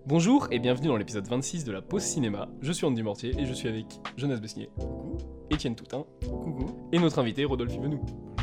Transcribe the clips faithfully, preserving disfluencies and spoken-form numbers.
Bonjour et bienvenue dans l'épisode vingt-six de la Pause Cinéma. Je suis Andy Mortier et je suis avec Jonas Besnier, Coucou. Étienne Toutin, Coucou. et notre invité Rodolphe Yvenou.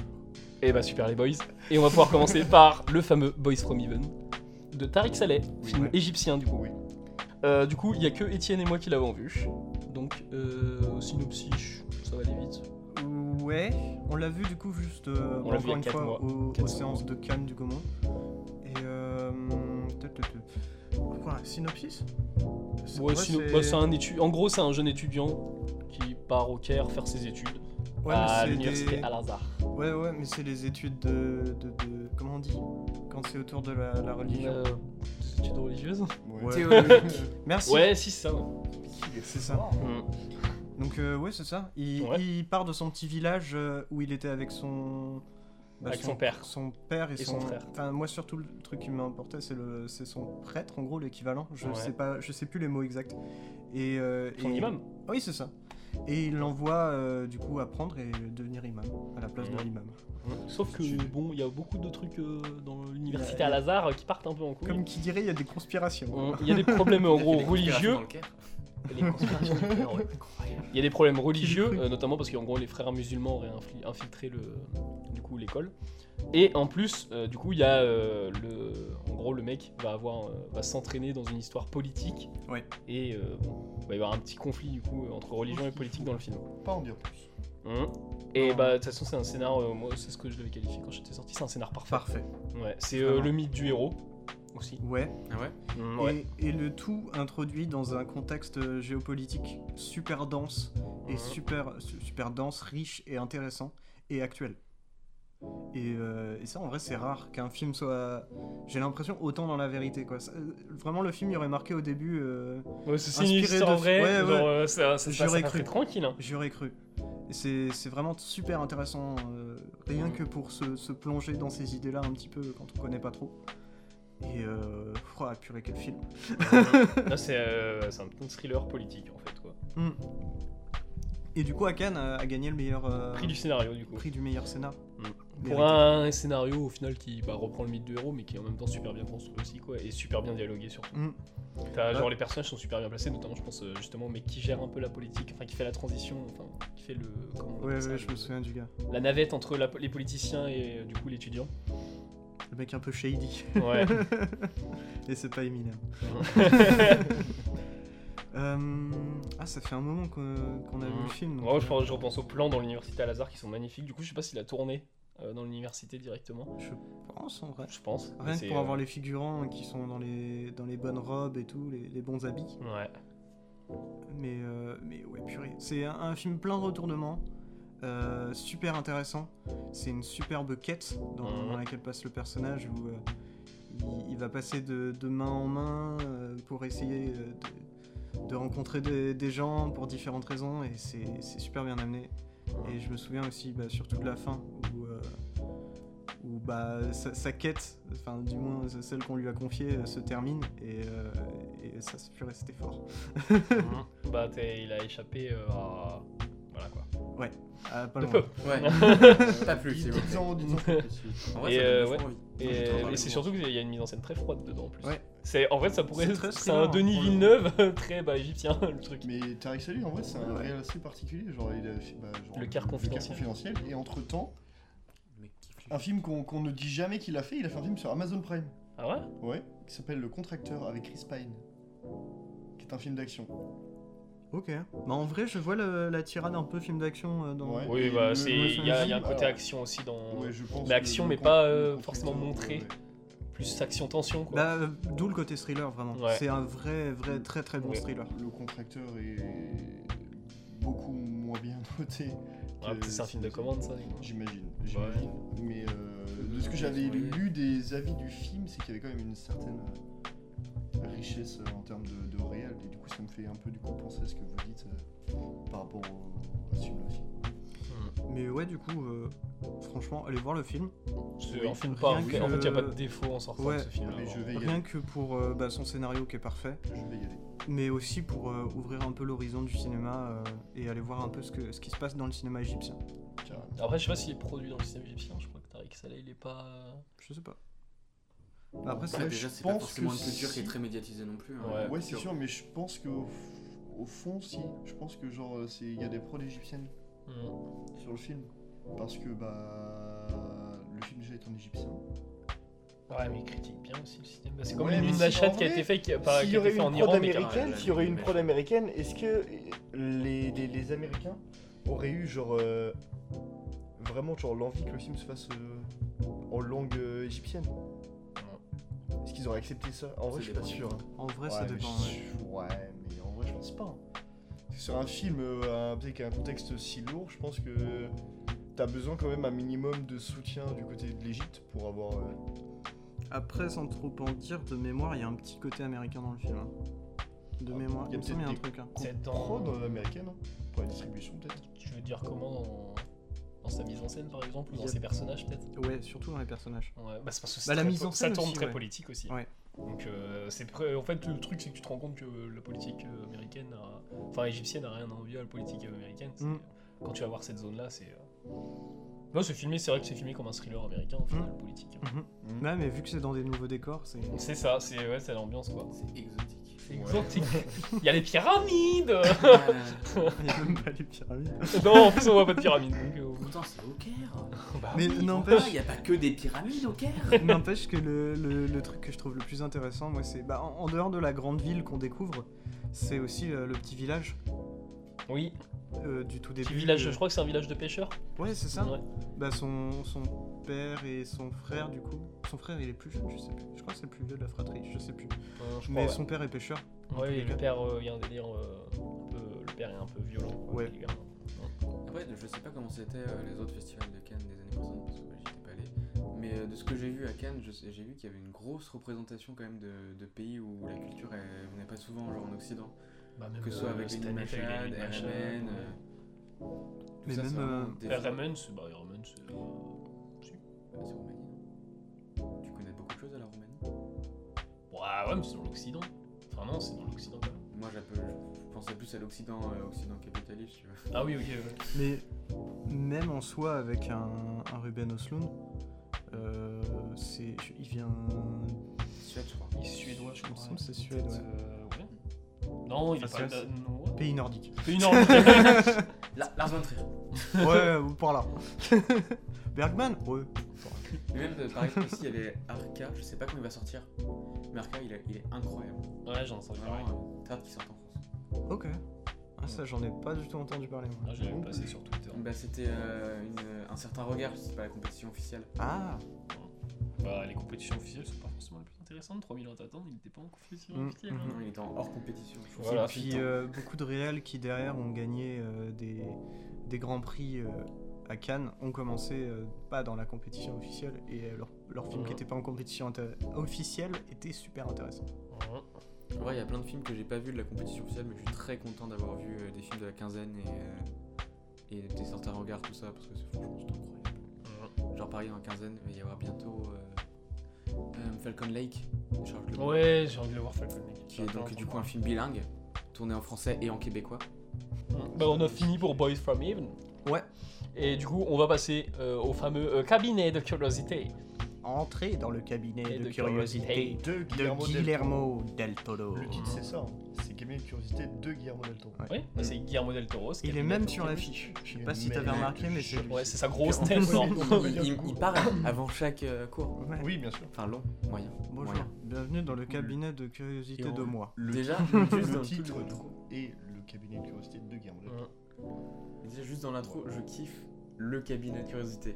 Et bah super les boys. Et on va pouvoir commencer par le fameux Boys from Heaven de Tariq Saleh, Oui, film ouais. égyptien du coup. Oui. Euh, du coup, il y a que Étienne et moi qui l'avons vu. Donc, euh, synopsis, ça va aller vite. Ouais, on l'a vu du coup juste euh, On l'a vu il y a encore une quatre fois mois. aux, quatre aux mois. séances de Cannes du Gaumont. Et euh... tut, tut, tut. Quoi, synopsis C'est- Ouais, ouais, sino- c'est- bah, c'est un étu- En gros, c'est un jeune étudiant qui part au Caire faire ses études Ouais, mais à c'est l'université des- Al-Azhar. Ouais, ouais, mais c'est les études de, de, de- comment on dit quand c'est autour de la, la religion. Euh, des études religieuses. Ouais. Théologique. Merci. Ouais, si, c'est ça. ouais. C'est ça. Mm. Donc euh, ouais, c'est ça. Il, Ouais. il part de son petit village euh, où il était avec son bah, Avec son père. son père et, Et son frère. Enfin moi surtout le truc qui m'importait c'est le c'est son prêtre en gros l'équivalent. Je Ouais. sais pas, je sais plus les mots exacts. Et euh, Son et- imam. Oui c'est ça. Et il l'envoie euh, du coup apprendre et devenir imam à la place Ouais. de l'imam. Sauf que bon, il y a beaucoup de trucs euh, dans l'université Il y a- Al-Azhar euh, qui partent un peu en couille. Comme qui dirait il y a des conspirations. On- Il y a des problèmes en gros Il y a des conspirations religieux. dans le Caire. Les conspirations du Caire, ouais. Il y a des problèmes religieux, cru. euh, notamment parce qu'en gros les frères musulmans auraient infli- infiltré le, du coup l'école. Et en plus, euh, du coup, il y a euh, le, en gros le mec va avoir, euh, va s'entraîner dans une histoire politique. Ouais. Et euh, bon, il va y avoir un petit conflit du coup entre religion et politique dans le film. Pas en dire plus. Hum. Et bah de toute façon c'est un scénar, euh, moi c'est ce que je l'avais qualifié quand j'étais sorti, c'est un scénar parfait. Parfait. Ouais, c'est euh, Vraiment. le mythe du héros aussi. Ouais. Ah ouais. Hum, ouais. Et, et le tout introduit dans un contexte euh, géopolitique super dense et Mhm. super, su- super dense, riche et intéressant et actuel. Et, euh, et ça en vrai c'est rare qu'un film soit, j'ai l'impression, autant dans la vérité quoi. Ça- euh, vraiment le film il aurait marqué au début, euh, Ouais, c'est c'est une inspiré histoire de- vraie, ouais, genre ouais. euh, ça, ça, ça, ça J'aurais fait cru. tranquille. Hein. j'aurais cru. Et c'est, c'est vraiment super intéressant, euh, rien Mhm. que pour se, se plonger dans ces idées là un petit peu quand on connaît pas trop. Et euh, oh, purée quel film. Là c'est euh, c'est un petit thriller politique en fait quoi. Mm. Et du coup, Akan a, a gagné le meilleur euh, Prix du scénario du coup. prix du meilleur scénar. Pour Mérité. un scénario au final qui bah, reprend le mythe du héros mais qui est en même temps super bien construit aussi quoi et super bien dialogué surtout. Mm. T'as, genre Ouais. les personnages sont super bien placés, notamment je pense euh, justement au mec qui gère un peu la politique, enfin qui fait la transition, enfin qui fait le comment on Ouais, appelle ça, ouais, je le- me souviens du gars. la navette entre la- les politiciens et euh, du coup l'étudiant. Le mec un peu shady. Ouais. Et c'est pas Eminem. Euh, Ah, ça fait un moment qu'on, qu'on a vu le film. donc, Moi, je, euh, pense- je repense aux plans dans l'université Al-Azhar qui sont magnifiques. Du coup, je sais pas s'il a tourné euh, dans l'université directement. Je pense en vrai. Je pense. Rien C'est, que pour euh, avoir les figurants qui sont dans les, dans les bonnes robes et tout, les, les bons habits. Ouais. Mais, euh, mais ouais, purée. C'est un, un film plein de retournements. euh, super intéressant. C'est une superbe quête dans, Mhm. dans laquelle passe le personnage où euh, il, il va passer de, de main en main euh, pour essayer euh, de, de rencontrer des, des gens pour différentes raisons et c'est c'est super bien amené. Et je me souviens aussi bah, surtout de la fin où, euh, où bah, sa, sa quête, enfin du moins celle qu'on lui a confiée, euh, se termine et, euh, et ça c'est purée, c'était fort. Mhm. Bah, t'es- il a échappé euh, à. Voilà quoi. Ah, pas De loin. peu. Ouais. Pas plus, s'il vous plaît. Disons, disons plus précis. En vrai, Et, ça euh, donne ouais. vachement envie. Et, Moi, j'ai trop et envie c'est de surtout voir. qu'il y a une mise en scène très froide dedans en plus. Ouais. C'est, en fait, ça pourrait C'est être. très C'est thriller, un Denis pour le coup. Villeneuve très bah, égyptien le truc. Mais Tariq Saleh, en vrai, c'est un Ouais. réel assez particulier. Genre, il a fait, bah, genre, Le Caire confidentiel. confidentiel. Et entre temps, Le mec kiffe les- un film qu'on qu'on ne dit jamais qu'il a fait, il a fait un film sur Amazon Prime. Ah ouais. Ouais. Qui s'appelle Le Contracteur avec Chris Pine. Qui est un film d'action. Ok. Bah en vrai, je vois le- la tirade un peu film d'action euh, dans. Ouais. Oui, Et bah, le- c'est. le Il y, a il y a un film, côté alors- action aussi dans. Ouais, je pense. Mais que action, le mais con- pas, le euh, contracteur, forcément montré. ouais. Plus action-tension quoi. Bah, euh, d'où le côté thriller vraiment. Ouais. C'est un vrai, vrai, très très bon Ouais. thriller. Le Contracteur est beaucoup moins bien noté. Ah, que- c'est un film de commande ça. J'imagine, j'imagine. Mais euh, de ce que j'avais lu des avis du film, c'est qu'il y avait quand même une certaine euh, richesse euh, en termes de, de réel. Et du coup, ça me fait un peu du coup penser à ce que vous dites euh, par rapport au, à ce film-là aussi. Mais ouais, du coup, euh, franchement, allez voir le film. C'est Oui, un film rien pas. En que- fait, il n'y a pas de défaut en sortant Ouais. de ce film. Mais je vais y Rien aller. que pour euh, bah, son scénario qui est parfait, Je vais y aller. mais aussi pour euh, ouvrir un peu l'horizon du cinéma euh, et aller voir un peu ce, que, ce qui se passe dans le cinéma égyptien. Carrément. Après, je sais pas s'il est produit dans le système égyptien. Je crois que Tariq Saleh, il est pas. Je sais pas. Après, c'est Après, Ouais, déjà, je c'est pas pense forcément que une culture qui est si- très médiatisée non plus. hein. Ouais. Ouais, c'est sûr, mais je pense qu'au au fond, si. Je pense que genre, euh, c'est- il y a des prods égyptiennes Mm. sur le film. Parce que bah. Le film déjà est en égyptien. Ouais, mais il critique bien aussi le système. Bah, c'est comme Ouais, les mais Moon si, Knight en qui a vrai, été fait, qui, pas, S'il qui y a aurait été eu fait une en prod Iran, mais qui a- américaine, la- s'il y aurait eu une la- prod américaine, est-ce que les, les, les Américains auraient eu genre euh, vraiment genre l'envie que le film se fasse euh, en langue euh, égyptienne? Est-ce qu'ils auraient accepté ça? En vrai, Ça je suis pas dépend. sûr. hein. En vrai, Ouais, ça mais dépend. je- ouais. ouais, mais en vrai, je pense pas. hein. Parce que sur un film euh, un- peut-être qui a un contexte si lourd, je pense que t'as besoin quand même un minimum de soutien du côté de l'Égypte pour avoir. euh, Après, sans trop en dire, de mémoire, il y a un petit côté américain dans le film. hein. De Ah, mémoire, il y a il me semble qu'il y a un peut-être truc. hein. C'est prod dans. américaine hein, pour la distribution peut-être. Tu veux dire comment dans... dans sa mise en scène par exemple, ou dans Il y a- ses personnages peut-être? Ouais, surtout dans les personnages. Ouais, bah c'est parce que c'est Bah, la très mise po- en ça scène tourne aussi, très ouais. politique aussi. Ouais. Donc euh, c'est prêt- en fait le truc c'est que tu te rends compte que la politique euh, américaine, a... enfin égyptienne, n'a rien à envier à la politique euh, américaine. C'est- Mm. Quand tu vas voir cette zone là, c'est. euh, Non, c'est filmé, c'est vrai que c'est filmé comme un thriller américain au final, Mm. politique. Mhm. Mm. Ouais, mais vu que c'est dans des nouveaux décors, c'est. C'est ça, c'est ouais, c'est l'ambiance quoi. C'est exotique. C'est exotique. Il y a les pyramides. Ah, Il y a même pas les pyramides. Non, en plus on voit pas de pyramides. Donc, euh, Pourtant, c'est au Caire. bah, Mais oui. Il n'empêche, n'y a pas que des pyramides au Caire. n'empêche que le, le, le truc que je trouve le plus intéressant, moi, c'est. Bah, en, en dehors de la grande ville qu'on découvre, c'est aussi euh, le petit village Oui, euh, du tout début. petit village, euh, je crois que c'est un village de pêcheurs. Ouais, c'est ça. Ouais. Bah, son, son père et son frère, du coup. Son frère, il est plus jeune, je sais plus. Je crois que c'est le plus vieux de la fratrie, je sais plus. Euh, je crois, Mais ouais. son père est pêcheur. dans tous Ouais, les et cas. le père, euh, il y a un délire euh, un peu. Le père est un peu violent. quoi, Ouais. avec les gamins. Après, je sais pas comment c'était euh, les autres festivals de Cannes des années précédentes parce que bah, j'y étais pas allé. Mais euh, de ce que j'ai vu à Cannes, je sais- j'ai vu qu'il y avait une grosse représentation quand même de, de pays où la culture elle venait pas souvent, genre en Occident. Bah, même, Que ce soit euh, avec cette les année, t'as eu Machad, les R Machad, M N. ouais. euh, tout Mais ça, même, c'est vraiment euh, des- R M N, c'est bah, R M N, c'est. euh, Ah, c'est Roumanie, non Tu connais beaucoup de choses à la Roumanie? Ouais, ouais, mais c'est dans l'Occident. Enfin, non, c'est dans l'Occident quand même. Moi, j'appelle- je pensais plus à l'Occident, euh, Occident capitaliste, tu vois. Ah oui, ok, ouais. Mais même en soi, avec un, un Ruben Östlund, euh, c'est, il vient. Suède, je crois. Il est suédois, je Il me crois. semble que c'est Suède, Peut-être, ouais. euh, ouais. Non, il est Enfin, pas. c'est- euh, non, ouais. Pays nordique. Pays nordique. La, Lars von Trier. Ouais, ou par là. Bergman Ouais. Mais même, euh, par exemple, ici, il y avait Arca, je sais pas quand il va sortir. Mais Arca, il est, il est incroyable. Ouais, j'en sens pareil. Vraiment, euh, t'as hâte qu'il sorte en France. Ok. Ah, ça, j'en ai pas du tout entendu parler, moi. Ah, j'avais vu passer sur Twitter. Bah, c'était euh, une- un certain regard, c'est pas la compétition officielle. Ah Bah, les compétitions officielles sont pas forcément les plus intéressantes. trois mille ans t'attends, il était pas en compétition Mm, officielle. mm. hein. Non, il était en hors compétition. je trouve. Voilà. Et puis euh, beaucoup de réals qui derrière ont gagné euh, des, des grands prix euh, à Cannes ont commencé euh, pas dans la compétition officielle et euh, leur, leur film Mhm. qui était pas en compétition inté- officielle était super intéressant. Ouais. En vrai, il y a plein de films que j'ai pas vu de la compétition officielle, mais je suis très content d'avoir vu euh, des films de la quinzaine et, euh, et des certains regards, tout ça, parce que c'est franchement c'est incroyable. Ouais. Genre pareil, en quinzaine, il va y avoir bientôt euh, euh, Falcon Lake, de Charles Lebon, Ouais, j'ai envie de le voir Falcon Lake. qui est donc du coup un film bilingue, tourné en français et en québécois. Bah, on a fini pour Boys from Heaven. Ouais. Et du coup, on va passer euh, au fameux euh, cabinet de curiosité. Entrez dans le cabinet Et de, de curiosité curiosité De de Guillermo, del Guillermo del Toro. Toro. Le titre c'est ça, hein. C'est Cabinet de curiosité de Guillermo del Toro. Ouais. Oui, bah, c'est Guillermo del Toro. ce Il est cabinet même de sur curiosité. l'affiche. Je sais Il pas est si t'avais même remarqué, mais c'est lui. Ouais, c'est sa grosse En tête. plus, non. il, il- il parle avant chaque euh, cours. Ouais. Oui, bien sûr. Enfin, long, moyen. Bonjour, moyen. bienvenue dans le cabinet de curiosité Et on- de moi. Le Déjà, titre, juste le dans titre tout- du coup est le Cabinet de curiosité de Guillermo del Toro. Déjà, juste dans l'intro, je kiffe le cabinet de curiosité.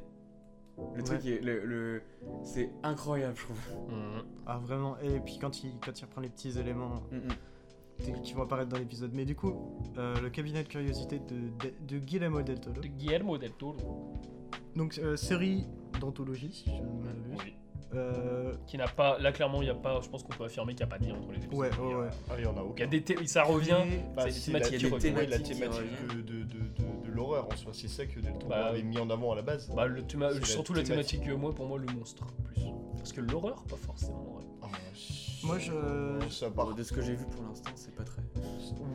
Le Ouais. truc, est, le, le- c'est incroyable, je trouve. Mhm. Ah vraiment, et puis quand il, quand il reprend les petits éléments Mm, mm. t- qui vont apparaître dans l'épisode. Mais du coup, euh, le cabinet de curiosité de, de, de Guillermo del Toro. De Guillermo del Toro. Donc euh, série d'anthologie, si je ne m'abuse. Oui. Euh, Qui n'a pas. Là, clairement, il n'y a pas. Je pense qu'on peut affirmer qu'il n'y a pas de lien entre les épisodes. ouais, Il y ouais, a- ouais. Ah, il y en a Il y a aucun. des thé- ça revient. Bah, c'est c'est des la, thématiques il y a des qui reviennent. ouais, la thématiques qui thématique reviennent. de, de, de, de, de l'horreur en soi. C'est ça que Del Toro Bah, avait mis en avant à la base. Bah, le théma- C'est la surtout la thématique. thématique, euh, moi, pour moi, le monstre, plus. Parce que l'horreur, pas forcément. Ouais. Ah, Moi, je- Ça part. De ce que j'ai vu pour l'instant, c'est pas très.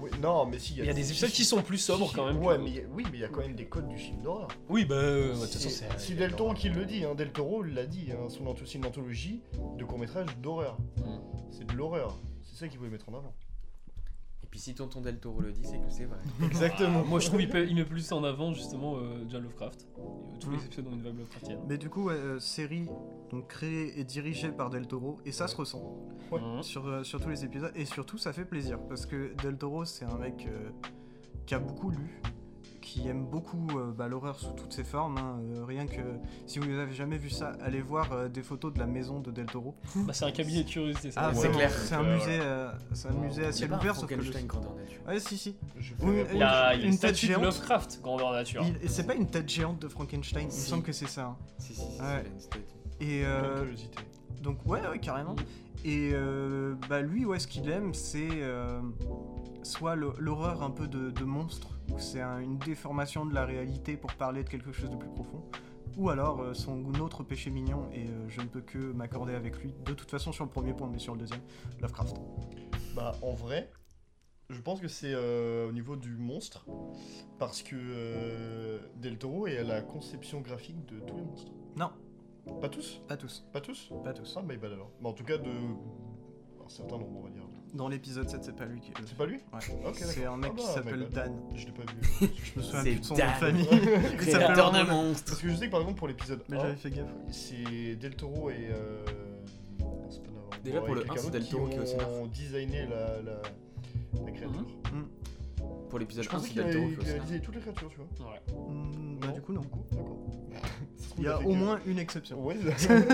Oui, non, mais si. Il y a des épisodes qui sont plus sobres si, quand même. Ouais, que mais oui, mais il y a quand même des codes du film d'horreur. Oui, bah, euh, de toute C'est- façon, c'est. C'est Del Toro qui le dit, hein. Del Toro l'a dit, hein. Son anth- c'est une anthologie de courts-métrages d'horreur. Mm. C'est de l'horreur. C'est ça qu'il voulait mettre en avant. Et puis si tonton Del Toro le dit, c'est que c'est vrai. Exactement. Moi, je trouve qu'il peut- il met plus en avant justement euh, John Lovecraft. Et, euh, tous les Mm. épisodes ont une vibe Lovecraftienne. Mais du coup, ouais, euh, série donc créée et dirigée par Del Toro, et ça se ressent Ouais. Mhm. sur, euh, sur tous les épisodes, et surtout ça fait plaisir, parce que Del Toro c'est un mec euh, qui a beaucoup lu, qui aime beaucoup euh, bah, l'horreur sous toutes ses formes, hein. Euh, rien que, si vous n'avez jamais vu ça, allez voir euh, des photos de la maison de Del Toro. Bah, c'est un cabinet de curiosité, ça. Ah, c'est vraiment, clair. c'est un Euh, musée, euh, c'est un musée à Il y a ciel pas un ouvert, sauf que le... Frankenstein grandeur nature. Ouais, si, si. Je Oui, ferais Il y a, il y a Une une tête statue de géante. Lovecraft, grandeur nature. Il- C'est pas une tête géante de Frankenstein, il me Si. semble que c'est ça. hein. Si, si, si, Ouais. c'est une statue. Et plein de euh, curiosité. donc ouais, ouais, carrément. Et euh, bah lui, ouais, ce qu'il aime, c'est euh, soit le- l'horreur un peu de, de monstre, où c'est un- une déformation de la réalité pour parler de quelque chose de plus profond, ou alors euh, son autre péché mignon, et euh, je ne peux que m'accorder avec lui, de toute façon sur le premier point, mais sur le deuxième, Lovecraft. Bah, en vrai, je pense que c'est euh, au niveau du monstre, parce que euh, Del Toro est à la conception graphique de tous les monstres. Non, Pas tous pas tous, Pas tous pas tous. Ah, my bad alors. Mais en tout cas, de. Un certain nombre, on va dire. Dans l'épisode sept, c'est pas lui qui est le C'est pas lui Ouais. Ok, C'est d'accord. un mec Ah qui bah, s'appelle my bad. Dan. Je l'ai pas vu. Je me souviens C'est plus de son nom de Dan. famille. Il s'appelle Créateur de vraiment- monstres. Parce que je sais que par exemple pour l'épisode Mais un, j'avais fait gaffe. c'est Del Toro et. Euh... non, c'est pas Navarro. Déjà, pour et le quelqu'un un, c'est d'autre Del Toro qui est au scénar. ont designé la, la, la créature. Pour l'épisode Je un, pensais c'est qu'il Del Toro avait qui est au scénar. réalisé toutes les créatures, tu vois. Ouais. Hmm, bah Non, du coup non. D'accord. Il y a au moins une exception. Ouais,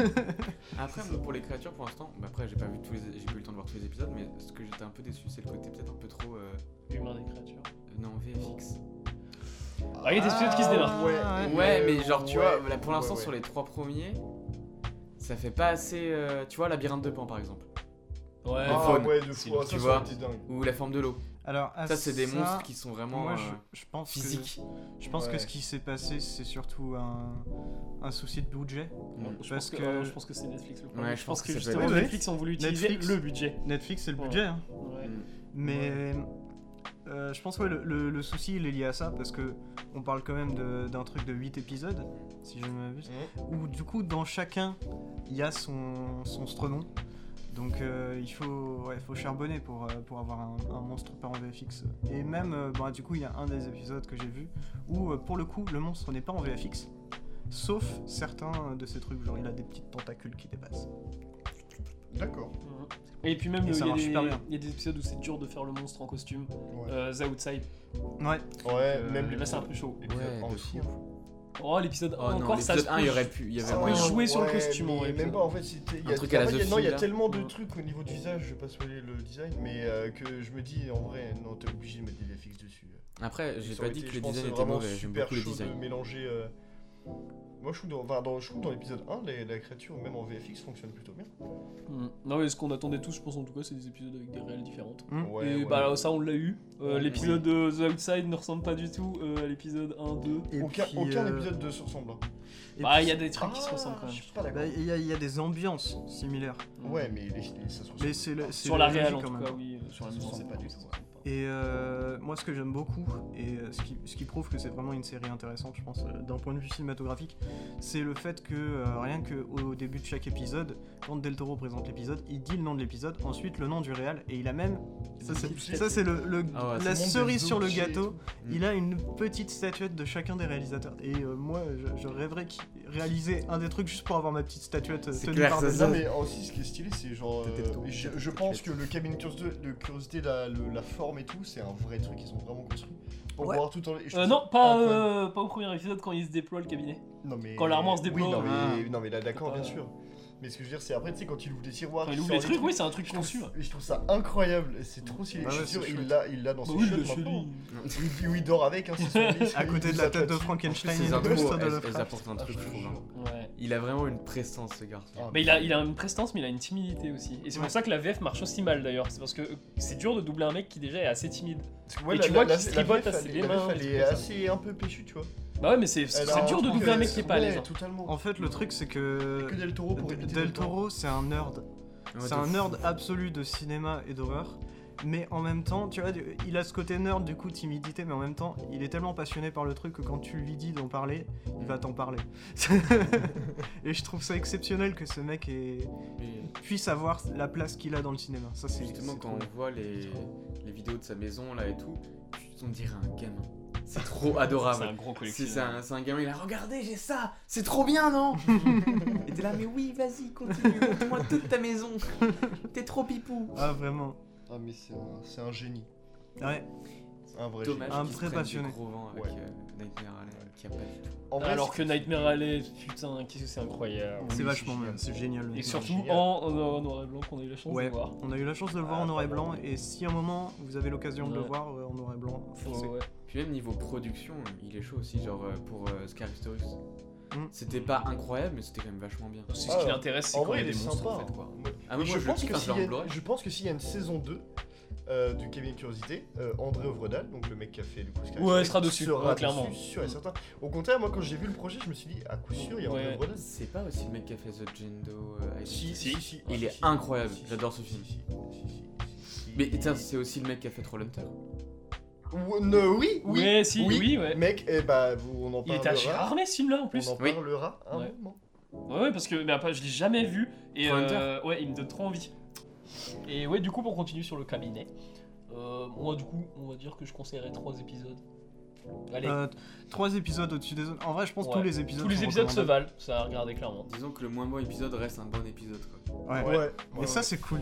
Après, moi, pour les créatures, pour l'instant, bah après, j'ai pas vu tous les, j'ai pas eu le temps de voir tous les épisodes, mais ce que j'étais un peu déçu, c'est le côté peut-être un peu trop, euh, Humain des créatures. euh, non, V F X. Ah, il y a des épisodes qui se démarquent. Ouais, Ouais, Ouais, mais genre, tu ouais, vois, là, pour l'instant, ouais, sur ouais. les trois premiers, ça fait pas assez, euh, tu vois, labyrinthe de Pan par exemple, Ouais. Le Ah faune. ouais, de C'est fou, le- ah, ça, tu ça vois. aurait été dingue. ou la forme de l'eau. Alors à Ça, c'est des ça, monstres qui sont vraiment Moi, euh, je, je pense que- physiques. je pense que Ouais. ce qui s'est passé, c'est surtout un, un souci de budget. Je Parce pense que, que- ah non, je pense que c'est Netflix le problème. Ouais, je pense que ça peut justement être- Ouais, ouais. Netflix ont voulu utiliser Netflix. le budget. Netflix, c'est le Ouais. budget. hein. Ouais. Mm. Mais euh, je pense que le, le- le souci, il est lié à ça, parce que on parle quand même de- d'un truc de huit épisodes, si je ne m'abuse, Mmh. où du coup, dans chacun, il y a son, son strenon. Donc euh, il faut, ouais, faut charbonner pour, euh, pour avoir un, un monstre pas en V F X. Et même, euh, bah, du coup, il y a un des épisodes que j'ai vu où, euh, pour le coup, le monstre n'est pas en V F X, sauf certains de ces trucs, genre il a des petites tentacules qui dépassent. D'accord. Et puis même, Et il ça y, a marche des- super bien. il y a des épisodes où c'est dur de faire le monstre en costume. Ouais. Euh, The Outside. Ouais, Ouais, euh, même Là, c'est un peu chaud. l'épisode Ouais, un de aussi. fou. hein. Oh, l'épisode Oh un non, encore, ça l'épisode se un, il y peut- aurait pu, il y avait Ça moyen. peut jouer sur le Ouais, costume, en mais vrai. même pas en fait, c'était. il y Un a- truc en à la fait, il y a- The Non, il y a Thing, là. tellement de Mm. trucs au niveau du visage, je vais pas spoiler le design, mais euh, que je me dis en vrai, non, t'es obligé de mettre des V F X dessus. Après, j'ai Ça pas aurait dit été, que je les pense, designs étaient vraiment mauvais, j'aime super beaucoup les chaud designs. de mélanger. euh, Moi, je trouve, dans... enfin, dans... je trouve que dans l'épisode un, les- la créature, même en V F X, fonctionne plutôt bien. Mm. Non, mais ce qu'on attendait tous, je pense en tout cas, c'est des épisodes avec des réels différentes. Mm. Ouais, Et ouais. bah ça, on l'a eu. Euh, Ouais, l'épisode de The Outside ne ressemble pas du tout euh, à l'épisode un deux. Et aucun puis, aucun euh, épisode ne se ressemble. hein. et Bah, puis- il y a des trucs qui se Ah, ressemblent quand je même. suis pas d'accord. bah, il y, a- il y a des ambiances similaires. Ouais, mais les- les- ça se ressemble. Mais c'est le- c'est Sur la logique réelle, en quand tout même. cas, oui. euh, Sur la Ça se maison, ressemble c'est pas pas du ça tout. se ressemble pas. Et euh, moi, ce que j'aime beaucoup, et euh, ce, qui, ce qui prouve que c'est vraiment une série intéressante, je pense, euh, d'un point de vue cinématographique, c'est le fait que euh, rien qu'au début de chaque épisode, quand Del Toro présente l'épisode, il dit le nom de l'épisode, ensuite le nom du réal, et il a même, ça c'est, ça, c'est le, le- Ah ouais, la c'est le monde cerise des sur le objets et gâteau, tout. il a une petite statuette de chacun des réalisateurs. Et euh, moi, je, je rêverais qu'il réalisait un des trucs juste pour avoir ma petite statuette euh, C'est tenue clair, par c'est des ça. Non, mais aussi, ce qui est stylé, c'est genre. T'as euh, Del Toro, je t'as je Del pense que Toro. le cabinet de curiosité, de curiosité la, le- la forme et tout, c'est un vrai truc qu'ils ont vraiment construit. Pour Ouais. voir tout en. et je trouve Euh, ça non, pas, incroyable. euh, pas au premier épisode quand il se déploie le cabinet. Non, mais... quand l'armoire se déploie. Oui, non, mais, Ah. non, mais là, d'accord, Pas- bien sûr. Mais ce que je veux dire, c'est après, tu sais, quand il ouvre des tiroirs. Quand il qu'il ouvre sort les trucs, oui, trucs, c'est un truc je trouve- conçu. et je trouve ça incroyable. et C'est trop stylé. Bah je ouais, suis sûr, c'est il chouette. l'a il l'a dans Bah ses oui, chiottes le chez maintenant. lui. Où il- où il dort avec, hein, c'est son lit. À côté de la tête de Frankenstein Ces et intros, de elles, de elles Lovecraft. apportent un Ah, truc, je je te trouve. jure. hein. Ouais. Il a vraiment une prestance, ce garçon. Ah, Mais il a, il a une prestance, mais il a une timidité aussi. Et c'est Ouais. pour ça que la V F marche aussi mal d'ailleurs. C'est parce que euh, c'est dur de doubler un mec qui déjà est assez timide. Parce que, ouais, Et la- tu la- vois la- qu'il se la tripote V F, assez elle- les la V F, mains, elle des est trucs comme ça. assez un peu péchue, tu vois. Bah ouais, mais c'est Elle c'est a un dur de truc, doubler un euh, mec qui est pas à ouais, l'aise. hein. totalement. En fait, le truc, c'est que Que Del Toro pour D- éviter Del le temps. Toro, c'est un nerd. Ouais, C'est de un fou. nerd absolu de cinéma et d'horreur. mais en même temps, tu vois, il a ce côté nerd, du coup, timidité, mais en même temps, il est tellement passionné par le truc que quand tu lui dis d'en parler, il va t'en parler. Et je trouve ça exceptionnel que ce mec ait... puisse avoir la place qu'il a dans le cinéma. Ça, c'est Justement, c'est quand trop bien. on voit les, les vidéos de sa maison là et tout, on dirait un gamin. C'est trop adorable. C'est un gros C'est collectif. c'est un, c'est un gamin, il a regardé, j'ai ça, c'est trop bien, non? Et t'es là, mais oui, vas-y, continue, montre-moi toute ta maison. T'es trop pipou. Ah, vraiment. Ah, mais c'est un, c'est un génie. Ouais. Un vrai Dommage Un qu'il se vrai prenne passionné. du gros vent avec Ouais. euh, Nightmare Alley, qui a pas du tout. génie. En vrai, Alors c'est- que Nightmare Alley, putain, qu'est-ce que c'est incroyable. C'est Oui, vachement c'est bien, c'est génial. Et mec. surtout génial. en, en, en noir et blanc qu'on a eu la chance Ouais, de voir. on a eu la chance de le voir Ah, en noir et pas blanc, mal. et si à un moment vous avez l'occasion de le Ouais. voir euh, en noir et blanc, foncez. Ouais, ouais. Puis même niveau production, il est chaud aussi, genre euh, pour euh, Scaristoris. Mm. C'était pas incroyable, mais c'était quand même vachement bien. C'est Ah, ce qui l'intéresse, c'est en quand vrai, il y a il des est monstres sympa, en fait, hein. quoi. Ah, mais je, moi, je, pense kiffe, que hein, s'il je y a- l'ai en Blu-ray. je pense que s'il y a une saison deux euh, du cabinet de curiosité, euh, André Ovredal, donc le mec qui a fait du coup Sky Ouais, Story, il sera dessus, sera ouais, clairement. dessus, sûr et Mm. certain. Au contraire, moi quand j'ai vu le projet, je me suis dit à coup sûr il y a André Ouais. Ovredal. C'est pas aussi le mec qui a fait The Gendo euh, Identity. si. si, Il si, est si, incroyable, si, si, j'adore si, ce film. si, si, si, si, si. Mais tiens, c'est aussi le mec qui a fait Trollhunter. Ou- ne- oui, oui, Ouais, si, oui, ouais. Mec, eh bah, vous- on en Il était à parlera. Gérardmer ce film là en On plus. en Oui. parlera un Ouais. moment. Ouais, ouais, parce que mais après, je l'ai jamais vu. Et Trollhunter. euh, ouais, il me donne trop envie. Et ouais, du coup, pour continuer sur le cabinet, euh, moi, du coup, on va dire que je conseillerais trois épisodes. Allez, Euh, trois épisodes au-dessus des autres. En vrai, je pense que Ouais. tous les épisodes tous les sont épisodes se recommandables. valent, ça à regarder clairement. Disons que le moins bon épisode reste un bon épisode, quoi. Ouais. Ouais. Mais ouais, ça, ouais. c'est cool.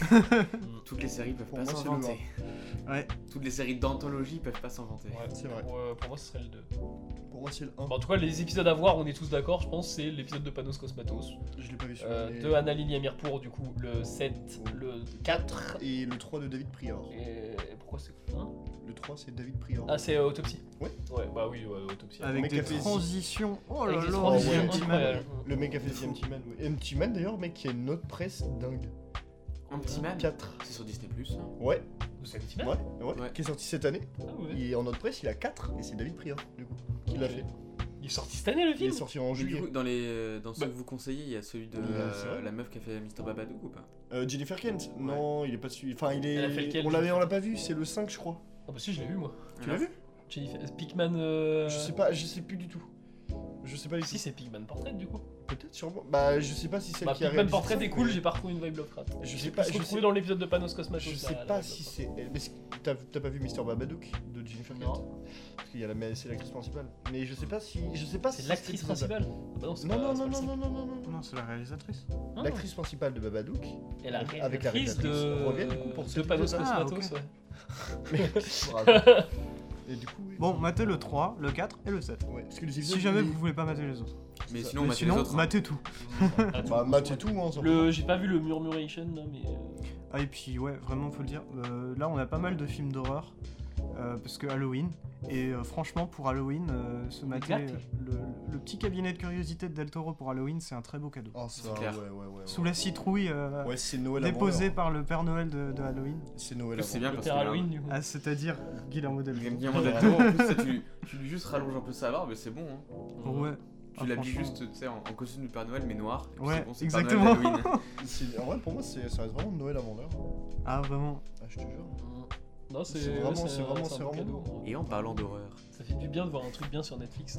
Toutes les séries peuvent Pour pas moi, c'est le s'inventer. Ouais. Toutes les séries d'anthologie peuvent pas s'inventer. Ouais, C'est vrai. Pour, euh, pour moi, ce serait le deux. Pour moi, c'est le un. Bon, en tout cas, les épisodes à voir, on est tous d'accord, je pense, c'est l'épisode de Panos Cosmatos, Je l'ai pas vu sur euh, mais- de Annalini Amirpour, du coup, le sept, le quatre. Et le trois de David Prior. Et pourquoi c'est. Hein Le trois, c'est David Prior. Ah, c'est euh, Autopsie. Ouais. Ouais, bah oui, ouais, Autopsie. Avec mec des a fait- transitions. Oh là Avec des là, transitions The ouais. Empty Man. incroyables. Le mec a fait The Empty Man. Ouais. Empty Man, d'ailleurs, mec, qui a une note presse dingue. Un petit man. quatre. C'est sur Disney plus. Ouais, C'est un petit ouais, man ouais, Ouais. qui est sorti cette année. Ah ouais. Il est en note presse, il a quatre. Et c'est David Prior, du coup, qui l'a Ok. fait. Il est sorti cette année le Il est film. sorti en Du juillet. coup, dans, les, euh, dans ceux Bah. que vous conseillez, il y a celui de Ouais, euh, c'est vrai. la meuf qui a fait Mister Babadook ou pas? Euh, Jennifer Kent. Non, il est pas dessus. Enfin, il est. Elle a fait lequel, on l'avait, Jennifer on l'a pas vu. C'est le cinq, je crois. Ah bah si, je l'ai vu moi. Tu l'as vu Jennifer Pigman. Euh... Je sais pas, je sais plus du tout. Je sais pas du tout. Si, c'est Pigman Portrait du coup. Peut-être sûrement. Bah, je sais pas si c'est Bah, qui a Pigman réalisé Portrait ça, est cool, mais j'ai pas retrouvé une vibe Lovecraft. Je J'ai sais pu pas, se je retrouver sais- dans l'épisode de Panos Cosmatos. Je là, sais la pas vibe si Lovecraft. c'est. Mais c'est- t'as t'as pas vu Mister Babadook de Jennifer Kent? Non, Parce qu'il y a la, mais c'est l'actrice principale. Mais je sais pas si. Je sais pas si c'est l'actrice cet épisode-là. principale. Ah bah non, c'est Non, pas- non, c'est non, pas non, le non, non, non, non. Non, c'est la réalisatrice. Ah. L'actrice principale de Babadook. Et la avec la réalisatrice réalisatrice de, revient, du coup, pour de cet Panos épisode-là. Ah, Cosmatos, ok. ouais. Bravo. Et du coup, oui. Bon, matez le trois, le quatre et le sept. Ouais, parce que les épisodes. Si jamais les- vous voulez pas mater les autres. Mais ça. sinon, on Mais mate les sinon, autres. hein. matez tout. Ah, tout. Bah, Matt et tout, hein, ça Le, j'ai pas vu le Murmuration là, mais. euh, Ah, et puis, ouais, vraiment, faut le dire. euh, là, on a pas mal de films d'horreur. euh, parce que Halloween. Et euh, franchement, pour Halloween, euh, se mater gâté. euh, le, le petit cabinet de curiosité de Del Toro pour Halloween, c'est un très beau cadeau. Ah, ça, C'est clair. ouais, ouais, ouais. Sous ouais. la citrouille euh, Ouais, c'est Noël avant déposée l'heure. par le Père Noël de, de Halloween. C'est Noël C'est avant bien Le parce père que Halloween du coup. Ah, c'est-à-dire Guillermo del Il aime Toro. bien Del Toro. En plus, ça, tu, tu lui juste rallonges un peu sa barbe, mais c'est bon. Hein. Ouais. Tu Ah, l'habilles franchement. juste tu sais, en, en costume du Père Noël, mais noir. et puis Ouais, c'est bon, c'est exactement. Père Noël d'Halloween. C'est- En vrai, pour moi, c'est- ça reste vraiment Noël avant l'heure. Ah, vraiment. Ah, je te jure. Non, c'est C'est ouais, vraiment- c'est c'est un- vraiment- c'est un c'est bon vraiment cadeau. Et en parlant d'horreur. Ça fait du bien de voir un truc bien sur Netflix.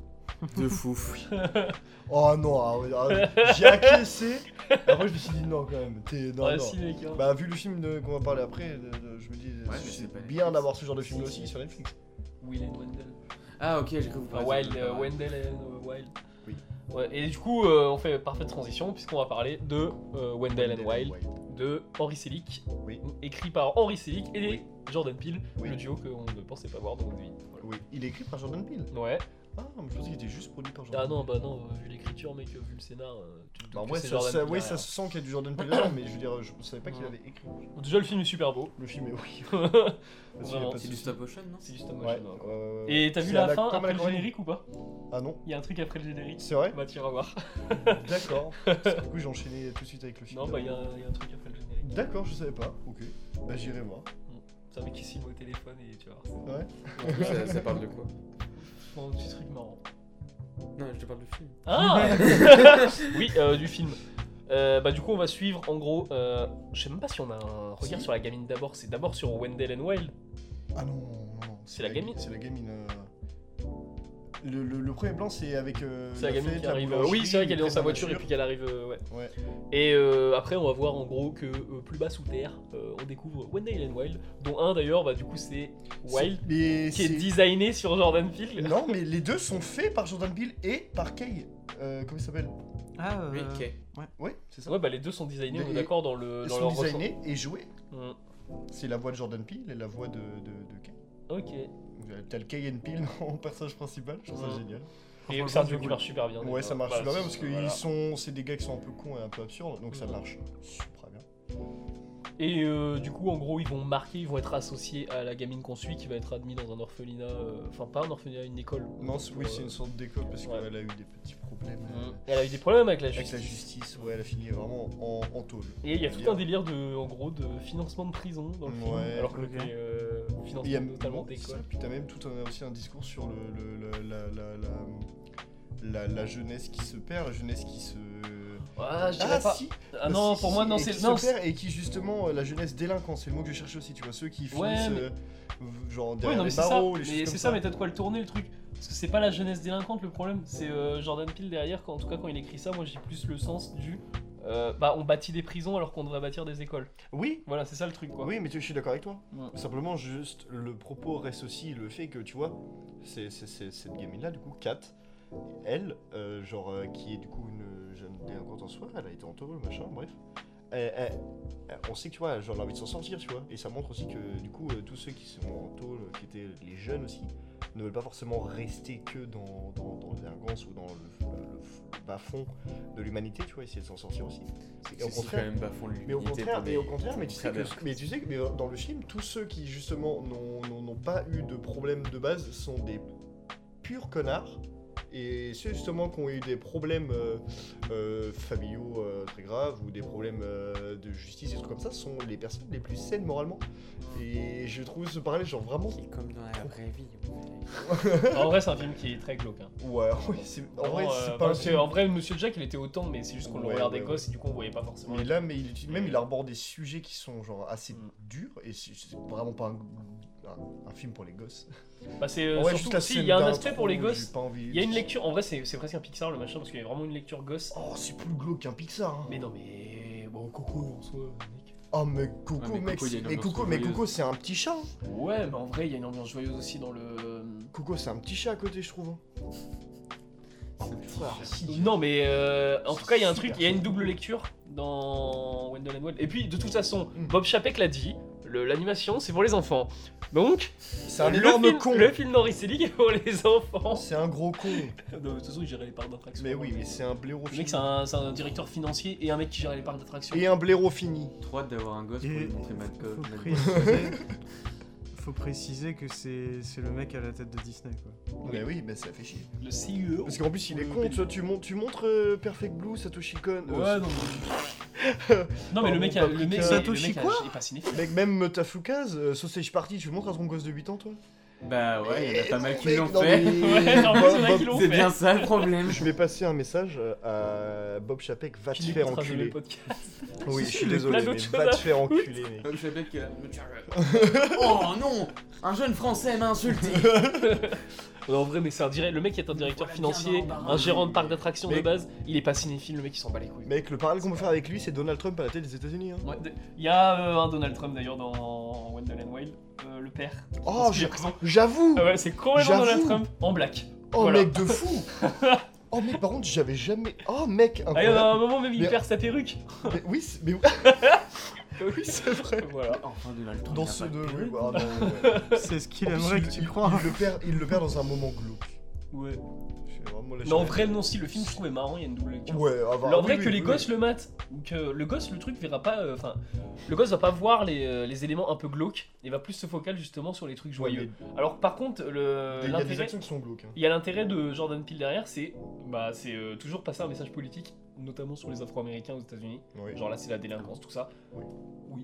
De fou. Oh non, ah ouais, ah, j'ai acquiescé. Après, je me suis dit non, quand même. T'es. Non, Ouais, non. si, mec. hein. Bah, vu le film de- qu'on va parler après, de- de- je me dis, mais c'est c'est pas bien Netflix. d'avoir ce genre de film Si, aussi si. sur Netflix. Will and Wendell. Ah, ok, j'ai cru que vous Enfin, parliez Wild, de- euh, Wendell and euh, Wild. Oui. Ouais, et du coup, euh, on fait parfaite transition puisqu'on va parler de euh, Wendell and Wild de Henry Selick, Oui. écrit par Henry Selick et Oui. Jordan Peele, Oui. le duo qu'on ne pensait pas voir dans notre vie. Voilà. Oui. Il est écrit par Jordan Peele. Ouais. Ah, mais je pensais qu'il était juste produit par Jordan Ah Peele. non, bah non, euh, vu l'écriture, mec, euh, vu le scénar, euh, tu te doutes Bah, en que vrai, c'est ça, Jordan ça- Peele oui, ça derrière. se sent qu'il y a du Jordan Peele dedans, mais je veux dire, je savais pas qu'il Ouais. avait écrit. Déjà, le film est super beau. Le film est oui. Vraiment. Vas-y, y a pas de C'est du souci. stop motion, non? C'est juste un Ouais, motion. ouais, ouais, ouais. Et t'as vu C'est la à fin comme à après la le Corélie. générique ou pas? Ah non, Il y a un truc après le générique. c'est vrai. Bah, tu iras voir. D'accord. Du coup, j'ai enchaîné tout de suite avec le film. Non, bah, il y, a un- il y a un truc après le générique. D'accord, je savais pas. Ok. Bah, j'irai voir. C'est un mec qui signe au téléphone et tu vas voir. Ouais. En plus, ça, ça parle de quoi? Bon, un petit truc marrant. Non, je te parle du film. Ah Oui, euh, du film. Euh, bah du coup on va suivre en gros, euh, je sais même pas si on a un regard Si. sur la gamine d'abord, c'est d'abord sur Wendell and Wild. Ah non, non, non. C'est la gamine. C'est la gamine. euh, Le, le, le premier plan, c'est avec. euh, C'est la gamine fête, qui la arrive. euh, boulangerie, oui, c'est vrai qu'elle est dans sa la voiture et puis qu'elle arrive. euh, ouais. Ouais. Et euh, après, on va voir en gros que euh, plus bas sous terre, euh, on découvre Wendell and Wild, dont un d'ailleurs, bah du coup, c'est Wild, C'est- mais qui est c'est- designé sur Jordan Peele. Non, mais les deux sont faits par Jordan Peele et par Kay. Euh, comment il s'appelle Ah, euh, Oui, ok. Ouais, c'est ça. Ouais, bah les deux sont designés, on est Et- d'accord dans le Ils dans sont leur designés et joués. ressort. C'est la voix de Jordan Peele et la voix de, de, de Kay. Mm, ok. T'as le Kay and Peele en personnage principal, je trouve ça Mm. génial. Et Franchement, c'est un c'est duo qui cool. marche super bien. Ouais, d'ailleurs. ça marche Bah, super bien c'est- parce que voilà. ils sont, c'est des gars qui sont un peu cons et un peu absurdes, donc ça Mm. marche super bien. Et euh, du coup, en gros, ils vont marquer, ils vont être associés à la gamine qu'on suit qui va être admise dans un orphelinat, euh, enfin pas un orphelinat, une école. Non, c'est- oui, Euh, c'est une sorte d'école parce ouais. qu'elle a eu des petits problèmes euh, Mm. Elle a eu des problèmes avec la avec justice. la justice. Ouais, elle a fini vraiment en, en tôle. Et il y a tout Bien. un délire de, en gros, de financement de prison dans le film, Ouais. alors que Ok. c'est euh, Il y financement a totalement bon, ça, d'école. puis t'as même tout un, aussi un discours sur le, le- le- la, la, la, la, la jeunesse qui se perd, la jeunesse qui se. Ah, je dirais Ah pas. si Ah non, Si, pour si, moi, si, non, et c'est qui non. se perd et qui justement euh, la jeunesse délinquante, c'est le mot que je cherchais aussi, tu vois, ceux qui finissent Ouais, mais- euh, genre Oui, derrière non, mais les c'est ça. barreaux, les choses Mais comme c'est ça, mais t'as de quoi le tourner le truc. Parce que c'est pas la jeunesse délinquante le problème, c'est euh, Jordan Peele derrière. Quand, en tout cas, quand il écrit ça, moi j'ai plus le sens du. euh, bah, on bâtit des prisons alors qu'on devrait bâtir des écoles. Oui, Voilà, c'est ça le truc quoi. oui, mais tu- je suis d'accord avec toi. Ouais. Simplement, juste le propos reste aussi le fait que tu vois, c'est c'est- c'est- cette gamine là, du coup, Kat, elle, euh, genre euh, qui est du coup une jeune délinquante en soi, elle a été en tôle, machin, bref. Elle- elle- elle- on sait que tu vois, genre, elle a envie de s'en sortir, tu vois. Et ça montre aussi que du coup, euh, tous ceux qui sont en tôle, qui étaient les jeunes aussi, ne veulent pas forcément rester que dans, dans, dans la délinquance ou dans le, le- le bas-fond de l'humanité, tu vois, essayer de s'en sortir aussi. Et au C'est quand contraire, même bas-fond mais au l'humanité contraire, pour mais des- au contraire, mais tu sais que, travers. mais tu sais que mais dans le film, tous ceux qui justement n'ont- n'ont n'ont pas eu de problème de base sont des purs connards. Et ceux justement qui ont eu des problèmes euh, euh, familiaux euh, très graves ou des problèmes euh, de justice et des trucs comme ça sont les personnes les plus saines moralement. Et je trouve ce parallèle genre vraiment. Qui est comme dans la vraie vie. En vrai, c'est un film qui est très glauque. Hein. Ouais, ouais, c'est en vrai Vraiment, c'est euh, pas un parce que, film. en vrai, Monsieur Jack, il était autant, mais c'est juste qu'on le Ouais, regardait ouais, gosse et du coup on voyait pas forcément. Mais là, mais il, utilise- même il arbore des sujets qui sont genre assez Mm. durs et c'est c'est vraiment pas un, un- un film pour les gosses. Bah, c'est euh, En vrai, surtout juste la si scène il y a un d'intro, aspect pour les j'ai gosses. pas envie- Il y a une lecture. En vrai, c'est c'est presque un Pixar le machin parce qu'il y a vraiment une lecture gosse. Oh, c'est plus glauque qu'un Pixar. Hein. Mais non, mais bon, Coco en soi, mec. Oh, mais Coco, Ouais, mais mec, Coco, il y a c'est- une mais ambiance Coco, mais joyeuse. Coco, c'est un petit chat. hein. Ouais, mais en vrai, il y a une ambiance joyeuse aussi dans le. Coco, c'est un petit chat à côté, je trouve. hein. Oh, mais frère, si. Non, mais euh, en tout cas, il y a un Super truc, il y a une double lecture dans Wendell and Wild. Et puis, de toute façon, Mm. Bob Chapek l'a dit, le- l'animation, c'est pour les enfants. Donc, C'est un le énorme film, con. Le film d'Henry Selick est pour les enfants. C'est un gros con. Non, de toute façon, il gérait les parcs d'attractions. Mais oui, mais c'est un blaireau Le fini. mec, c'est un, c'est un directeur financier et un mec qui gère les parcs d'attractions. Et un blaireau fini. Trop hâte d'avoir un gosse pour Et lui montrer Mad faut Mad- préciser, faut préciser que c'est c'est le mec à la tête de Disney quoi. Mais oui, mais ça fait chier. Le C E O. Parce qu'en plus, il est Le con. P D G. Tu, vois, tu montres, tu montres euh, Perfect Blue, Satoshi Kon. euh, Ouais, non, mais... non, mais le mec, a, le mec, Satoshi le mec a- quoi est pas cinéphile. Mec, même Tafukaz, euh, Sausage Party, tu le montres à ton gosse de huit ans, toi Bah ouais, il y en a pas mal qui Mec, l'ont non, fait. mais- Ouais, en plus, il y en a Bob- qui l'ont C'est fait. bien ça le problème. Je vais passer un message euh, à Bob Chapek, va te Qui faire écoutera jamais enculer. le podcast. Oui, je suis Il y a désolé, plein mais d'autres va choses te à faire enculer, mec. Comme Chapek qui est là. Oh non, un jeune français m'a insulté. Non, en vrai, mais c'est un direct. Le mec qui est un directeur Voilà, financier, bien dans l'embarras. un gérant de parc d'attractions de Mais- base, il est pas cinéphile, le mec il s'en bat les couilles. Mec, le parallèle qu'on peut faire avec lui, c'est Donald Trump à la tête des États-Unis. Hein. Ouais, de- Il y a euh, un Donald Trump d'ailleurs dans Wendell and Wild, euh, le père. Oh, Parce qu'il j'a- est présent. j'avoue Ah ouais, c'est complètement J'avoue. Donald Trump en black. Oh, Voilà. mec de fou Oh, mec, par contre, j'avais jamais. Oh, mec, Ah, il y a incroyable un moment même il Mais- perd sa perruque. Mais oui, c'est- mais oui, c'est vrai Voilà. Enfin Donald Trump. Dans il a ce pas de deux, oui, perruque. bah, non, ouais. C'est ce qu'il En plus, aimerait il- que tu il- crois. Il le perd, il le perd dans un moment glauque. Ouais. Je suis vraiment lâché. Mais en vrai, non, si le film je trouvais marrant, il y a une double lecture. Ouais, ah bah, en oui, vrai, oui, que les oui. gosses le matent, ou que le gosse, le truc verra pas. euh, Enfin, le gosse va pas voir les, euh, les éléments un peu glauques et va plus se focaliser justement sur les trucs Ouais, joyeux. mais Alors, par contre, le Il y a des l'intérêt. actions qui sont glauques. hein. Il y a l'intérêt de Jordan Peele derrière, c'est bah, c'est euh, toujours passer un message politique, notamment sur les Afro-Américains aux États-Unis. Oui. Genre là, c'est la délinquance, tout ça. Oui. Oui.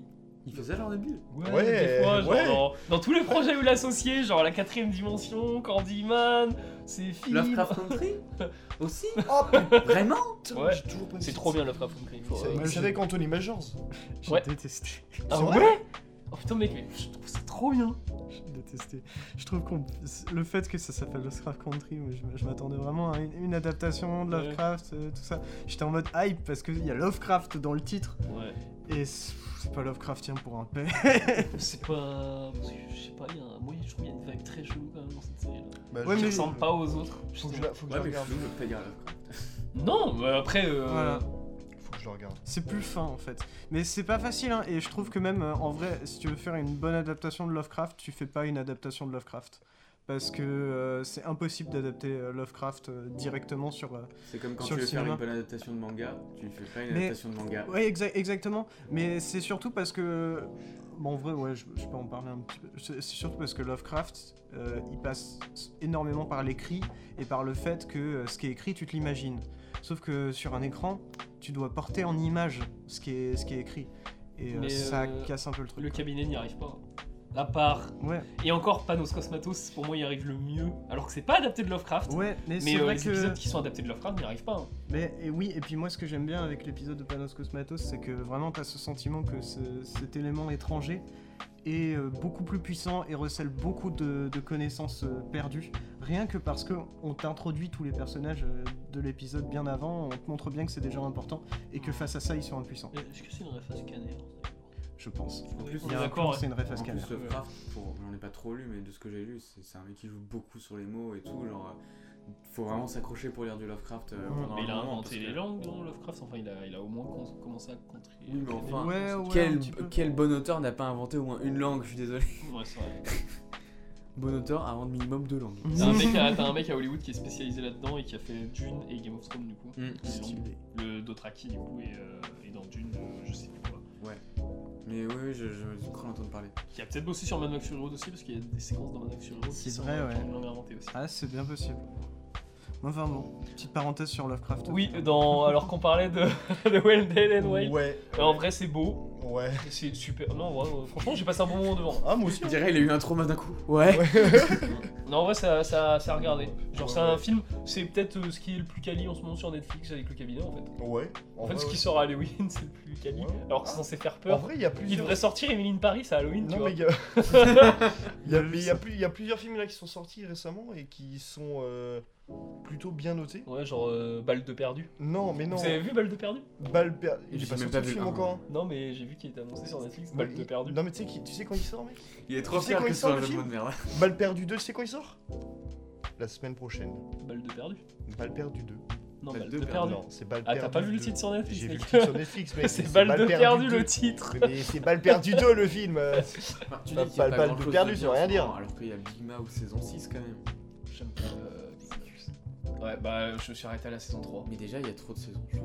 Il fait ça genre début. Ouais, Ouais, des fois, genre ouais. dans, dans tous les projets où il est associé, genre la quatrième dimension, Candyman, c'est films. Lovecraft Country aussi. Oh putain, Vraiment Ouais, j'ai toujours pas c'est vu trop ça. bien Lovecraft Country. il faut- C'est euh, c'est avec Anthony Majors. J'ai Ouais. détesté. Ah C'est ouais vrai Oh putain mec, mais je trouve ça trop bien. J'ai détesté. Je trouve qu'on le fait que ça s'appelle Lovecraft Country, moi, je, je m'attendais vraiment à une, une adaptation de Ouais. Lovecraft, euh, tout ça. J'étais en mode hype parce qu'il y a Lovecraft dans le titre Ouais. et c'est c'est pas Lovecraftien pour un paix. C'est pas. parce que Je sais pas, il y a un. Moi je trouve qu'il y a une vibe très chelou quand même dans cette série là. Bah, Ouais, Qui mais- ressemble pas aux autres. Faut que je la, faut que je Ouais, la mais regarde. flou, je peux dire Lovecraft. Non, mais après. Euh... Voilà. Faut que je la regarde. C'est plus fin en fait. Mais c'est pas facile hein, et je trouve que même euh, en vrai, si tu veux faire une bonne adaptation de Lovecraft, tu fais pas une adaptation de Lovecraft. Parce que euh, c'est impossible d'adapter euh, Lovecraft euh, directement sur. euh, C'est comme quand Sur tu le veux faire cinéma. une bonne adaptation de manga, tu fais pas une Mais- adaptation de manga. Ouais, exa- exactement. Mais c'est surtout parce que. Bon, en vrai, ouais, je, je peux en parler un petit peu. C'est c'est surtout parce que Lovecraft, euh, il passe énormément par l'écrit et par le fait que euh, ce qui est écrit, tu te l'imagines. Sauf que sur un écran, tu dois porter en image ce qui est, ce qui est écrit. Et euh, Mais, ça euh, casse un peu le truc. Le quoi. cabinet n'y arrive pas. À part. Ouais, Et encore, Panos Cosmatos, pour moi, il arrive le mieux. Alors que c'est pas adapté de Lovecraft. ouais, mais, Mais c'est euh, vrai les que. épisodes qui sont adaptés de Lovecraft n'y arrivent pas. hein. Mais et oui, et puis moi, ce que j'aime bien avec l'épisode de Panos Cosmatos, c'est que vraiment, t'as ce sentiment que ce- cet élément étranger est euh, beaucoup plus puissant et recèle beaucoup de, de connaissances euh, perdues. Rien que parce qu'on t'introduit tous les personnages euh, de l'épisode bien avant, on te montre bien que c'est des gens importants et que face à ça, ils sont impuissants. Est-ce que c'est une référence Scanner Je pense. En plus, Il y a un d'accord, plan, ouais. c'est une ref à En scanner. plus, Lovecraft, pour... j'en ai pas trop lu, mais de ce que j'ai lu, c'est c'est un mec qui joue beaucoup sur les mots et tout. Genre, euh, faut vraiment s'accrocher pour lire du Lovecraft. euh, Ouais, pendant Mais il a un moment, inventé parce que- les langues dans Lovecraft, enfin il a, il a au moins con- commencé à contribuer. Oui, mais enfin, Ouais, ouais, un Quel, petit peu. quel bon auteur n'a pas inventé au moins une langue, je suis désolé. Ouais, c'est vrai. Bon auteur invente minimum deux langues. T'as un, mec à- t'as un mec à Hollywood qui est spécialisé là-dedans et qui a fait Dune et Game of Thrones du coup. Mm. Les langues. Stylé. Le Dothraki du coup et, euh, et dans Dune, euh, je sais plus quoi. Mais oui, oui, je, je, je crois l'entendre parler. Qui a peut-être bossé sur Mad Max Fury Road aussi parce qu'il y a des séquences dans Mad Max Fury Road C'est qui sont vrai, euh, ouais. qui ont une langue inventée aussi. Ah, c'est bien possible. Enfin bon, petite parenthèse sur Lovecraft. Oui, dans, alors qu'on parlait de, de Well Dead and Wild. Ouais. Euh, En vrai, c'est beau, Ouais. c'est super. Non, en vrai, euh, franchement, j'ai passé un bon moment devant. Ah, moi aussi. Je dirais, il a eu un trauma d'un coup. Ouais. Non, en vrai, ça, ça, ça a regardé. Genre, c'est Ouais, un ouais. film, c'est peut-être euh, ce qui est le plus quali en ce moment sur Netflix avec le cabinet en fait. Ouais. En fait, vrai, ce qui ouais. sort à Halloween, c'est le plus quali. Ouais. Alors que c'est censé faire En peur. vrai, il y a Il plusieurs. devrait sortir Emily in Paris à Halloween, tu Non, vois. mais il y a... il y a, mais il y a plus- il y a plusieurs films là qui sont sortis récemment et qui sont euh, plutôt bien notés. Ouais, genre euh, Balle de perdu. Non, mais non. Vous avez vu Balle de perdu? Balle perdue. Il J'ai est pas même sorti pas le vu film le un. encore. hein. Non, mais j'ai vu qu'il était annoncé sur Netflix. Ouais, Balle de il- perdu. Non, mais tu sais, qui- tu sais quand il sort, mec Il est trop Tu sais fier quand que il ce soit sort, un le jeu de film mots de merde. Balle perdue deux, tu sais quand il sort La semaine prochaine. Balle de perdu? Balle perdue deux. Non, Balle Balle de de perdu. perdu. Non, c'est Balle Ah, perdue. t'as pas vu le deux. titre sur Netflix, J'ai vu mec. le titre sur Netflix, mec. C'est Balle de perdu deux. le titre. Mais c'est Balle perdue deux le film. euh. Tu Pas- dis qu'il y a pas- pas pas de grand-chose perdu, de ça bien veut rien en ce dire. moment, Alors qu'il y a Big Mouth saison six quand même. J'aime pas euh, Big Mouth. Ouais, bah je me suis arrêté à la saison trois. Mais déjà, il y a trop de saisons, je trouve.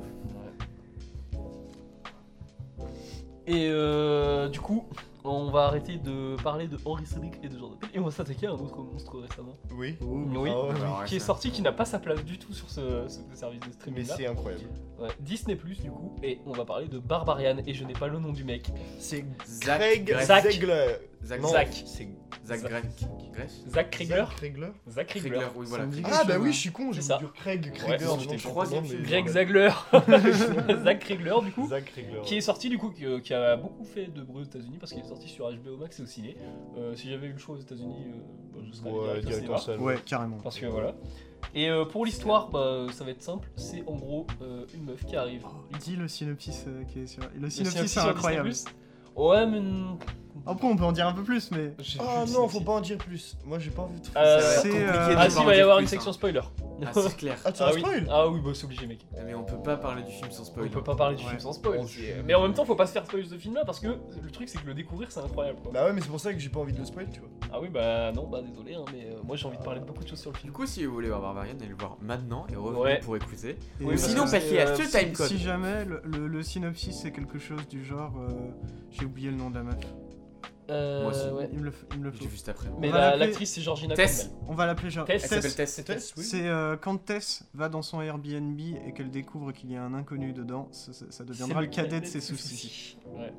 Et euh, du coup, on va arrêter de parler de Henry Selick et de Jordan Peele et on va s'attaquer à un autre monstre récemment. Oui. Oui. Ah ouais, Alors, ouais, Qui est ça- sorti, qui n'a pas sa place du tout sur ce, ce service de Mais streaming là. c'est incroyable. Ouais, Disney Plus du coup, et on va parler de Barbarian et je n'ai pas le nom du mec. C'est Zach Craig Gress. Zach. Zegler. Zach. Non, Zach. C'est Zach Zach. Gress. Gress. Zach Kriegler. Zach Kriegler. Zach Kriegler. Kriegler, oui, voilà. Ça me dit Ah quelque bah chose, oui, hein. je suis con, C'est je ça. veux dire Craig Ouais, Krieger. non, non, c'était je troisième comprends, film. mais- Greg Zagler. Zach Kriegler du coup. Zach Kriegler. Qui est sorti du coup, qui, euh, qui a beaucoup fait de bruit aux États-Unis parce qu'il est sorti sur H B O Max et au ciné. Euh, si j'avais eu le choix aux États-Unis, euh, bah, je serais allé Ouais, direct au direct cinéma. en salle. Ouais, carrément. Parce que voilà. Et euh, pour l'histoire, bah, ça va être simple. C'est en gros euh, une meuf qui arrive. Dis le synopsis euh, qui est sur. Le Le synopsis, synopsis c'est sur incroyable. Disney plus. Ouais, mais. n- Après, on peut en dire un peu plus, mais. j'ai Ah plus le non, synopsis. faut pas en dire plus. Moi j'ai pas envie de. Euh, Ça va être c'est, compliqué euh, de Ah pas si, en il va y dire avoir plus, une section hein. spoiler. Ah, c'est clair. Ah, tu as Ah un oui. spoil Ah oui, bah c'est obligé, mec. Mais on peut pas parler du film sans On spoil. peut pas parler du Ouais. film sans spoil. Oh, c'est- je- Mais en même temps, faut pas se faire spoiler ce film là parce que le truc c'est que le découvrir c'est incroyable quoi. Bah ouais, mais c'est pour ça que j'ai pas envie de le spoil, tu vois. Ah oui, bah non, bah désolé, hein, mais euh, moi j'ai envie de parler de beaucoup de choses sur le Du film. coup, si vous voulez voir Barbarian, allez le voir maintenant et revenez Ouais. pour écouter. Et Oui, Ou parce sinon, que passez c'est, à euh, ce si, timecode. si jamais le, le- le synopsis c'est quelque chose du genre. euh, J'ai oublié le nom de la meuf. Euh, Moi aussi. ouais. Il me le, f- il me le faut. J'ai juste après. Mais On va la- l'appeler- l'actrice c'est Georgina Tess. Campbell. On va l'appeler genre. Tess. Elle s'appelle Tess. C'est Tess, oui. C'est euh, quand Tess va dans son Airbnb et qu'elle découvre qu'il y a un inconnu dedans, ça, ça- ça deviendra C'est le cadet de ses soucis. Ouais.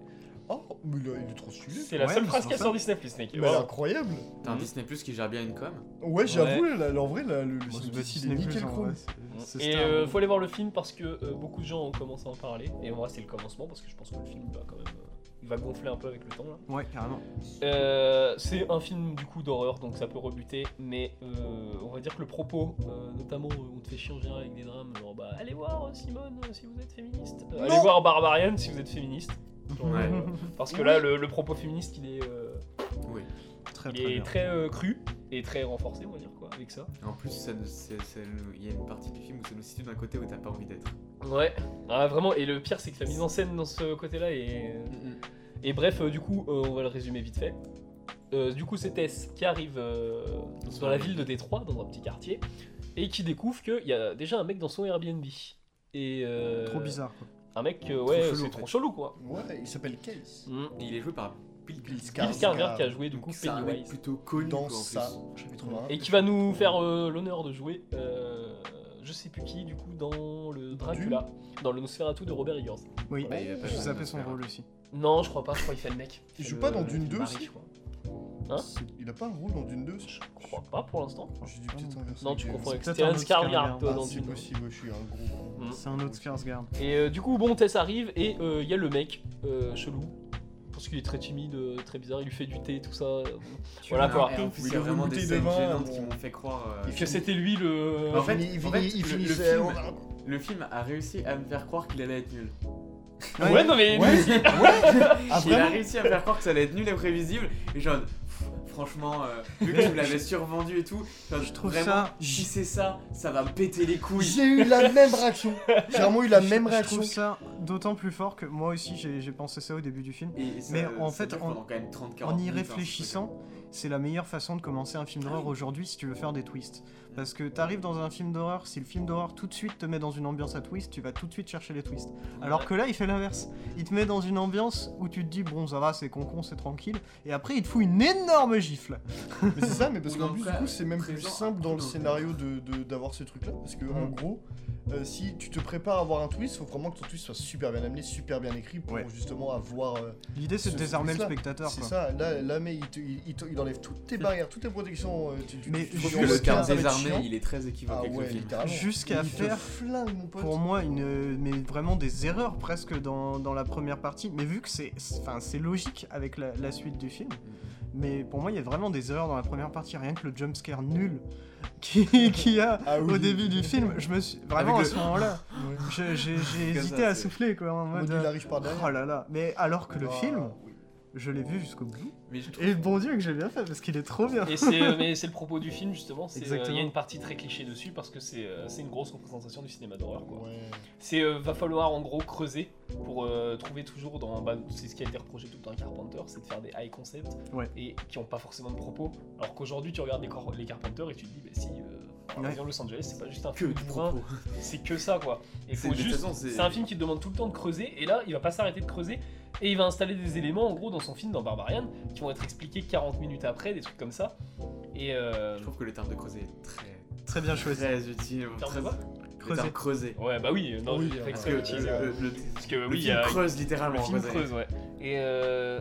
Oh, mais là, il est trop stylé. C'est la Ouais, seule mais phrase c'est qu'il y a ça. sur Disney plus, mec. Mais elle est Wow. incroyable. T'as un Mhm. Disney Plus qui gère bien une com. Ouais, j'avoue, là, là, en vrai, là, le, le Bon, c'est synopsis, pas il est Disney+, nickel en chrome. vrai, c'est- c'est Et Star, euh, mais- faut aller voir le film parce que euh, beaucoup de gens ont commencé à en parler. Et en vrai, c'est le commencement parce que je pense que le film va quand même. euh, il va gonfler un peu avec le temps là. Ouais, carrément. Euh, c'est un film du coup d'horreur donc ça peut rebuter, mais euh, on va dire que le propos, euh, notamment euh, on te fait chier en général avec des drames, genre bah allez voir euh, Simone euh, si vous êtes féministe, Euh, allez Non. voir Barbarian si vous êtes féministe. Genre, Ouais. euh, parce que Oui. là le, le propos féministe il est, euh, Oui. Très il très est bien. très euh, cru et très renforcé on va dire quoi avec ça. En plus, ça ne- c'est- c'est le- il y a une partie du film où ça nous situe d'un côté où t'as pas envie d'être. Ouais, ah, vraiment et le pire c'est que la mise en scène dans ce côté là est... Et bref, euh, du coup, euh, on va le résumer vite fait. Euh, du coup, c'est Tess qui arrive euh, dans la ville de Détroit, dans un petit quartier, et qui découvre qu'il y a déjà un mec dans son Airbnb. Et euh, Trop bizarre quoi. Un mec, euh, ouais, chelou, c'est en trop fait. chelou quoi. Ouais, il s'appelle Case. Mm. Et il est joué par Bill Bill Skarsgård. Bill Skarsgård. Skarsgård qui a joué du coup Donc c'est un mec Pennywise. plutôt connu Dans quoi, en ça, plus. chapitre vingt. Et qui va nous faire euh, l'honneur de jouer, euh, je sais plus qui, du coup, dans le Dracula, dans le Nosferatu de Robert Eggers. Oui, Ouais, il a pas je joué zappé dans son Nosferatu. rôle aussi. Non, je crois pas, je crois qu'il fait le mec. Il fait joue le- pas dans le Dune deux mari, aussi je crois. Hein Il a pas un rôle dans Dune deux Je crois pas pour l'instant. J'ai dû peut-être inverser. Non, tu confonds avec peut-être Stellan un autre Skarsgård, Skarsgård. toi, Ah, dans c'est Dune. possible, je suis un gros. Mm. C'est un autre Skarsgård. Et euh, du coup, bon, Tess arrive et euh, il y a le mec euh, chelou. Parce qu'il est très timide, euh, très bizarre, il lui fait du thé, tout ça. euh, Voilà Non, quoi. et en plus, Oui, il y a le vraiment des bouteille de scènes vin, gênantes bon. qui m'ont fait croire. euh, Que c'était lui le. En fait, il finit- en fait, il le- finit- le c'est- film- on va- Le film a réussi à me faire croire qu'il allait être nul. Ouais, non mais. Ouais. lui, Ah, il a vraiment réussi à me faire croire que ça allait être nul et prévisible. Et genre, pff, franchement, euh, vu que tu me l'avais survendu et tout, genre, Je trouve vraiment, ça- si c'est ça, ça va me péter les couilles. J'ai eu la même réaction. J'ai vraiment eu la Je- même Je réaction. trouve ça d'autant plus fort que moi aussi j'ai j'ai pensé ça au début du film. Et ça- Mais ça en fait, dure en- pendant quand même trente quarante En y minutes, hein, ce réfléchissant, c'est la meilleure façon de commencer un film d'horreur Ah oui. aujourd'hui si tu veux faire des twists. Parce que t'arrives dans un film d'horreur, si le film d'horreur tout de suite te met dans une ambiance à twist, tu vas tout de suite chercher les twists. Alors que là, il fait l'inverse. Il te met dans une ambiance où tu te dis, bon, ça va, c'est con-con, c'est tranquille. Et après, il te fout une énorme gifle. Mais c'est ça, mais parce Ou qu'en dans plus, le du cas coup, c'est même plus présent, simple dans le dans le scénario de de- d'avoir ce truc-là. Parce que, en Mm. gros, euh, si tu te prépares à avoir un twist, faut vraiment que ton twist soit super bien amené, super bien écrit pour Ouais. justement avoir. euh, L'idée, c'est de Ce désarmer le twist-là. spectateur. C'est quoi. ça, là, là mais il, te- il, il te- il enlève toutes tes barrières, toutes tes protections. euh, tu, tu, Mais tu- tu- Je juste trouve que le tu- terme ça va être désarmé, chiant. il est très équivoque Ah avec le ouais, film. littéralement. Jusqu'à Il te faire, flingue, mon pote. pour moi, une, mais vraiment des erreurs presque dans, dans la première partie. Mais vu que c'est enfin, c'est logique avec la, la suite du film, mais pour moi, il y a vraiment des erreurs dans la première partie. Rien que le jumpscare nul qu'il qui y a Ah oui. au début du film, je me suis vraiment Avec à le- ce moment-là, Ouais. je- j'ai j'ai Comme hésité ça, à c'est- souffler quoi. En En mode, mode, il arrive par derrière. oh là là. Mais alors que le Ah, film, oui. je l'ai vu jusqu'au bout. Mais je trouve Et bon Dieu que j'ai bien fait parce qu'il est trop bien. Et c'est euh, mais c'est le propos du film justement. c'est, euh, Il y Exactement. a une partie très cliché dessus parce que c'est euh, c'est une grosse représentation du cinéma d'horreur quoi. Ouais. C'est euh, va falloir en gros creuser pour euh, trouver toujours dans bah, c'est ce qui a été reproché tout le temps à Carpenter, c'est de faire des high concepts Ouais. et qui ont pas forcément de propos. Alors qu'aujourd'hui tu regardes les, cor- les Carpenter et tu te dis bah si euh, par Ouais. exemple, Los Angeles c'est pas juste un que film du bourrin, propos. c'est que ça quoi. Et C'est- faut de toute juste façon, c'est- c'est un film qui te demande tout le temps de creuser et là il va pas s'arrêter de creuser et il va installer des éléments en gros dans son film dans Barbarian qui vont être expliqués quarante minutes après, des trucs comme ça. Et euh, Je trouve que le terme de creuser est très, Très bien choisi. très utile. terme très- de quoi Le Creuser. terme creuser. ouais bah oui, non, Oui, j'ai fait parce exprès que d'utiliser, le- ouais. le- Parce que Le oui, il y film a, creuse littéralement. le film quoi, creuse, ouais. Et euh...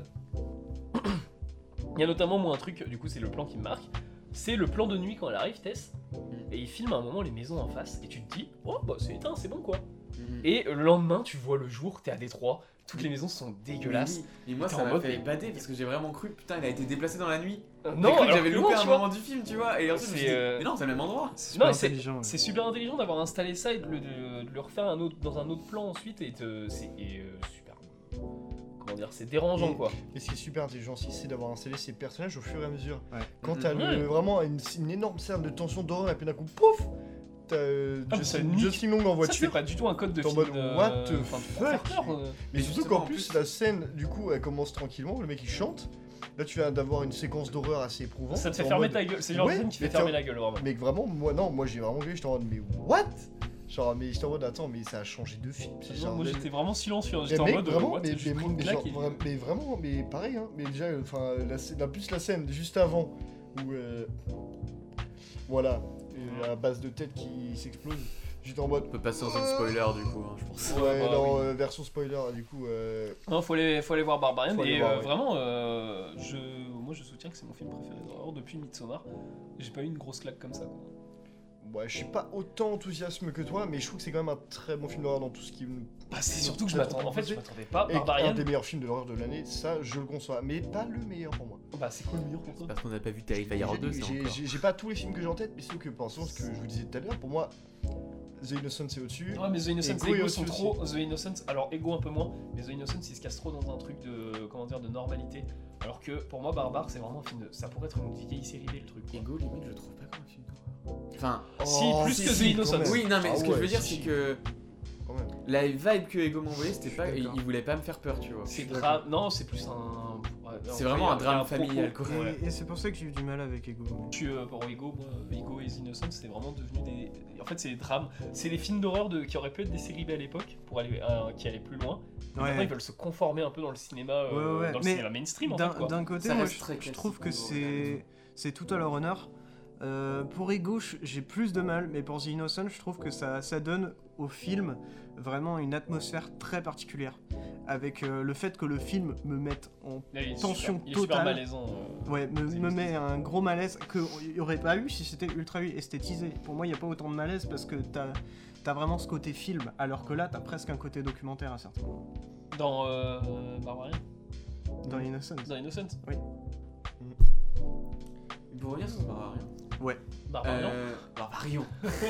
il y a notamment moi un truc, du coup c'est le plan qui me marque, c'est le plan de nuit quand elle arrive, Tess, et il filme à un moment les maisons en face, et tu te dis, oh bah c'est éteint, c'est bon quoi. Mhm. Et le lendemain, tu vois le jour, t'es à Détroit, toutes les maisons sont dégueulasses. Oui, oui. Et moi T'es ça en m'a mode, fait mais- bader parce que j'ai vraiment cru, putain, il a été déplacé dans la nuit. Euh, J'ai non, cru que alors j'avais que loupé non, un tu vois. moment du film, tu vois. Et ensuite, je me suis C'est, dit, euh, mais non, c'est le même endroit. C'est super Non, mais c'est- intelligent. ouais. C'est super intelligent d'avoir installé ça et de le, de- de le refaire un autre, dans un autre plan ensuite, et de- c'est et, euh, super. Comment dire, c'est dérangeant Et- quoi. Et ce qui est super intelligent aussi, c'est d'avoir installé ces personnages au fur et à mesure. Ouais. Quand Mhm. t'as le- Ouais. vraiment une, une énorme scène de tension d'horreur et puis d'un coup, pouf, t'as euh, Ah, mais ça Justin, nique. Justin Long en Ça c'est voiture. pas du tout un code de T'es en film. mode, de- what the enfin, de faire fuck. peur, euh. Mais Mais surtout justement, qu'en en plus, plus- la scène, du coup, elle commence tranquillement, le mec il chante. Là, tu viens d'avoir une séquence d'horreur assez éprouvante. Ça te fait T'es en fermer mode- ta gueule, c'est le genre de Ouais, film qui mais fait fermer t'es en- la gueule vraiment. Mais vraiment, moi non, moi j'ai vraiment gueulé, j'étais en mode, mais what? Genre, mais j'étais en mode, attends, mais ça a changé de film. c'est Non, genre- moi j'étais vraiment silencieux, hein. Mais j'étais en mec, mode vraiment, what, mais, j'ai mais, pris une mais claque genre, et- vra- mais vraiment, mais pareil, hein. Mais déjà, enfin, la, scè- la plus la scène juste avant où, euh, voilà, euh, la base de tête qui s'explose. J'étais en mode. On peut passer en zone spoiler du coup, hein, je pense. Ouais, bah, non, oui. euh, version spoiler, du coup. Euh... Non, faut aller, faut aller voir Barbarian. Faut aller Et voir, euh, oui. vraiment, euh, je, moi je soutiens que c'est mon film préféré d'horreur depuis Midsommar. J'ai pas eu une grosse claque comme ça. Quoi. Ouais, je suis pas autant enthousiasme que toi, mais je trouve que c'est quand même un très bon film d'horreur dans tout ce qui me. Bah, c'est surtout que je Ouais, m'attendais. En fait, je proposé. m'attendais pas. Et Barbarian. un des meilleurs films de l'horreur de l'année, ça je le conçois, mais pas le meilleur pour moi. Bah, c'est quoi le meilleur pour toi? Parce qu'on n'a pas vu Terrifier deux, c'est J'ai- encore. J'ai j'ai pas tous les films que j'ai en tête, mais c'est que pour l'instant, ce que je vous disais tout à l'heure, pour moi, The Innocent c'est au-dessus. Ouais, mais The Innocents Ego et est Ego aussi sont aussi. trop. The Innocents, alors Ego un peu moins, mais The Innocents il se casse trop dans un truc de. Comment dire, de normalité. Alors que pour moi, Barbare c'est vraiment un film de. Ça pourrait être une vieille série B le truc. quoi. Ego, limite, je le trouve pas comme un film d'horreur. Enfin, Si, plus si, que The si, Innocents. quand même. oui, non, mais Ah ce que je ouais, veux dire, si, c'est si. que Quand même. la vibe que Ego m'envoyait, c'était Je suis pas. Il, d'accord. il voulait pas me faire peur, tu vois. C'est Je suis drame. Non, c'est plus un. ouais, C'est en vraiment vrai, un il y a drame propos. familial, quoi. Ouais. Et, et c'est pour ça que j'ai eu du mal avec Ego. Je suis euh, pour Ego, moi, Ego et The Innocents, c'est vraiment devenu des. En fait, c'est des drames. C'est les films d'horreur de... qui auraient pu être des séries B à l'époque, pour aller, euh, qui allaient plus loin. Mais Ouais. Maintenant, ils veulent se conformer un peu dans le cinéma, euh, Ouais, ouais, ouais. dans le Mais cinéma mainstream, en D'un fait. Quoi. d'un côté, Ça moi, reste je, très je classique trouve que niveau c'est réalisme. c'est tout à leur honneur. Euh, pour Ego, je- j'ai plus de mal, mais pour The Innocent, je trouve que ça, ça donne au film vraiment une atmosphère très particulière. Avec euh, le fait que le film me mette en Là, il est tension super, il est super totale. malaisant. euh. Ouais, me, C'est me juste met ça. un gros malaise qu'il n'y aurait pas eu si c'était ultra esthétisé. Pour moi, il n'y a pas autant de malaise parce que t'as as vraiment ce côté film, alors que là, t'as presque un côté documentaire à certains moments. Dans euh, Barbarian, Dans Innocence. dans Innocent. Pour revenir sur Barbarian. Barbarian. Euh, Barbarian.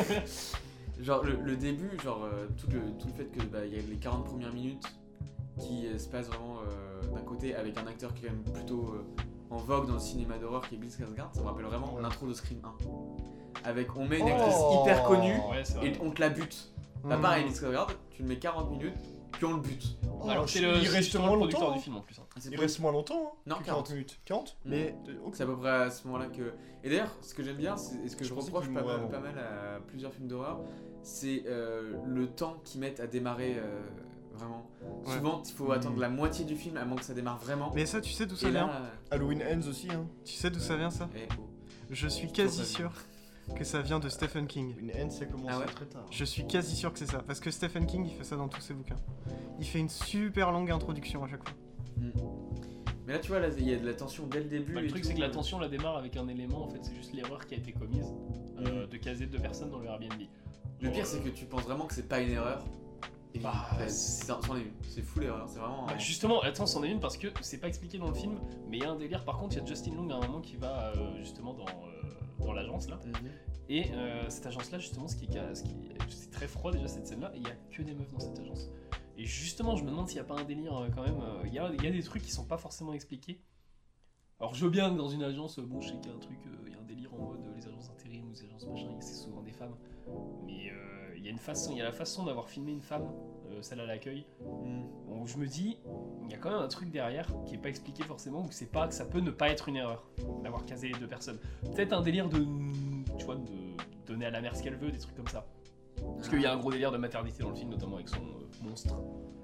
Genre le, le début, genre euh, tout, le, tout le fait que bah, il y a les quarante premières minutes qui euh, se passent vraiment euh, d'un côté avec un acteur qui est quand même plutôt euh, en vogue dans le cinéma d'horreur qui est Bill Skarsgård, ça me rappelle vraiment l'intro de Scream un. Avec on met une actrice Oh. hyper connue Ouais, c'est vrai. et on te la bute. Bah Mmh. pareil, Bill Skarsgård, tu le mets quarante minutes puis on le bute. Oh, Alors, c'est il le, c'est reste justement moins le producteur longtemps. du hein. film en plus. hein. C'est Il pas- reste moins longtemps. hein, Non, que quarante. minutes. quarante Mais Ok. C'est à peu près à ce moment-là que. Et d'ailleurs, ce que j'aime bien, c'est, et ce que Je je, pensais reproche qu'il pas mourait mal, avant. pas mal à plusieurs films d'horreur, c'est euh, le temps qu'ils mettent à démarrer euh, vraiment. Ouais. Souvent, il faut Mhm. attendre la moitié du film avant que ça démarre vraiment. Mais ça, tu sais d'où ça et vient là, Halloween Ends aussi. Hein. Tu sais d'où ça vient ça eh, oh. Je suis Toujours quasi pas sûr que ça vient de Stephen King. Halloween Ends, ça commence Ah ouais très tard. Je suis quasi sûr que c'est ça, parce que Stephen King, il fait ça dans tous ses bouquins. Il fait une super longue introduction à chaque fois. Mm. Mais là, tu vois, là, il y a de la tension dès le début. Bah, le et truc, tout. c'est que la tension la démarre avec un élément, en fait, c'est juste l'erreur qui a été commise euh, de caser deux personnes dans le Airbnb. Le Genre, pire, euh, c'est que tu penses vraiment que c'est pas une erreur. Et Bah, bah, c'est- c'en c'en est une. C'est fou l'erreur. C'est vraiment. Bah, justement, attends, c'en est une parce que c'est pas expliqué dans le film, mais il y a un délire. Par contre, il y a Justin Long à un moment qui va euh, justement dans, euh, dans l'agence là. Mhm. Et euh, cette agence là, justement, ce qui est, ce qui est- c'est très froid déjà cette scène là, et il y a que des meufs dans cette agence. Et justement, je me demande s'il y a pas un délire euh, quand même. euh, Il y, a, il y a des trucs qui sont pas forcément expliqués. Alors, je veux bien que dans une agence, euh, bon, je sais qu'il y a un truc, euh, il y a un délire en mode euh, les agences intérim ou les agences machin, c'est souvent des femmes. Mais euh, il y a une façon, il y a la façon d'avoir filmé une femme, euh, celle à l'accueil. Mm. Donc je me dis, il y a quand même un truc derrière qui est pas expliqué forcément, ou que c'est pas, que ça peut ne pas être une erreur d'avoir casé les deux personnes. Peut-être un délire de, tu vois, de donner à la mère ce qu'elle veut, des trucs comme ça. Parce qu'il y a un gros délire de maternité dans le film, notamment avec son euh, monstre,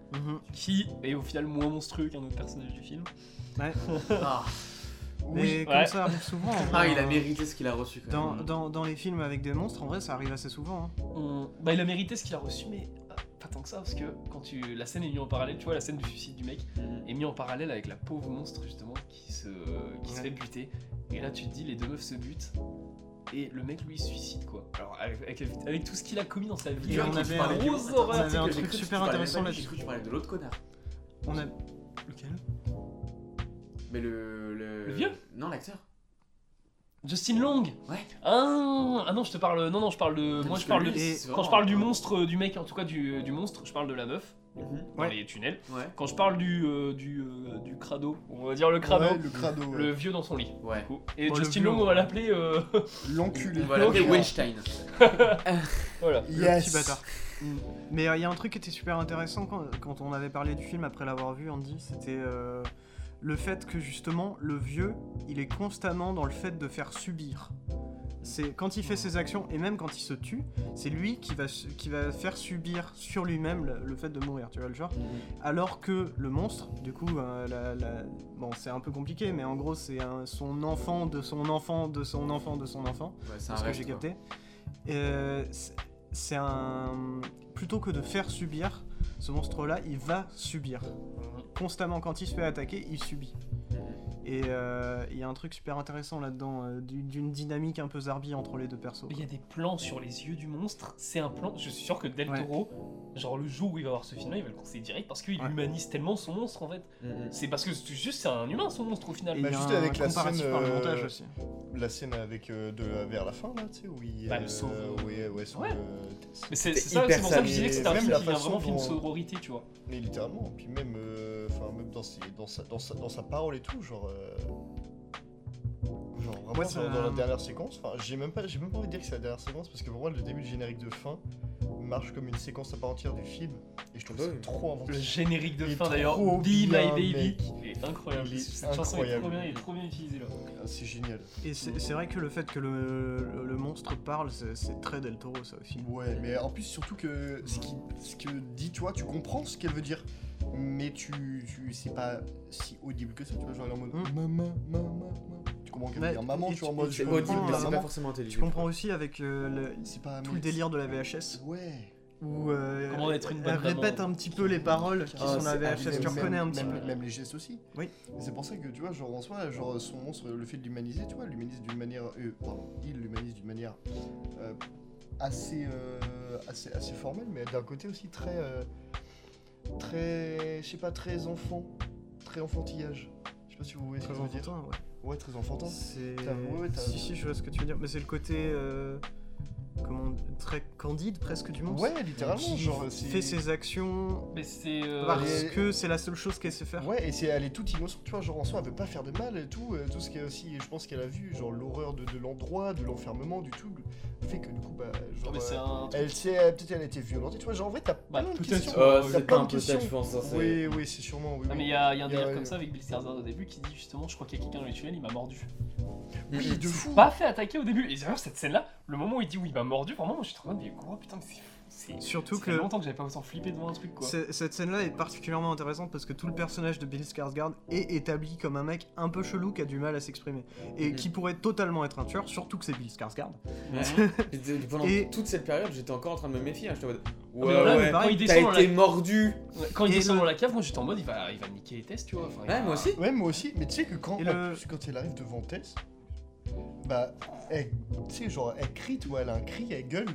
qui est au final moins monstrueux qu'un autre personnage du film. Ouais. Ah. Mais Oui, comme ouais. ça arrive souvent. en Ah, vrai, il a hein. mérité ce qu'il a reçu quand Dans, même. dans, dans les films avec des monstres, en vrai, ça arrive assez souvent. hein. On- Bah il a mérité ce qu'il a reçu, mais euh, pas tant que ça, parce que quand tu, la scène est mise en parallèle, tu vois, la scène du suicide du mec Mhm. est mise en parallèle avec la pauvre monstre justement qui se, qui se Ouais. fait buter. Et là tu te dis, les deux meufs se butent. Et le mec lui il se suicide quoi. Alors avec, avec, avec tout ce qu'il a commis dans sa vie, Et on avec avait les un- grosses Attends, horreurs. on avait tu sais un que truc j'ai cru que super tu parlais intéressant pas de lui, là-dessus. J'ai cru que tu parlais de l'autre connard. On a. Lequel Mais le. Le, Le vieux Non, l'acteur. Justin Long. Ouais. Ah, ah non, je te parle. Non non, je parle de. Moi Parce je que parle lui, de. c'est Quand vraiment- je parle du monstre, euh, du mec, en tout cas du, du monstre, je parle de la meuf Mhm. dans Ouais. les tunnels. Ouais. Quand je parle du euh, du euh, du crado, on va dire le crado, Ouais, le crado. ouais. le vieux dans son lit. Ouais. Et Bon, le Justin vieux, Long, on va l'appeler. euh, L'enculé. On va l'appeler Ok. Weinstein. Voilà. Le Yes. petit bâtard. Mm. Mais il y a un truc qui était super intéressant quand, quand on avait parlé du film après l'avoir vu, Andy, c'était euh, le fait que justement le vieux, il est constamment dans le fait de faire subir. C'est quand il fait ses actions et même quand il se tue, c'est lui qui va, su- qui va faire subir sur lui-même le, le fait de mourir, tu vois le genre. Alors que le monstre, du coup, euh, la- la- bon c'est un peu compliqué, mais en gros c'est un- son enfant de son enfant de son enfant de son enfant. Ouais, c'est un C'est ce que rêve, j'ai quoi. capté. Euh, c'est- c'est un... Plutôt que de faire subir, ce monstre-là, il va subir. Constamment, quand il se fait attaquer, il subit. Et il euh, y a un truc super intéressant là-dedans, euh, d'une dynamique un peu zarbi entre les deux persos. Il y a des plans sur les yeux du monstre, c'est un plan, je suis sûr que Del Toro, ouais. genre le jour où il va voir ce film-là, il va le conseiller direct parce qu'il ouais. humanise tellement son monstre en fait. Mm-hmm. C'est parce que c'est juste c'est un humain son monstre au final. Et bah, juste avec la scène, par le montage aussi. La scène avec euh, de vers la fin là, tu sais, où il bah, le sauve. Euh, ouais, ouais, sauve, ouais. Euh, mais c'est ça, c'est pour ça que je disais que c'était un film qui vient vraiment film de sororité, tu vois. Mais littéralement, puis même, enfin euh, même dans, ses, dans, sa, dans, sa, dans sa parole et tout, genre. Euh... Genre vraiment ouais, dans, dans la dernière séquence, enfin j'ai même pas j'ai même pas envie de dire que c'est la dernière séquence parce que pour moi le début du générique de fin marche comme une séquence à part entière du film et je trouve ça trop inventif. Le générique de fin d'ailleurs, Be My Baby, il est incroyable. Il est Cette incroyable. chanson est trop bien, il est trop bien utilisé là. Ah, c'est génial. Et c'est vrai que le fait que le, le, le monstre parle, c'est très Del Toro ça aussi. Ouais, mais en plus surtout que ce qui ce que dit, tu vois, tu comprends ce qu'elle veut dire. Mais tu, tu c'est pas si audible que ça, tu vois, genre elle est en mode mmh. maman, maman, maman. Tu comprends qu'elle veut dire maman, tu vois, en mode c'est audible, mais c'est pas forcément intelligible. Tu comprends aussi avec euh, le, pas, tout le délire de la V H S. Ouais. Où euh, Comment être une bonne elle répète maman. un petit peu les paroles qui ah, sont dans la V H S, tu reconnais un petit même, peu. Même les gestes aussi. Oui. C'est pour ça que tu vois, genre en soi, genre son monstre, le fait de l'humaniser, tu vois, l'humanise d'une manière, euh, pardon, il l'humanise d'une manière euh, assez, euh, assez, assez formelle, mais d'un côté aussi très. Euh, très, je sais pas, très enfant, très enfantillage. Je sais pas si vous voyez ce que je veux dire. Ouais. ouais, très enfantin. C'est. Ouais, ouais, si, si, je vois ce que tu veux dire, mais c'est le côté. Euh... Comment, très candide presque du monstre. Ouais, littéralement. Qui genre, fait ses actions mais c'est euh... parce que c'est la seule chose qu'elle sait faire. Ouais, et c'est elle est toute innocente, tu vois, genre en soi elle veut pas faire de mal et tout, euh, tout ce qu'elle aussi, je pense qu'elle a vu, genre l'horreur de, de l'endroit, de l'enfermement, du tout, fait que du coup bah genre mais euh, un... elle sait peut-être elle a été violentée, tu vois, genre en vrai t'as bah, plein de questions. Euh, t'as plein de questions. Je pense, ça, oui, oui, c'est sûrement. Oui, non, oui. mais il y a, y a un délire comme ça avec Bill Skarsgård au début qui dit justement, je crois qu'il y a quelqu'un dans les tunnels, il m'a mordu. Oui, de fou. Pas fait attaquer au début. Et d'ailleurs cette scène-là, le moment où il dit oui, il m'a mordu, vraiment, moi je suis trop en train de dire quoi, putain, mais c'est surtout ça que fait longtemps que j'avais pas autant flippé devant un truc quoi. Cette scène-là est particulièrement intéressante parce que tout le personnage de Bill Skarsgård est établi comme un mec un peu chelou qui a du mal à s'exprimer et mmh. qui pourrait totalement être un tueur, surtout que c'est Bill Skarsgård. Ouais. Pendant et... toute cette période, j'étais encore en train de me méfier. Hein. J'étais en mode ouais, là, ouais, pareil, t'as été la... mordu. Ouais, quand il et descend le... dans la cave, moi j'étais en mode il va, il va niquer les tests, tu vois. Enfin, ouais, va... moi aussi. Ouais, moi aussi. Mais tu sais que quand, le... plus, quand elle arrive devant Tess, bah, elle, tu sais, genre, elle crie, tu vois, elle a un cri, elle gueule.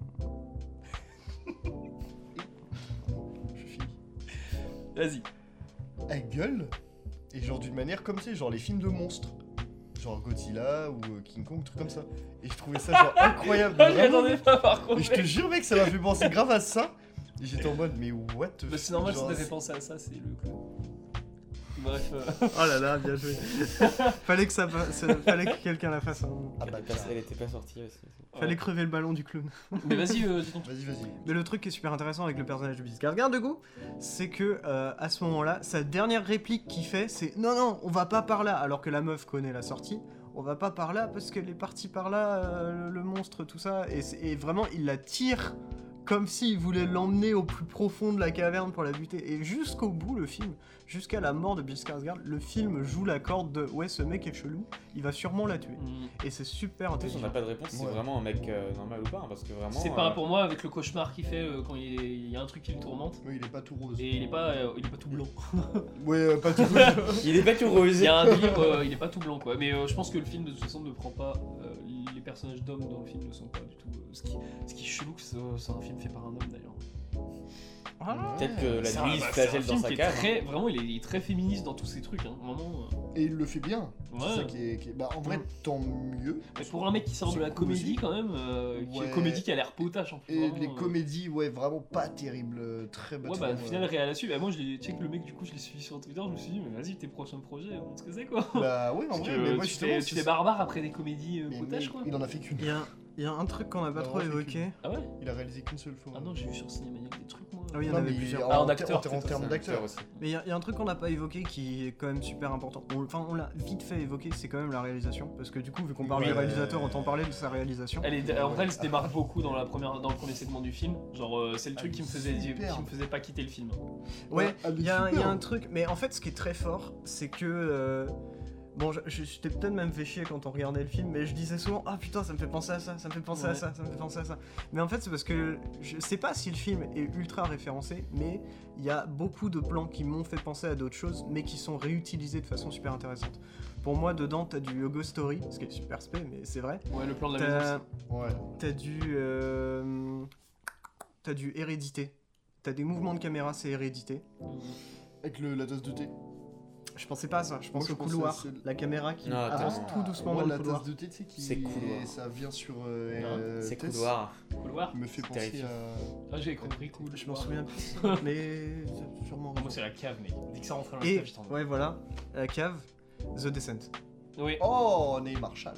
Je finis. Vas-y. Elle gueule, et genre d'une manière comme c'est, genre les films de monstres. Genre Godzilla ou King Kong, truc comme ça. Et je trouvais ça genre incroyable. Je m'attendais pas par contre. Et je te jure, mec, ça m'a fait penser grave à ça. Et j'étais en mode, mais what the fuck. C'est normal si t'avais pensé à ça, c'est le clown. Bref. Euh... Oh là là, bien joué. Fallait que ça passe, fallait que quelqu'un la fasse. Hein. Ah bah elle était pas sortie aussi. Fallait ouais. crever le ballon du clown. Mais vas-y, euh, dis donc. Vas-y, vas-y. Mais le truc qui est super intéressant avec le personnage de Bill Skarsgård, du coup, c'est que euh, à ce moment-là, sa dernière réplique qu'il fait, c'est non non, on va pas par là, alors que la meuf connaît la sortie. On va pas par là parce qu'elle est partie par là, euh, le monstre, tout ça, et, et vraiment il la tire. Comme s'il voulait l'emmener au plus profond de la caverne pour la buter. Et jusqu'au bout, le film, jusqu'à la mort de Bill Skarsgård, le film joue la corde de « Ouais, ce mec est chelou, il va sûrement la tuer. Mmh. » Et c'est super intéressant. On n'a pas de réponse, c'est ouais. vraiment un mec euh, normal ou pas, hein, parce que vraiment... C'est euh... pas pour moi, avec le cauchemar qu'il fait euh, quand il, est... il y a un truc qui le tourmente. Oui, il est pas tout rose. Et il est pas, euh, il est pas tout blanc. ouais, euh, pas tout rose. Il est pas tout rose. Il y a un délire, euh, il est pas tout blanc, quoi. Mais euh, je pense que le film, de toute façon, ne prend pas... Euh, les personnages d'hommes dans le film ne sont pas du tout... Euh, ce, qui, ce qui est chelou, que c'est un film fait par un homme, d'ailleurs. Ah, peut-être que la nuit il se flagelle dans sa cave. Très, vraiment, il est, il est très féministe dans tous ces trucs. Hein, vraiment. Et il le fait bien. Ouais. C'est ça qui est, qui est... Bah, en vrai, ouais. tant mieux. Mais pour un mec qui sort de la comédie, aussi. Quand même, euh, qui ouais. est comédie qui a l'air potache en plus. Et vraiment, les euh... comédies, ouais, vraiment pas terribles. Très bâtiment. Ouais, bah, au final, réel à suivre. Bah, moi, je l'ai check le mec, du coup, je l'ai suivi sur Twitter. Je me suis dit, mais vas-y, tes prochains projets, montre ce que c'est, quoi. Bah, ouais, en vrai, mais moi, tu fais, tu fais barbare après des comédies euh, potaches, quoi. Il en a fait qu'une. Il y a un truc qu'on n'a pas trop évoqué. Ah ouais? Il a réalisé qu'une seule fois. Ah non, j'ai vu sur Cinémaniac des trucs, moi. Ah oui, il y en avait plusieurs. Ah, en acteur. En termes d'acteur aussi. Mais il y a un truc qu'on n'a pas évoqué qui est quand même super important. Enfin, on l'a vite fait évoquer, c'est quand même la réalisation. Parce que du coup, vu qu'on parle du réalisateur, autant parler de sa réalisation. Elle est, en vrai, elle se démarque beaucoup dans, la première, dans le premier segment du film. Genre, c'est le truc qui me, faisait, qui me faisait pas quitter le film. Ouais, il y, y a un truc. Mais en fait, ce qui est très fort, c'est que. Euh, Bon, je, je, je t'ai peut-être même fait chier quand on regardait le film, mais je disais souvent ah putain ça me fait penser à ça, ça me fait penser Ouais. à ça, ça me fait penser à ça. Mais en fait c'est parce que je sais pas si le film est ultra référencé, mais il y a beaucoup de plans qui m'ont fait penser à d'autres choses, mais qui sont réutilisés de façon super intéressante. Pour moi dedans t'as du Ghost Story, ce qui est super spé, mais c'est vrai. Ouais, le plan de la T'as, maison. Ouais. t'as du euh, t'as du Hérédité. T'as des mouvements de caméra, c'est Hérédité. Avec le, la tasse de thé. Je pensais pas à ça, je pense Moi, au je pensais couloir, à celle- la caméra qui Non, attends. avance tout doucement Moi, dans la le couloir. tasse de thé, tu sais, qui... C'est couloir. Ça vient sur... Euh, Non, euh, C'est Tess, couloir. Couloir. me fait C'est penser terrifiant. à... Ah, j'ai compris, cool. Je m'en souviens plus, mais c'est sûrement. Ah, moi, c'est la cave, mec. Dès que ça rentre dans la Et cave, je t'en ouais, voilà, la cave, The Descent. Oui. Oh, Ney Marshall.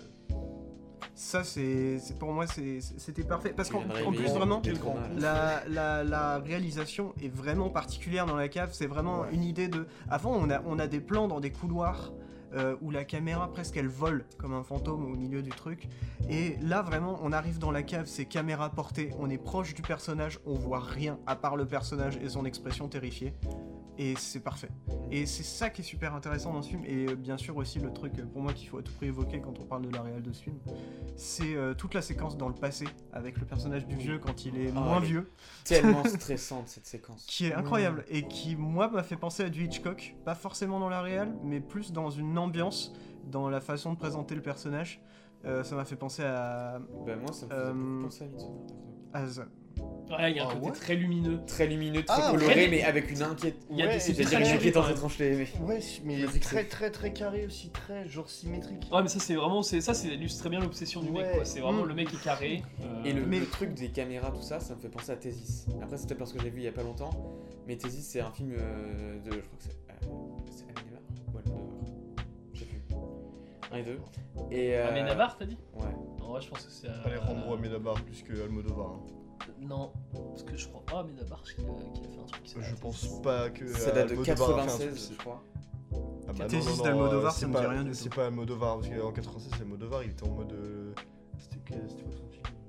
Ça, c'est, c'est- pour moi, c'est, c'est- c'était parfait parce Tu qu'en viens de en réveiller plus vraiment, des traumas, là. la, la, la réalisation est vraiment particulière dans la cave. C'est vraiment Ouais. une idée de. Avant, on a, on a des plans dans des couloirs. Euh, où la caméra presque elle vole comme un fantôme au milieu du truc, et là vraiment on arrive dans la cave, c'est caméra portée, on est proche du personnage, on voit rien à part le personnage et son expression terrifiée, et c'est parfait. Et c'est ça qui est super intéressant dans ce film, et euh, bien sûr aussi le truc euh, pour moi qu'il faut à tout prix évoquer quand on parle de la réal de ce film, c'est euh, toute la séquence dans le passé avec le personnage du vieux quand il est Ah, moins elle est- vieux, Tellement stressante cette séquence. qui est incroyable et qui moi m'a fait penser à du Hitchcock, pas forcément dans la réal, mais plus dans une ambiance, dans la façon de présenter le personnage. Euh, ça m'a fait penser à, Bah moi ça me faisait Euh, beaucoup penser à Midsommar. à The- Ouais, il y a un Ah, côté ouais. très lumineux. Très lumineux, très Ah, coloré, très- mais avec une inquiète. Il y a Ouais, des et c'est C'est-à-dire très une joli, inquiétance quand même. étrange, je l'ai aimé. Ouais, mais Je sais que très c'est- très très carré aussi, très genre symétrique. Ouais, mais ça, c'est vraiment. C'est, ça, c'est illustre très bien l'obsession du mec, Ouais. quoi. C'est vraiment Mm. le mec est carré. euh, Et le, Mais- le truc des caméras, tout ça, ça me fait penser à Thésis. Après, c'est peut-être parce que j'ai vu il y a pas longtemps, mais Thésis, c'est un film euh, de. Je crois que c'est. Euh, c'est Amenábar ou Almodovar. Je sais plus. Un et deux. Et. Euh, Amenábar, t'as dit Ouais. Non, ouais, je pense que c'est. euh, Alejandro Amenábar plus que Almodovar. hein. Non, parce que je crois pas Amenábar qui a, qui a fait un truc qui s'appelle Je Thésis. pense pas que Ça date de Almodovar a fait un truc quatre-vingt-seize, aussi. je crois. Ah bah Thésis non, non, non, d'Almodovar, c'est ça me pas- dit rien du C'est tout. pas Almodovar, parce qu'en quatre-vingt-seize, Almodovar, il était en mode. euh, C'était que- c'était quoi son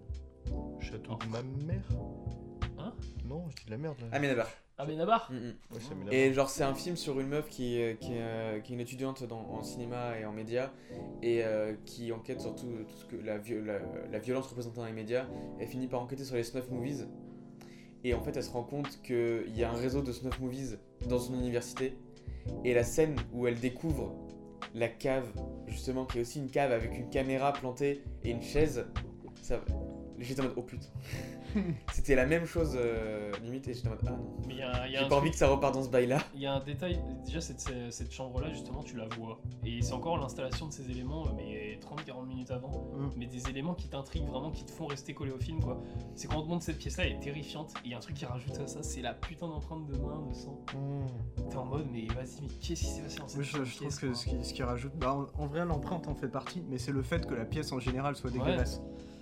film Château de ma mère Hein Non, je dis de la merde là. Amenábar. Amenábar Mm, mm. Ouais, c'est Amenábar. Et genre c'est un film sur une meuf qui est, qui est, euh, qui est une étudiante dans, en cinéma et en médias et euh, qui enquête sur tout, tout ce que la, vi- la, la violence représentée dans les médias. Elle finit par enquêter sur les snuff movies et en fait elle se rend compte qu'il y a un réseau de snuff movies dans son université et la scène où elle découvre la cave justement qui est aussi une cave avec une caméra plantée et une chaise, ça, j'étais en mode oh putain. C'était la même chose euh, limite et j'étais en mode ah non. Mais il y a, il y a J'ai un pas envie truc- que ça reparte dans ce bail là. il y a un détail, déjà cette, cette, cette chambre-là, justement, tu la vois. Et c'est encore l'installation de ces éléments, mais trente à quarante minutes avant. Mm. Mais des éléments qui t'intriguent vraiment, qui te font rester collé au film, quoi. C'est quand on te montre cette pièce-là, elle est terrifiante. Et il y a un truc qui rajoute à ça, c'est la putain d'empreinte de main, de sang. Mmh. T'es en mode, mais vas-y, mais qu'est-ce qui s'est passé dans cette Oui, je, je trouve pièce, que quoi. ce qui, ce qui rajoute. Bah, en, en vrai, l'empreinte en fait partie, mais c'est le fait que la pièce en général soit Ouais. dégueulasse.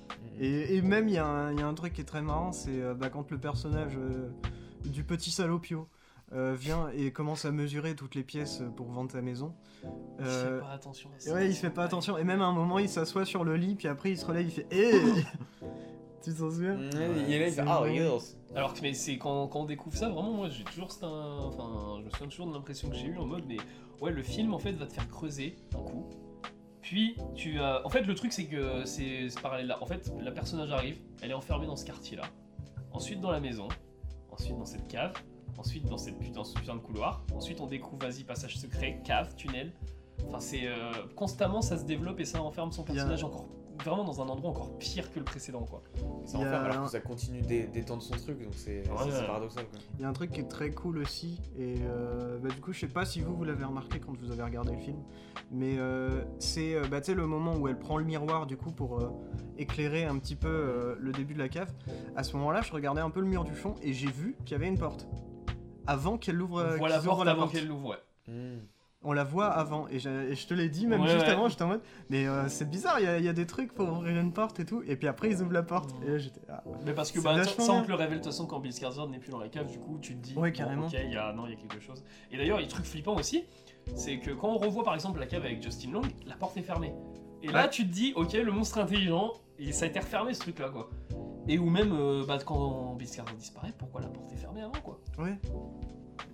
Et, et même, il y, a un- il y a un truc qui est très marrant, c'est euh, bah, quand le personnage euh, du petit salopio euh, vient et commence à mesurer toutes les pièces pour vendre sa maison. Il Euh, fait pas attention à et ça. ouais, il fait pas attention. Et même à un moment, il s'assoit sur le lit, puis après, il se relève, il fait Eh Tu t'en souviens Ouais, il est là, il fait C'est ah vrai. yes. Alors que mais c'est quand, quand on découvre ça, vraiment, moi j'ai toujours cette, un- enfin, je me souviens toujours de l'impression que j'ai eue en mode, mais ouais, le film en fait va te faire creuser un coup. Puis tu as, en fait, le truc c'est que c'est ce parallèle là. En fait, la personnage arrive, elle est enfermée dans ce quartier là. Ensuite dans la maison, ensuite dans cette cave, ensuite dans cette putain, ce putain de couloir. Ensuite on découvre, vas-y, passage secret, cave, tunnel. Enfin c'est euh, constamment ça se développe et ça enferme son Il y a- personnage encore vraiment dans un endroit encore pire que le précédent quoi. Ça Il y a enferme alors un- que ça continue d'é- d'étendre son truc, donc c'est Ouais, c'est- c'est ouais. paradoxal quoi. Il y a un truc qui est très cool aussi, et euh, bah, du coup, je sais pas si vous, vous l'avez remarqué quand vous avez regardé le film, mais euh, c'est euh, bah, tu sais, le moment où elle prend le miroir du coup pour euh, éclairer un petit peu euh, le début de la cave. À ce moment-là, je regardais un peu le mur du fond et j'ai vu qu'il y avait une porte. Avant qu'elle l'ouvre, On euh, voit la qu'ils ouvrent porte la avant porte. qu'elle l'ouvre, ouais. Hmm. On la voit avant, et, j'ai- et je te l'ai dit même Ouais, juste ouais. avant, j'étais en mode, mais euh, c'est bizarre, il y, a- il y a des trucs pour ouvrir une porte et tout, et puis après ils ouvrent la porte, Mm. et là j'étais ah. Mais parce que C'est bah, vachement sans bien. te le révèle de toute façon quand Bill Skarsgård n'est plus dans la cave, du coup tu te dis Ouais, bon, carrément. ok, il y a non, il y a quelque chose. Et d'ailleurs, il y a un truc flippant aussi, c'est que quand on revoit par exemple la cave avec Justin Long, la porte est fermée. Et là, Ouais. tu te dis, ok, le monstre intelligent, et ça a été refermé ce truc-là, quoi. Et ou même, euh, bah, quand Bill Skarsgård disparaît, pourquoi la porte est fermée avant, quoi. Ouais.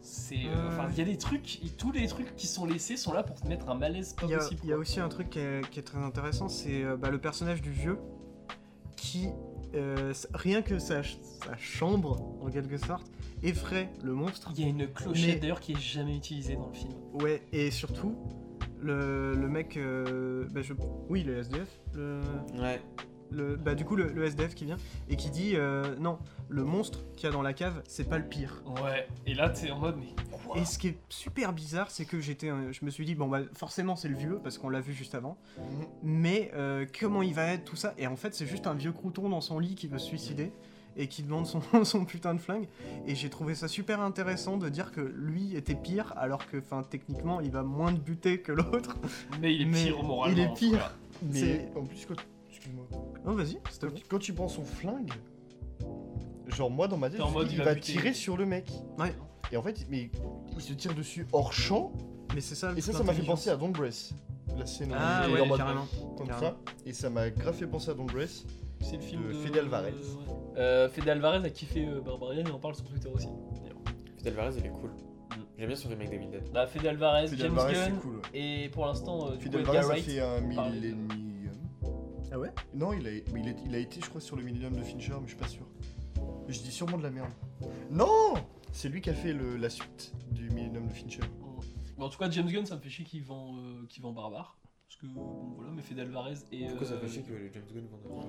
C'est, euh, enfin, il y a des trucs, et tous les trucs qui sont laissés sont là pour te mettre un malaise pas Il y a, possible. il y a quoi. aussi un truc qui est, qui est très intéressant, c'est euh, bah, le personnage du vieux qui, euh, s- rien que sa, ch- sa chambre, en quelque sorte, effraie le monstre. Il y a une clochette Mais- d'ailleurs qui est jamais utilisée dans le film. Ouais, et surtout, le, le mec, euh, bah, je, oui, le S D F, le, Ouais. le, bah, du coup, le, le S D F qui vient et qui dit euh, non, le monstre qu'il y a dans la cave, c'est pas le pire. Ouais, et là t'es en mode mais quoi Et ce qui est super bizarre, c'est que j'étais, euh, je me suis dit bon bah forcément c'est le vieux parce qu'on l'a vu juste avant, mais euh, comment il va être tout ça? Et en fait c'est juste un vieux crouton dans son lit qui veut se suicider et qui demande son, son putain de flingue. Et j'ai trouvé ça super intéressant de dire que lui était pire alors que, enfin techniquement il va moins de buter que l'autre. Mais il est Mais pire moralement. il est pire. frère. Mais C'est- en plus, quand, excuse-moi. Oh vas-y, s'il te Quand, plaît. quand tu prends son flingue, genre moi dans ma tête, T'es en je me mode, dis, il il va va buter. tirer sur le mec. Ouais. Et en fait, mais il se tire dessus hors champ. Mais c'est ça. Et ça, toute ça m'a fait l'intelligence. penser à Don't Breath. La scène où Ah il est ouais, en mode carrément. comme carrément. ça. Et ça m'a grave fait penser à Don't Breath. C'est le film de de, Fede Alvarez. ouais. Euh, Fede Alvarez a kiffé euh, Barbarian et on parle sur Twitter aussi. d'ailleurs. Fidel Alvarez, il est cool. J'aime bien son remake d'Evil Dead. Bah, Fede Alvarez, Fede James Alvarez, Gunn c'est cool. Ouais. et pour l'instant euh, du Fidel coup, Alvarez Edgar a Wright. fait un parle de- Millennium. Ah ouais. Non, il a, mais il, a, il a été, je crois, sur le Millennium de Fincher, mais je suis pas sûr. Je dis sûrement de la merde. Non, c'est lui qui a fait le, la suite du Millennium de Fincher. Mais en tout cas, James Gunn, ça me fait chier qu'il vend, euh, qu'il vend Barbare. Parce que, bon voilà, mais Fede Alvarez et. Pourquoi ça euh, fait chier que les James Gunn vendent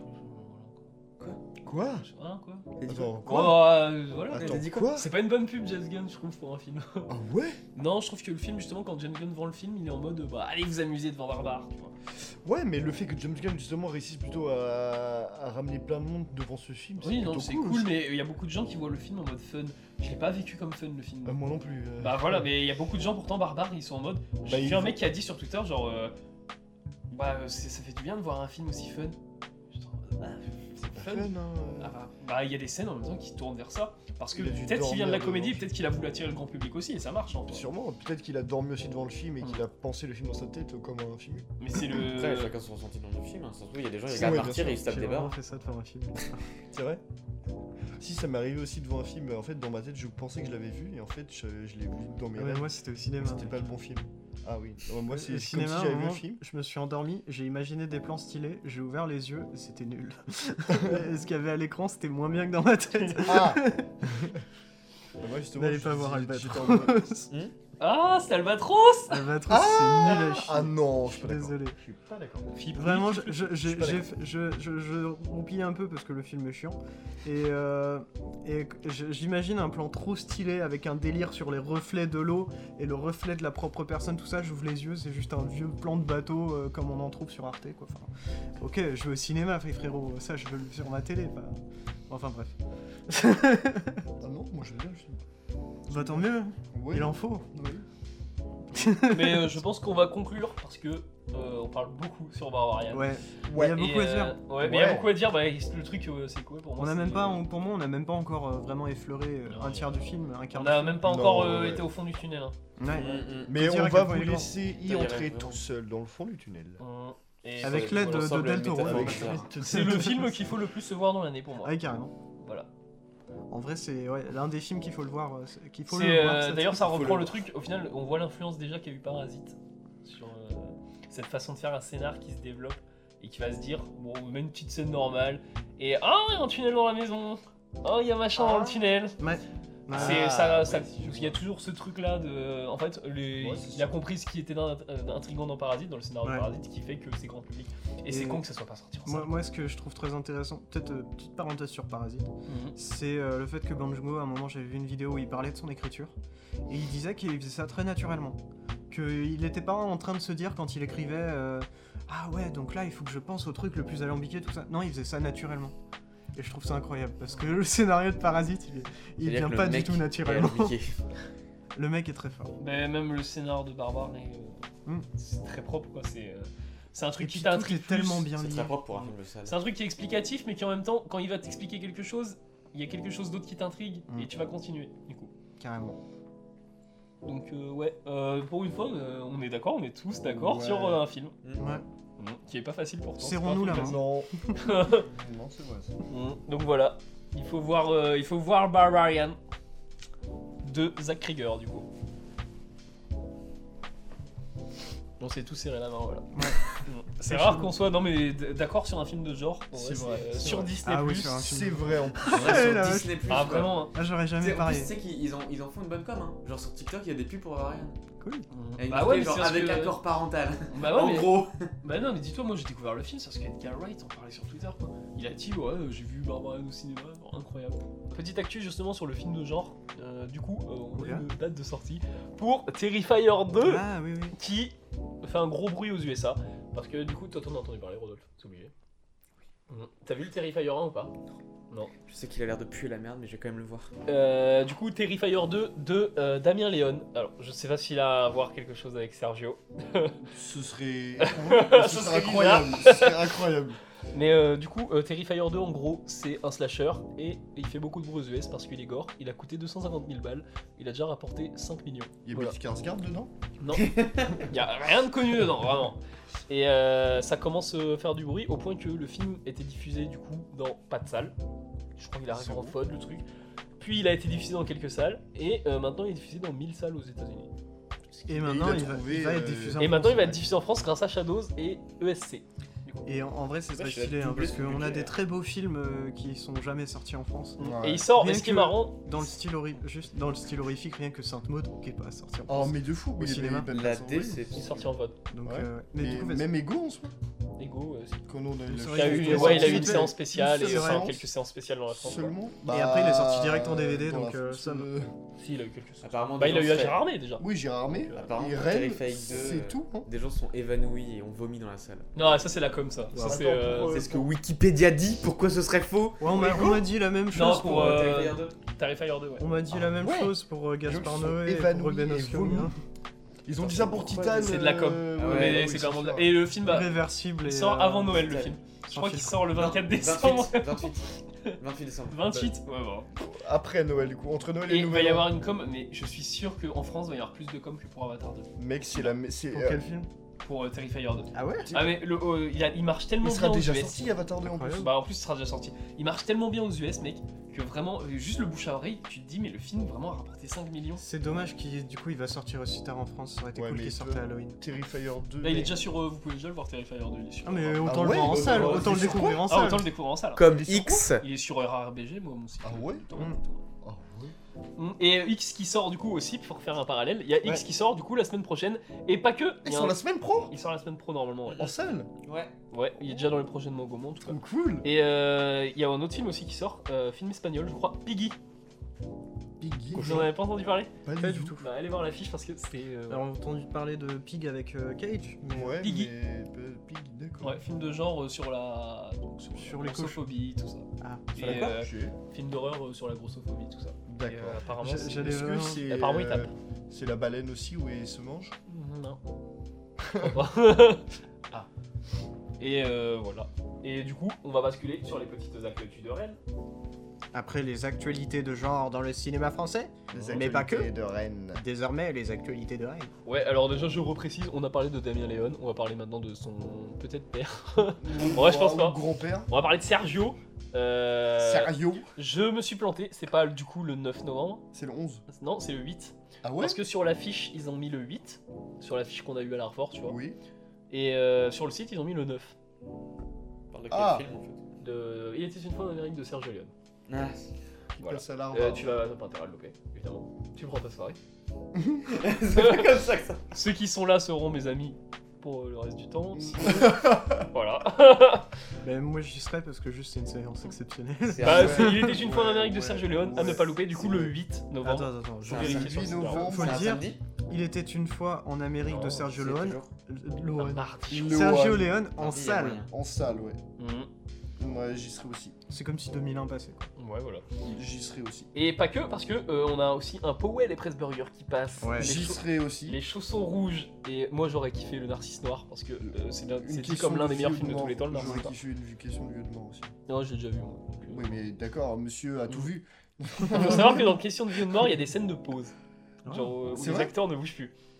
Quoi? Hein, quoi Attends, Oh, quoi? euh, voilà. Attends, t'as dit quoi? C'est pas une bonne pub, James Gunn, je trouve, pour un film. Ah ouais? Non, je trouve que le film, justement, quand James Gunn vend le film, il est en mode bah allez vous amuser devant Barbare, tu vois. Ouais, mais le fait que James Gunn justement réussisse plutôt à, à ramener plein de monde devant ce film, Oui, non, plutôt c'est cool, cool, aussi. mais il y a beaucoup de gens qui voient le film en mode fun. Je l'ai pas vécu comme fun le film. Euh, moi non plus. euh. Bah voilà, mais il y a beaucoup de gens pourtant Barbare, ils sont en mode. J'ai Bah, vu ils un vont- mec qui a dit sur Twitter genre euh, bah euh, c'est- ça fait du bien de voir un film aussi fun. J'étais en mode, ah, c'est Pas fun. fun, hein. Ah bah, bah il y a des scènes en même temps qui tournent vers ça parce que Il a dû peut-être qu'il vient de la dormir comédie, devant. peut-être qu'il a voulu attirer le grand public aussi et ça marche en fait. Sûrement, peut-être qu'il a dormi aussi devant le film et Mm. qu'il a pensé le film dans sa tête comme un film. Mais c'est Après, le chacun son ressenti dans le film. Hein. Ça se trouve, il y a des gens qui Ouais, regardent bien Martyr sûr. et ils se tapent J'ai des vraiment barres. fait ça de faire un film. C'est vrai? Si, ça m'est arrivé aussi devant un film, en fait, dans ma tête, je pensais que je l'avais vu et en fait, je, je l'ai vu dans mes Ouais, rêves. moi c'était au cinéma. C'était pas le bon film. Ah oui, non, moi c'est Au comme cinéma, si à un j'avais vu moment, le film. je me suis endormi, j'ai imaginé des plans stylés, j'ai ouvert les yeux, et c'était nul. Et ce qu'il y avait à l'écran, c'était moins bien que dans ma tête. Ah Bah, moi justement, N'allez je- pas voir j'étais en mode- Albatros. Ah, c'est Albatros. Albatros, c'est nul à chier. Ah non, je Je suis suis pas d'accord. désolé. Je suis pas d'accord. Vraiment, je, je, Je suis j'ai- pas j'ai d'accord. fait- je, je, je roupille un peu parce que le film est chiant. Et, euh, et je- j'imagine un plan trop stylé avec un délire sur les reflets de l'eau et le reflet de la propre personne, tout ça. J'ouvre les yeux, c'est juste un vieux plan de bateau euh, comme on en trouve sur Arte. Quoi. Enfin, ok, je vais au cinéma, frérot. Ça, je veux le sur ma télé. Pas... Enfin, bref. Ah non, moi j'aime bien le film. Bah, tant mieux, Ouais. il en faut. Oui. Mais euh, je pense qu'on va conclure parce que euh, on parle beaucoup sur Barbarian. Ouais, Ouais. il y a beaucoup Et, à dire. euh, ouais, mais il y a Ouais. beaucoup à dire. Bah, le truc, euh, c'est quoi pour moi On a c'est- même pas, on- pour moi, on n'a même pas encore euh, vraiment effleuré euh, Non. un tiers du film, un quart On du n'a film. même pas Non, encore euh, ouais. été au fond du tunnel. Hein. Ouais. Mais Faut dire on à va quel point vous il est grand. laisser y Ça irait entrer vraiment. tout seul dans le fond du tunnel. Hum. Et Avec ça- l'aide de- l'ensemble de Del Toro. métaphorique, Avec- ça. C'est le film qu'il faut le plus se voir dans l'année pour moi. Ouais, carrément. Voilà. En vrai, c'est ouais, l'un des films qu'il faut le voir. euh, c'est- qu'il faut C'est, le voir. euh, ça, D'ailleurs, c'est- ça faut reprend le- le truc. Au final, on voit l'influence déjà qu'a eu Parasite sur euh, cette façon de faire un scénar qui se développe et qui va se dire bon, on met une petite scène normale et ah, il y a un tunnel dans la maison. Oh, il y a machin dans le tunnel. Ouais. Ouais. C'est Ah, ça, ouais, ça- c'est il y a toujours ce truc là de en fait les- Ouais, c'est il ça. a compris ce qui était d'in- euh, d'intriguant dans Parasite, dans le scénario Ouais. de Parasite, qui fait que c'est grand public et, Et c'est con que ça soit pas sorti en Moi, salle. moi, ce que je trouve très intéressant, peut-être euh, petite parenthèse sur Parasite, Mhm. c'est euh, le fait que Bong Joon-ho, à un moment, j'avais vu une vidéo où il parlait de son écriture et il disait qu'il faisait ça très naturellement, qu'il n'était pas en train de se dire quand il écrivait euh, ah ouais, donc là il faut que je pense au truc le plus alambiqué, tout ça. Non, il faisait ça naturellement. Et je trouve ça incroyable parce que le scénario de Parasite, il, est- il C'est-à-dire vient que pas le du mec tout est naturellement. alambiqué. Le mec est très fort. Mais même le scénar de Barbare est, euh, Mm. c'est très propre quoi. C'est euh, c'est un Et truc puis qui tout t'intrigue est tellement plus. bien C'est lié. très propre pour un film de salle. C'est un truc qui est explicatif, mais qui en même temps, quand il va t'expliquer quelque chose, il y a quelque chose d'autre qui t'intrigue Mm. et tu vas continuer du coup. Carrément. Donc euh, ouais, euh, pour une fois, euh, on est d'accord, on est tous d'accord Ouais. sur euh, un film Ouais. Mm. qui est pas facile pourtant. Serrons-nous c'est pas la un film Non. facile. Non, c'est vrai ça. Mm. Donc voilà, il faut voir, euh, il faut voir Barbarian. de Zack Krieger, du coup. On s'est tous serré la main, voilà. Ouais. C'est C'est rare chaud. qu'on soit non mais d- d'accord sur un film de ce genre. En C'est vrai, vrai, euh, c'est sur vrai. Disney+. Ah oui, sur un film. C'est vrai en plus. Ouais, Ouais, sur la vache. Disney+. Ah quoi. vraiment. hein. Ah, j'aurais Tu jamais sais, en plus, parié. tu sais qu'ils ils en, ils en font une bonne com, hein. Genre sur TikTok, il y a des pubs pour avoir Ryan. Cool. Et Bah ouais, mais genre c'est parce avec que- accord parental. Bah ouais, en mais- gros. Bah non mais dis-toi, moi j'ai découvert le film parce qu'Edgar Wright en parlait sur Twitter quoi. Il a dit ouais j'ai vu Barbarian au cinéma, bon, incroyable. Petite actu justement sur le film de genre, euh, du coup euh, on a Oula. une date de sortie pour Terrifier deux Ah oui, oui. qui fait un gros bruit aux U S A. Parce que du coup toi t'en as entendu parler Rodolphe, c'est obligé. Oui. T'as vu le Terrifier un ou pas? Non. Je sais qu'il a l'air de puer la merde, mais je vais quand même le voir. Euh, du coup Terrifier deux de euh, Damien Léon. Alors je sais pas s'il a à voir quelque chose avec Sergio. Ce serait. Ce Ce serait serait incroyable. Ce serait incroyable. Mais euh, du coup, euh, Terrifier deux en gros, c'est un slasher et il fait beaucoup de bruit aux U S parce qu'il est gore. Il a coûté deux cent cinquante mille balles, il a déjà rapporté cinq millions. Il y a Voilà. Bill Skarsgård dedans. Non, il y a rien de connu dedans, vraiment. Et euh, ça commence à faire du bruit au point que le film était diffusé du coup dans pas de salle. Je crois qu'il arrive C'est en bon. F O D le truc. Puis il a été diffusé dans quelques salles et euh, maintenant il est diffusé dans mille salles aux États-Unis. Et maintenant, il a il va, trouvé, il va être euh, diffusé en Et maintenant il va être France. diffusé en France grâce à Shadows et E S C. Et en, en vrai, c'est Ça, très je suis stylé, hein, doublé parce son qu'on a budget. des très beaux films euh, qui sont jamais sortis en France. Ouais. Et il sort, Rien et ce qui est que marrant, Dans le style horri- juste dans le style horrifique, rien que Sainte-Maud qui est pas sorti en Oh, France. mais de fou. Au mais il est cinéma. pas- pas La sorti. il est déception. sorti en V O D. Donc, Ouais. euh, mais, Mais du coup, vas-y. même Ego en soi. Ego, euh, c'est- Quand on a eu C'est la vrai Il y a qu'il eu, est ouais, il a eu une sorti séance spéciale et une enfin séance quelques séances spéciales dans la France. quoi. Seulement. Et après, il est sorti direct en D V D, dans donc, la euh, France, ça me- euh, Si, il a eu quelques séances. Apparemment, Bah, des il a gens eu à seraient- Gérard Armé déjà. Oui, Gérard Armé. Apparemment, Et pour Rennes, Terrifier deux, c'est euh, tout. Hein. Des gens sont évanouis et ont vomi dans la salle. Non, ça c'est la com, ça. Ça Attends, c'est. euh, pour, euh, C'est ce que Wikipédia dit. Pourquoi ce serait faux? Ouais, on m'a on m'a dit la même chose Non, pour. pour, euh, Terrifier deux. Terrifier deux, ouais. On m'a dit Ah la même ouais. chose pour euh, Gaspard Les gens sont Noé et pour évanouis Ruben et Ostlund, vomis. hein. Ils ont dit ça pour Titan. C'est de la com. euh, Ah ouais, Mais ouais, c'est oui, clairement de ça. la- Et le film bah, Irréversible et. il sort euh, avant Noël, le Titan. film. Je sans crois qu'il filtre. sort le vingt-quatre décembre. vingt-huit. vingt-huit. vingt-huit décembre. vingt-huit Ouais, bon. Après Noël, du coup, entre Noël et, Et il va Nouvel y An. avoir une com, mais je suis sûr qu'en France, il va y avoir plus de com que pour Avatar deux. Mec, c'est la. c'est, Pour euh, quel film Pour euh, Terrifier deux. Ah ouais Ah, mais le, euh, il, a- il marche tellement Il sera bien aux déjà U S. sorti Avatar deux en plus. Incroyable. Bah en plus il sera déjà sorti. Il marche tellement bien aux U S mec que vraiment euh, juste le bouche à oreille tu te dis mais le film vraiment a rapporté cinq millions. C'est dommage qu'il du coup il va sortir aussi tard en France, ça aurait été Ouais, cool mais qu'il sorte toi- à Halloween. Terrifier deux. Là il est déjà sur euh, vous pouvez déjà le voir Terrifier deux, il est sur. Ah mais euh, autant Ah le ouais, voir en bah, salle, bah, autant le c'est sur découvrir en Ah salle. autant le découvrir en salle. Comme Il est sur X. Il est sur R R B G moi mon site. Ah ouais Tout, Mm. tout. Ah ouais. Mm. Et euh, X qui sort du coup aussi pour faire un parallèle, il y a X Ouais. qui sort du coup la semaine prochaine et pas que. il y Ils a sont un- la semaine pro Il sort la semaine pro normalement ouais. En salle. Ouais. Ouais, il est déjà dans les prochaines Mangomon en tout cas. Trop cool. Et euh, il y a un autre film aussi qui sort, euh, film espagnol je crois, Piggy. Piggy. Vous en avez pas entendu parler? Pas Pas du du tout. tout. Bah allez voir l'affiche parce que c'est. euh, Alors, on a entendu parler de Pig avec euh, Cage, mais Ouais, Piggy. mais. euh, Piggy, d'accord. Ouais, film de genre euh, sur la donc, sur, Sur la les couches. grossophobie, tout ça. ah, Et, la quoi euh, Ok. film d'horreur euh, sur la grossophobie, tout ça. Et, D'accord. euh, apparemment, J'ai- c'est- j'allais- Est-ce que vraiment- c'est. Apparemment, il euh, tape. C'est la baleine aussi où il se mange Mhm, non. Je crois pas. Ah. Et euh, voilà. Et du coup, on va basculer sur les petites actualités de Rennes. après les actualités de genre dans le cinéma français, Les mais pas que. actualités de Rennes. Désormais les actualités de Rennes. Ouais, alors déjà, je reprécise, on a parlé de Damien Léon, on va parler maintenant de son peut-être père. Ouais, je pense pas. Grand-père. On va parler de Sergio. Euh, Sérieux Je me suis planté, c'est pas du coup le neuf novembre, C'est le onze. non, c'est le huit. Ah ouais Parce que sur l'affiche, ils ont mis le huit, sur l'affiche qu'on a eu à l'Arfort, tu vois. Oui. Et euh, sur le site, ils ont mis le neuf. On parle de quel Ah. film en fait? De... Il était une fois en Amérique de Sergio Leone. Ah. Voilà. Ça la Euh, tu vas t'as pas intérêt à le louper, évidemment. Tu prends ta soirée. C'est pas comme ça que ça. Ceux qui sont là seront mes amis pour euh, le reste du temps. Sinon- voilà. Mais moi j'y serais parce que juste c'est une séance exceptionnelle. C'est Bah, un- c'est- il était une fois en Ouais, Amérique de ouais, Sergio Leone, à ne ouais. pas louper. Du coup, C'est- le huit novembre. Attends, attends, je C'est un vérifie. vérifier sur le huit site. novembre. Faut C'est le un dire. samedi. Il était une fois en Amérique Non, de Sergio C'est Leone. toujours- Leone. Un mardi. Le Sergio One. Leone en Mardi, y a salle. moyen. En salle, ouais. Mhm. Moi, j'y serai aussi. C'est comme si deux mille un passait. quoi. Ouais, voilà. J'y serai aussi. Et pas que, parce que euh, on a aussi un Powell et Press Burger qui passe. Ouais. Les, J'y chau- serai aussi. les chaussons rouges. Et moi, j'aurais kiffé le Narcisse Noir parce que euh, c'est bien, Une c'est dit question comme l'un des meilleurs vieux films de tous mort. les temps, le Narcisse J'aurais Noir. kiffé une question de vieux de mort aussi. Non, je l'ai déjà vu moi. donc, euh. Oui, mais d'accord, monsieur a tout vu. Il faut savoir que dans Question de vie ou de mort, il y a des scènes de pause. Ah. Genre euh, où C'est les vrai acteurs ne bougent plus.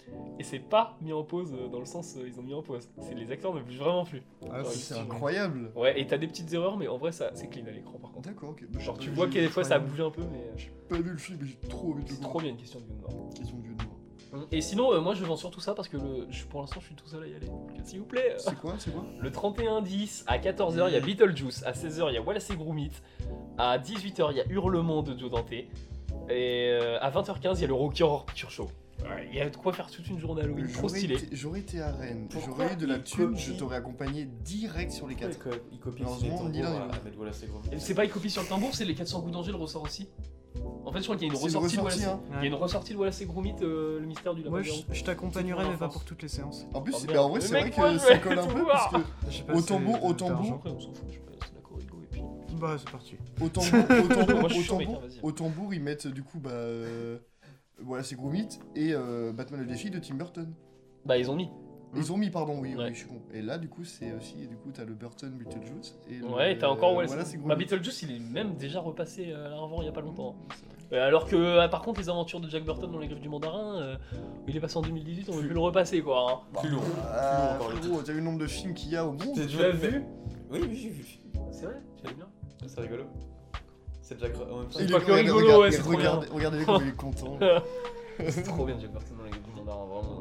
Et c'est pas mis en pause euh, dans le sens euh, ils ont mis en pause. C'est les acteurs ne bougent vraiment plus. Ah, Genre, c'est ils- incroyable. Ouais, et t'as des petites erreurs, mais en vrai ça c'est clean à l'écran par contre. D'accord, ok. Bah, Genre j'ai tu pas vois vu- qu'il y a des fois ça a incroyable. bougé un peu, mais euh, J'ai pas vu le film, mais j'ai trop envie de le c'est voir. trop bien une question de vie de mort. Ils sont vieux de moi. Et sinon, euh, moi je vends surtout ça parce que le, je, pour l'instant je suis tout seul à y aller. Donc, s'il vous plaît. euh, C'est quoi, c'est quoi? Le trente et un dix, à quatorze heures, il y a Beetlejuice. À seize heures, il y a Wallace et Gromit. À dix-huit heures, il y a Hurlement de Joe Dante. Et euh, à vingt heures quinze, il y a le Rocky Horror Picture Show. Ouais, il y a de quoi faire toute une journée Halloween, trop J'aurais stylé. été- J'aurais été à Rennes, Pourquoi j'aurais eu de la il thune, copie je t'aurais accompagné direct sur les Pourquoi quatre. il co- il copie Malheureusement, Ciné ni l'un Tambour ni à l'autre. à mettre voilà, c'est gros. Et c'est pas une copie sur le tambour, c'est les quatre cents coups d'Angèle ressort aussi. En fait, je crois qu'il y a une C'est une ressortie de ressortie, Wallace. hein. Il y a une ressortie de Wallace et Gromit, euh, le mystère du lapin Moi, géant. je, je t'accompagnerai, C'est mais pour pas l'enfance. pour toutes les séances. En plus, Oh, c'est- merde. bah, en vrai, Mais c'est mec, vrai moi, que je ça vais colle un tout peu voir. parce que Je sais pas, Au c'est tambour, au de tambour. l'argent. Après, on s'en fout, je sais pas, c'est de la corrigo et puis. Bah, c'est parti. au tambour, au tambour, Moi, je suis au chaud, mec, tambour, hein, vas-y. au tambour, ils mettent du coup bah euh, voilà, c'est Gromit et euh, Batman le défi de Tim Burton. Bah, ils ont mis. Ils ont mis, pardon, oui, Ouais. oui, je suis con. Et là, du coup, c'est aussi, du coup, t'as le Burton Beetlejuice. Et le- Ouais, et t'as encore Wallace. Voilà, c'est Bah, Gromit. Beetlejuice, il est même déjà repassé à l'avant il y a pas longtemps. Euh, alors que, euh, par contre, les aventures de Jack Burton dans les griffes du mandarin, euh, il est passé en deux mille dix-huit, on veut plus le repasser quoi. hein. Plus long. Ah, Plus long encore le frérot, t'as vu le nombre de films qu'il y a au monde? T'as Tu l'as vu? Oui, oui, j'ai vu. C'est vrai, tu l'as bien. C'est rigolo. C'est Jack en même temps. C'est Il pas est- que rigolo, regarde- ouais, c'est trop regardez- bien. Regardez-le comme il est content. C'est trop bien Jack Burton dans les griffes du mandarin, vraiment.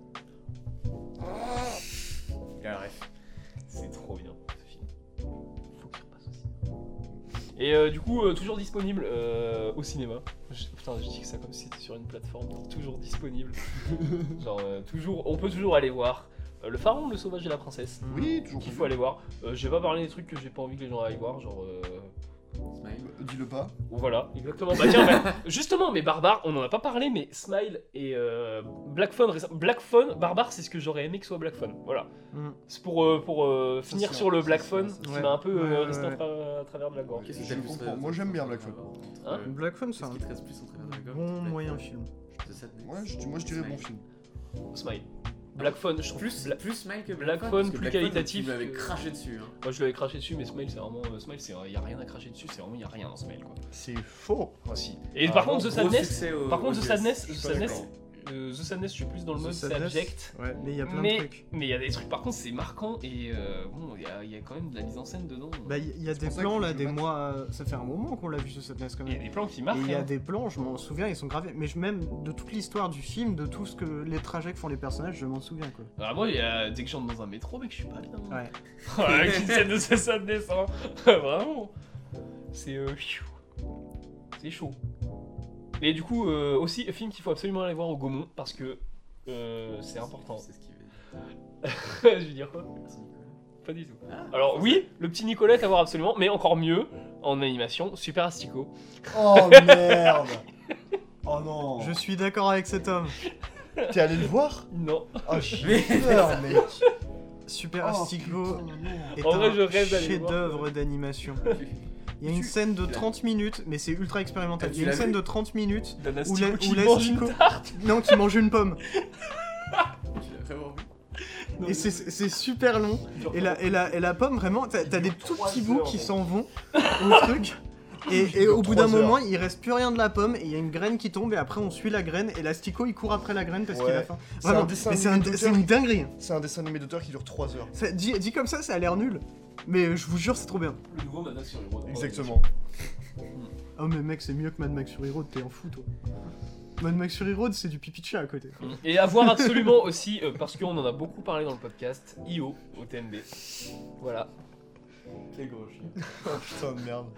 Et alors, bref, c'est trop bien ce film. Faut qu'il repasse aussi. Et euh, du coup, euh, toujours disponible euh, au cinéma. Je- putain, je dis que ça comme si c'était sur une plateforme, toujours disponible. Genre, euh, toujours, on peut toujours aller voir euh, Le Pharaon, le Sauvage et la Princesse. Oui, toujours. Qu'il faut aller voir. Euh, j'ai pas parlé des trucs que j'ai pas envie que les gens aillent voir, genre. Euh... Smile. Dis-le pas. Voilà, exactement. Bah tiens, bah, justement, mais Barbare, on en a pas parlé, mais Smile et euh, Black Phone, récem- Black Phone, Barbare, c'est ce que j'aurais aimé que soit Black Phone. Voilà. Mm. C'est pour, euh, pour euh, Ça, finir c'est sur un- le ça, Black c'est Phone, un- qui ouais. m'a un peu euh, Ouais, resté ouais, en tra- à travers de la gorge. Qu'est-ce Je que t'as le comprends. plus Moi, j'aime bien Black Phone. Hein Black Phone, c'est un Qu'est-ce qui te reste plus en travers de la gorge bon Black moyen Phone. film. The Sadness. Ouais, je- moi je dirais bon film. Smile. Black Phone, je trouve. Plus, Bla- plus Smile que Black Black Phone. Phone, parce que plus Black Phone, qualitatif Tu m'avais que- craché dessus. Hein. Moi je l'avais craché dessus, mais Smile c'est vraiment. euh, Smile, c'est. Il y a rien à cracher dessus, c'est vraiment. Il y a rien dans Smile quoi. C'est faux. Moi si. Et Ah par non, contre, The Gros Sadness. succès au- Par contre, aux The U S. Sadness, Je The suis pas Sadness, d'accord. euh, The Sadness, je suis plus dans le The mode c'est Sadness. abject. Ouais, mais il y a plein mais de trucs. mais il y a des trucs, par contre, c'est marquant et euh, bon, il y, a- il y a quand même de la mise en scène dedans. Bah, il y a C'est des pour ça plans que là, je des match. mois. euh, Ça fait un moment qu'on l'a vu ce Sadness quand Il y a même. des plans qui Et marquent. il y a hein. des plans, je m'en souviens, ils sont gravés. Mais je- même de toute l'histoire du film, de tout ce que les trajets que font les personnages, je m'en souviens quoi. Ah, moi, il y a, dès que j'entre dans un métro, mec, je suis pas bien. Ouais. Avec une scène de ce Sadness, hein. Vraiment. C'est euh, pfiou. c'est chaud. Et du coup, euh, aussi, film qu'il faut absolument aller voir au Gaumont parce que euh, c'est important. C'est ce qu'il veut dire. Je veux dire quoi Merci, Nicolas. Pas du tout. Ah, Alors oui, le petit Nicolette à voir absolument, mais encore mieux en animation, Super Astico. Oh merde. Oh non. Je suis d'accord avec cet homme. T'es allé le voir? Non. Oh j'ai peur mec. Super Oh, Astico putain, non. est En vrai, un je rêve d'aller le voir. chef-d'œuvre d'animation. Il y a une Tu- scène de tu l'as- trente minutes, mais c'est ultra expérimental. Ah, Il tu y a une l'as scène vu de trente minutes D'un où, Astico la- qui où mange une l'Astico- tarte. non, qui mange une pomme. Tu l'as vraiment vu? Et c'est- c'est super long. Et la, et la, et la pomme, vraiment, t'as t'as des tout petits bouts qui s'en vont au truc. Et, et au bout d'un trois heures. moment, il reste plus rien de la pomme et il y a une graine qui tombe et après on suit la graine et l'Astico il court après la graine parce qu'il Ouais. a faim. C'est un Vraiment, dessin mais c'est un- animé c'est d'auteur. une dinguerie. C'est un dessin animé d'auteur qui dure trois heures. Ça, dit, dit comme ça, ça a l'air nul. Mais je vous jure, c'est trop bien. Le nouveau Mad Max sur Hero. Exactement. Oh mais mec, c'est mieux que Mad Max Fury Road, t'es en fou toi. Mad Max Fury Road, c'est du pipi de chat à côté. Et à voir absolument aussi, euh, parce qu'on en a beaucoup parlé dans le podcast, I O au T M B. Voilà. Quel gros chien. Oh putain de merde.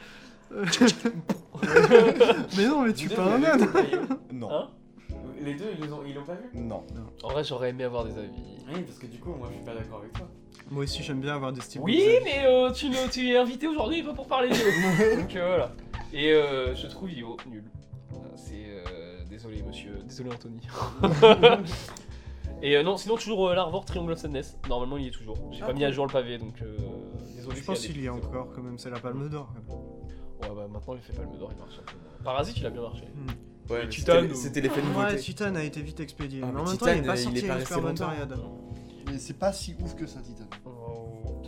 Mais non, mais tu Les deux, pas un vous âne. l'avez vu, Non. Hein Les deux, ils l'ont ils l'ont pas vu? Non. En vrai, j'aurais aimé avoir des avis. Oui, parce que du coup, moi je suis pas d'accord avec toi. Moi aussi, j'aime bien avoir des styles. Oui, mais euh, tu, ne- tu es invité aujourd'hui pas pour parler d'I O. Donc euh, voilà. Et euh, je trouve I O nul. Voilà, C'est. euh, désolé, monsieur. Désolé, Anthony. Et euh, non, sinon, toujours euh, l'Arvor Triangle of Sadness. Normalement, il y est toujours. J'ai Ah, pas mis à cool. jour le pavé donc. Euh, désolé. Je s'il pense des qu'il y a petites- encore quand même, c'est la palme d'or. quand même. Ouais, bah maintenant, il fait pas le d'or, il marche un peu. Parasite, il a bien marché. Ouais, mais mais Titan, c'était- ou- c'était l'effet de Ouais, nouveauté. Titan a été vite expédié. Ah, mais mais en même temps, Titan, il est pas il est sorti pas à une resté super bonne longtemps. période. Mais c'est pas si ouf que ça, Titan. Oh.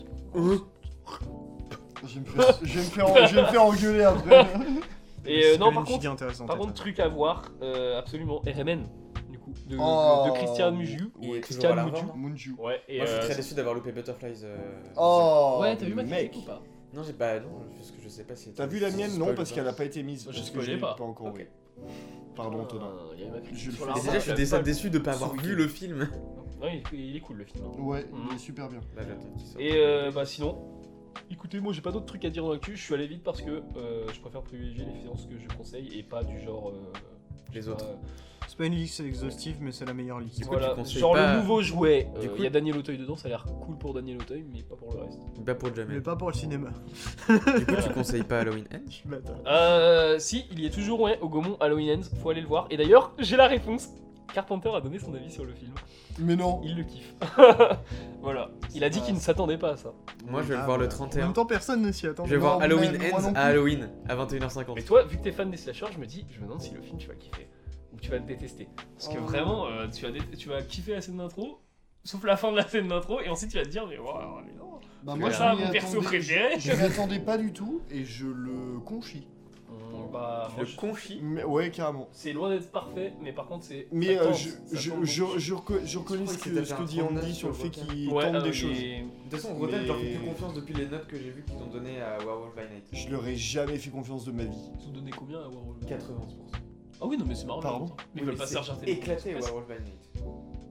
Je vais me faire, je vais me faire, je vais me faire engueuler après. Et euh, C'est non, quand par même contre, giga intéressant, par Titan. contre, truc à voir, euh, absolument, R M N. du coup, de, Oh. de Christian Mungiu. Il est Christian toujours à l'Arvor, Mungiu. non Ouais, et Moi, je suis euh, très déçu d'avoir loupé Butterflies. euh, Oh Ouais, t'as vu ma mec. critique ou pas? Non, j'ai pas. Non, parce que je sais pas si. T'as vu la mienne? Non, Spoil parce ou qu'elle pas. a pas été mise. Je parce que spoilais l'ai pas. encore. Ok. oui. Pardon, Antonin. Euh, il y avait ma critique Je le sur fais. la Et Arvor, déjà, je suis j'avais déjà pas- déçu de pas avoir Sorry. vu le film. Non, il, il est cool le film. hein. Ouais, Mhm. il est super bien. Bah, j'attends qu'il sorte. Et euh, bah sinon, écoutez, moi j'ai pas d'autres trucs à dire dans l'actu, je suis allé vite parce que euh, je préfère privilégier les séances que je conseille et pas du genre. euh, je Les sais autres. pas, C'est pas une liste exhaustive, mais c'est la meilleure liste. Du coup, Voilà, tu conseilles genre pas- le nouveau jouet. Du Euh, coup- Il y a Daniel Auteuil dedans, ça a l'air cool pour Daniel Auteuil, mais pas pour le reste. Pas pour Mais Jamel. pas pour le cinéma. Du coup, tu conseilles pas Halloween Ends? Je suis bâtard. Euh, si, il y est toujours ouais, au Gaumont Halloween Ends, faut aller le voir. Et d'ailleurs, j'ai la réponse. Carpenter a donné son avis sur le film. Mais non. Il le kiffe. Voilà. Il a dit Ah, qu'il ne s'attendait pas à ça. Moi, je vais le Ah, voir le bah, trente En et un. même temps, personne ne s'y attend. Je vais Non, voir mais Halloween moi Ends non à plus. Halloween à vingt et une heures cinquante. Mais toi, vu que t'es fan des slashers, je me dis, je me demande si le film tu vas kiffer ou tu vas le détester. Parce que Oh. vraiment, euh, tu, vas dé- tu vas kiffer la scène d'intro, sauf la fin de la scène d'intro, et ensuite tu vas te dire, mais waouh, mais non. Bah, C'est moi, ça, je m'y mon perso attendais- préféré. Je m'y attendais pas du tout et je le conchis. Hum, bah, Le franchement, conchi. Mais ouais, carrément. c'est loin d'être parfait, mais par contre, c'est. Mais ça euh, tente, je, ça je, tente je, beaucoup. je, reco- je reconnais crois ce que que, c'était ce que un dit Andy trente-neuf sur le sur fait Rotten. qu'il Ouais, tente ah, des il choses. est- De toute façon, Rotten, je leur fais Mais- plus confiance depuis les notes que j'ai vues qu'ils ont données à Werewolf by Night. Je leur ai jamais fait confiance de ma vie. Ils ont donné combien à Warhol quatre-vingts pour cent. Ah oui, non, mais c'est marrant. Pardon Mais ils veulent pas se faire jarter. éclaté Werewolf by Night.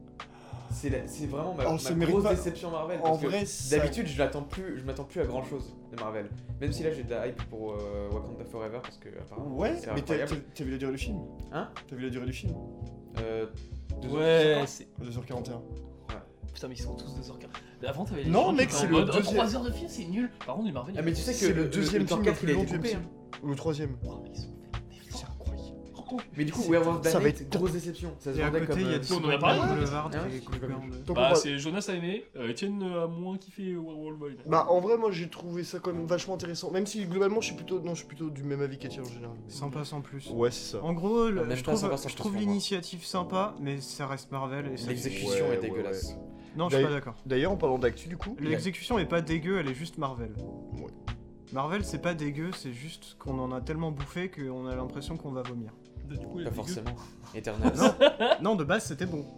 C'est la- c'est vraiment ma, Oh, ma ça mérite grosse pas- déception Marvel. En Parce que vrai, ça- d'habitude, je l'attends plus, je m'attends plus à grand chose de Marvel. Même si là, j'ai de la hype pour euh, Wakanda Forever parce que apparemment, Ouais, c'est mais t'as incroyable. t'as- t'as vu la durée du film? Hein T'as vu la durée du film? Euh, deux heures Ouais, cinquante. c'est. deux heures quarante et un. Putain, mais ils sont tous deux heures quinze. Mais avant, t'avais les Non, gens qui mec, étaient c'est en le mode, oh, deuxième. trois heures de film, c'est nul. Par contre, les Marvel. Ah, mais tu sais que C'est le deuxième temps film le quatre, plus il a long été du coupé. M C U. hein. Ou le troisième. Oh, mais ils sont faits C'est incroyable. Mais du coup, Werewolf by Ça va Night, être- grosse déception. Ça se Et à vendait côté, comme. il y a euh, du on en a parlé, Superman ouais. Boulevard Ah ouais, qui est j'ai coupé pas en vu. deux. Donc, Bah, on va- c'est Jonas a aimé, euh, Etienne a moins kiffé Werewolf by Night. Bah en vrai moi j'ai trouvé ça quand même vachement intéressant. Même si globalement je suis plutôt non je suis plutôt du même avis qu'Etienne en général. Sympa sans plus. Ouais c'est ça. En gros, le- Même je pas trouve, sympa sans je plus trouve pour moi. l'initiative sympa, mais ça reste Marvel et ça. L'exécution Ouais, est ouais, dégueulasse. Non, je suis pas D'ailleurs- d'accord. D'ailleurs en parlant d'actu du coup. L'exécution est pas dégueu, elle est juste Marvel. Ouais. Marvel, c'est pas dégueu, c'est juste qu'on en a tellement bouffé qu'on a l'impression qu'on va vomir. Du coup, Pas forcément. Eternals. Non, de base, c'était bon.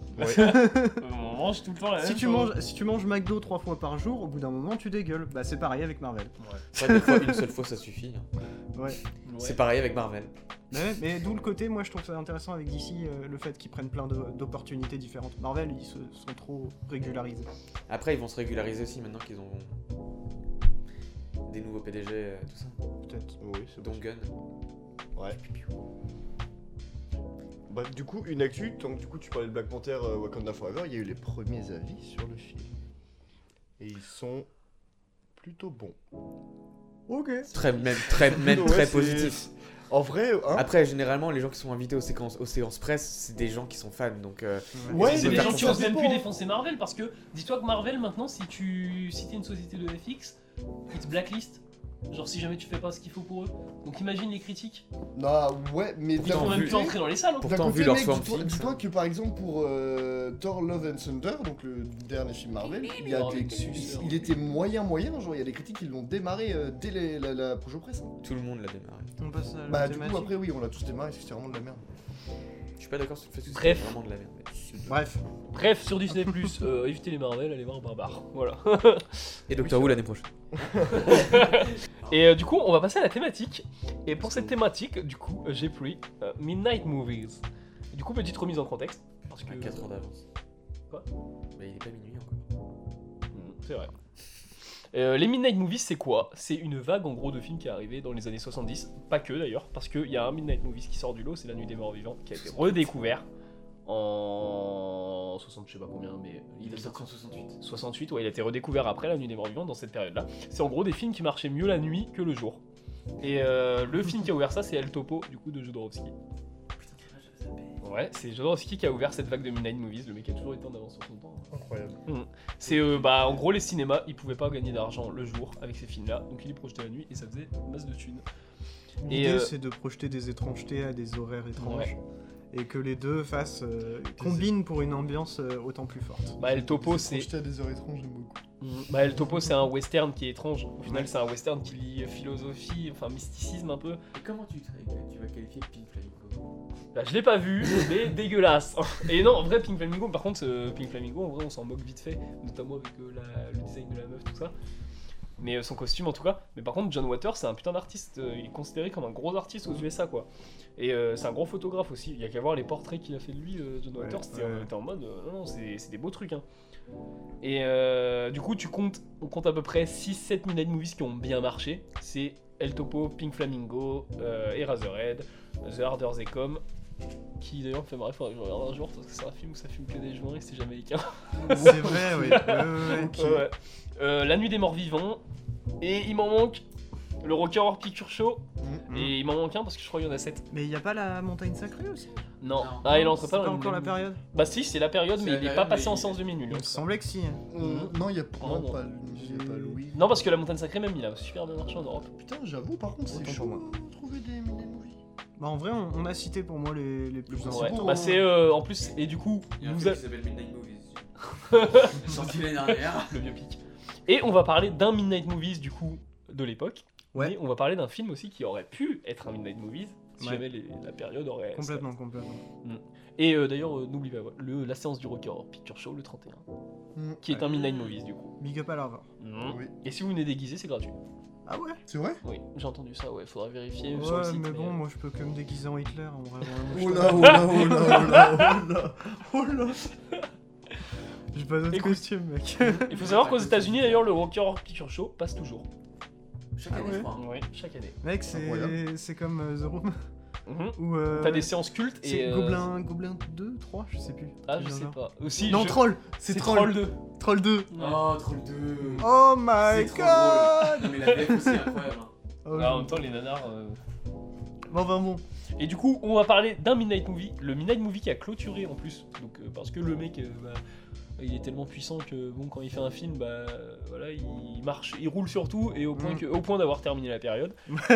On mange tout le temps la Si même tu, chose. manges, si tu manges McDo trois fois par jour, au bout d'un moment, tu dégueules. Bah, c'est pareil avec Marvel. Ça, des fois, une seule fois, ça suffit. hein. Ouais. Ouais. C'est pareil avec Marvel. Mais, mais d'où le côté, moi, je trouve ça intéressant avec D C, euh, le fait qu'ils prennent plein de- d'opportunités différentes. Marvel, ils se sont trop régularisés. Après, ils vont se régulariser aussi maintenant qu'ils ont des nouveaux P D G, euh, tout ça. Peut-être. Oui c'est Dont Gunn. Ouais. Bah du coup une actu, tant que du coup tu parlais de Black Panther euh, Wakanda Forever, il y a eu les premiers avis sur le film. Et ils sont plutôt bons. Ok. Très, même très, même Ouais, très c'est- positif. En vrai, hein. Après, généralement, les gens qui sont invités aux séquences, aux séances presse, c'est des gens qui sont fans. Donc, euh, Ouais, c'est mais des par gens contre, qui ça osent même dépend. plus défoncer Marvel parce que dis-toi que Marvel maintenant, si tu si t'es une société de F X, ils te blacklist. Genre si jamais tu fais pas ce qu'il faut pour eux. Donc imagine les critiques. Non, ouais, mais Ils d'un vont même vu- plus entrer dans les salles. hein. Pour- d'un Pourtant, côté, vu leur mec, Swamp dis-toi, Thing, dis-toi ça. que par exemple pour euh, Thor Love and Thunder, donc le dernier film Marvel, il, y a Oh, des- avec suceur. il était moyen moyen, genre il y a des critiques qui l'ont démarré euh, dès les- la, la projo presse. hein. tout le monde l'a démarré. On passe à la Bah du thématique. coup après oui, on l'a tous démarré, c'était vraiment de la merde. Je suis pas d'accord sur le fait que c'est Bref. vraiment de la merde. mais- Bref. Bref, sur Disney plus, euh, évitez les Marvel, allez voir Barbare. Voilà. Et Doctor Who l'année prochaine. Et euh, du coup, on va passer à la thématique. Et pour cette thématique, du coup, euh, j'ai pris euh, Midnight Movies. Et du coup, petite remise en contexte. Parce que. À quatre heures d'avance. Quoi Bah, il est pas minuit encore. Mm, C'est vrai. Euh, les Midnight Movies, c'est quoi? C'est une vague en gros de films qui est arrivée dans les années soixante-dix. Pas que d'ailleurs, parce qu'il y a un Midnight Movies qui sort du lot, c'est La Nuit des Morts Vivants, qui a été redécouvert en soixante, je sais pas combien, mais Il est sorti en soixante-huit. soixante-huit, ouais, il a été redécouvert après La Nuit des Morts Vivants dans cette période-là. C'est en gros des films qui marchaient mieux la nuit que le jour. Et euh, le film qui a ouvert ça, c'est El Topo, du coup, de Jodorowsky. Putain, c'est vrai, j'avais zappé. Ouais, c'est Jodorowsky qui a ouvert cette vague de Midnight Movies, le mec a toujours été en avance sur son temps. Incroyable. C'est euh, bah en gros les cinémas, ils pouvaient pas gagner d'argent le jour avec ces films-là, donc ils les projetaient la nuit et ça faisait masse de thunes. Et, L'idée, euh, c'est de projeter des étrangetés à des horaires étranges. Ouais. et que les deux fassent euh, combinent pour une ambiance euh, autant plus forte. Bah El Topo C'est c'est projeté à des heures étranges, j'aime beaucoup. bah El Topo c'est un western qui est étrange. Au final c'est un western qui lie philosophie, enfin mysticisme un peu. Et comment tu, te- tu vas qualifier Pink Flamingo? Bah je l'ai pas vu, mais dégueulasse. Et non, en vrai Pink Flamingo, par contre euh, Pink Flamingo en vrai on s'en moque vite fait, notamment avec euh, la- le design de la meuf tout ça. Mais euh, son costume en tout cas. Mais par contre John Waters c'est un putain d'artiste, euh, il est considéré comme un gros artiste aux U S A quoi. Et euh, c'est un gros photographe aussi, il y a qu'à voir les portraits qu'il a fait de lui, euh, John Ouais, Waters, t'es ouais. en, t'es en mode euh, non non c'est c'est des beaux trucs hein. Et euh, du coup tu comptes, on compte à peu près six sept Midnight Movies qui ont bien marché. C'est El Topo, Pink Flamingo, euh, Eraserhead, The Harder They Come, qui d'ailleurs me fait marrer, faudrait que je regarde un jour parce que c'est un film où ça fume que des joints et c'est jamaïcain. C'est vrai, oui. Ouais, ouais, ouais. Ouais, ouais. Euh, La Nuit des Morts Vivants, et il m'en manque le Rocky Horror Picture Show, Mm. et il m'en manque un parce que je crois qu'il y en a sept. Mais y a pas la montagne sacrée aussi? Non, Non. ah il entre C'est pas pas dans encore la Midnight période? Movie. Bah si, c'est la période, C'est mais la il est période, pas passé mais en il- séance de minuit. Il lui, me en tout cas. semblait que si. hein. Euh, non, il y a Ah, non, non. pas, il y a pas Louis. Non, parce que la montagne sacrée même, il a super bien marché en Europe. Putain, j'avoue, par contre, c'est Autant chaud pour moi. de trouver des Midnight Movies. Bah en vrai, on, on a cité pour moi les, les plus principaux, Ouais, importants. bah c'est euh, en plus, et du coup, Il y a un nous film a- qui s'appelle Midnight Movies. Sorti l'année dernière. le biopic. Et on va parler d'un Midnight Movies du coup de l'époque. Ouais. Mais on va parler d'un film aussi qui aurait pu être un Midnight Movies si Ouais. jamais les- la période aurait. Complètement, complètement. Et euh, d'ailleurs, euh, n'oublie pas le, la séance du Rocky Horror Picture Show le trente et un, Hmm. qui est un Midnight Movies du coup. Big up à Larva. Mhm. Oui. Et si vous venez déguisé, c'est gratuit. Ah ouais? C'est vrai? Oui, j'ai entendu ça, ouais, faudra vérifier sur le Ouais, site. mais bon, euh, moi je peux que me déguiser en Hitler. En vrai, vraiment, je Oh suis là, oh là, oh là, oh là, oh là, oh là. J'ai pas d'autre Écoute. costume, mec. Il faut savoir qu'aux États-Unis d'ailleurs, le Rocky Horror Picture Show passe toujours. Chaque Ah année, ouais. je crois. hein. Oui, chaque année. Mec, c'est Incroyable. c'est comme euh, The Room. Mhm. Ou. euh, T'as des séances cultes et. C'est euh, Gobelin, Gobelin deux, trois, je sais plus. Ah, C'est je dans sais le pas. Aussi, Non, je- Troll. C'est C'est Troll. Troll deux. Troll deux. Ouais. Oh, Troll deux. Oh my C'est trop god. drôle. Non, mais la F aussi est incroyable. hein. Oh, Ah, en même temps, les nanars. euh, Bon, ben bon. Et du coup, on va parler d'un Midnight Movie, le Midnight Movie qui a clôturé en plus. Donc, euh, parce que le mec, euh, bah, il est tellement puissant que bon, quand il fait un film, bah euh, voilà, il marche, il roule sur tout et au point Mm. que, au point d'avoir terminé la période.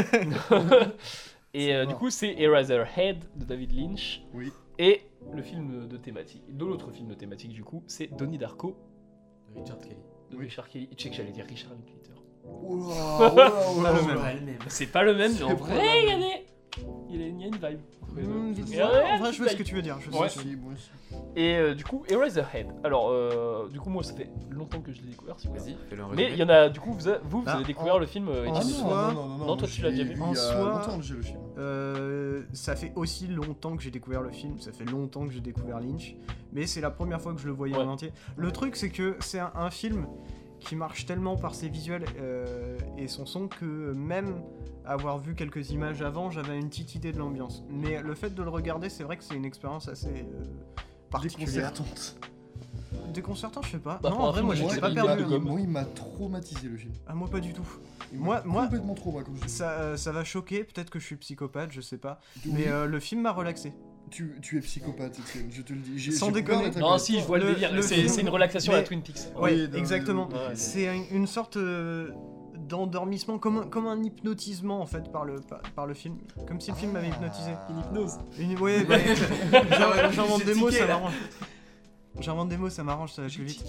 Et C'est euh, rare. du coup, c'est Eraserhead de David Lynch. Oui. Et le film de thématique, de l'autre film de thématique du coup, c'est Donnie Darko Richard Kelly. de Oui. Richard Kelly. Je sais que j'allais dire Richard Linklater. Oh là, oh là, oh là, Pas oh le là. même. Pas le même. C'est pas le même, mais C'est en pas vrai, le il y a même. des- il y a il y a une vibe. Hmm, vite Et fait. ouais, En vrai, je petite vois ce vibe. que tu veux dire. Je sais Ouais. ce que tu veux dire. Si, moi aussi. Et euh, du coup, Eraserhead. Alors, euh, du coup, moi, ça fait longtemps que je l'ai découvert, si vous voulez. Vas-y, fais-le un Mais résumé. il y en a, du coup, vous, a- vous, vous Ah, avez découvert en- le film euh, en Ah Étienne soi- Deschamps. non, non, non, non, Non, moi, toi, je tu l'as l'ai déjà vu vu. En il y a soi- longtemps déjà le film. Euh, ça fait aussi longtemps que j'ai découvert le film, ça fait longtemps que j'ai découvert Lynch, mais c'est la première fois que je le voyais Ouais. en entier. Le truc, c'est que c'est un, un film qui marche tellement par ses visuels euh, et son son que même avoir vu quelques images avant, j'avais une petite idée de l'ambiance. Mais le fait de le regarder, c'est vrai que c'est une expérience assez euh, particulière. Déconcertante. Déconcertant, je sais pas. Bah, non, pour en un vrai, film, moi moi, j'étais c'est pas pas il perdu. mal m'a- hein. de gomme. Moi, il m'a traumatisé le film. Ah, moi pas du tout. Il Moi- m'a moi- complètement trauma quand je l'ai vu. Ça, euh, ça va choquer, peut-être que je suis psychopathe, je sais pas. Oui, Mais euh, le film m'a relaxé. tu, tu es psychopathe, Etienne, je te le dis. J'ai- Sans j'ai peur déconner. d'être Non, avec si, toi. je vois le, Le- délire. le C'est film- c'est une relaction à mais- la Twin Peaks. Ouais, Oui, non, exactement. ouais. C'est un- une sorte euh, d'endormissement, comme un, comme un hypnotisement en fait par le, par, par le film. Comme si le film m'avait hypnotisé. Une hypnose. Une, ouais, bah, j'in- j'invente J'ai des mots, tiqué, ça là. m'arrange. J'invente des mots, ça m'arrange, ça va plus vite.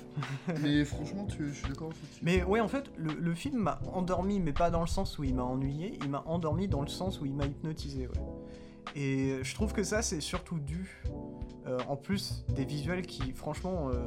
Mais franchement, tu, je suis d'accord avec toi. Mais ouais, en fait, le, le film m'a endormi, mais pas dans le sens où il m'a ennuyé, il m'a endormi dans le sens où il m'a hypnotisé, ouais. Et je trouve que ça, c'est surtout dû, euh, en plus des visuels qui, franchement, euh,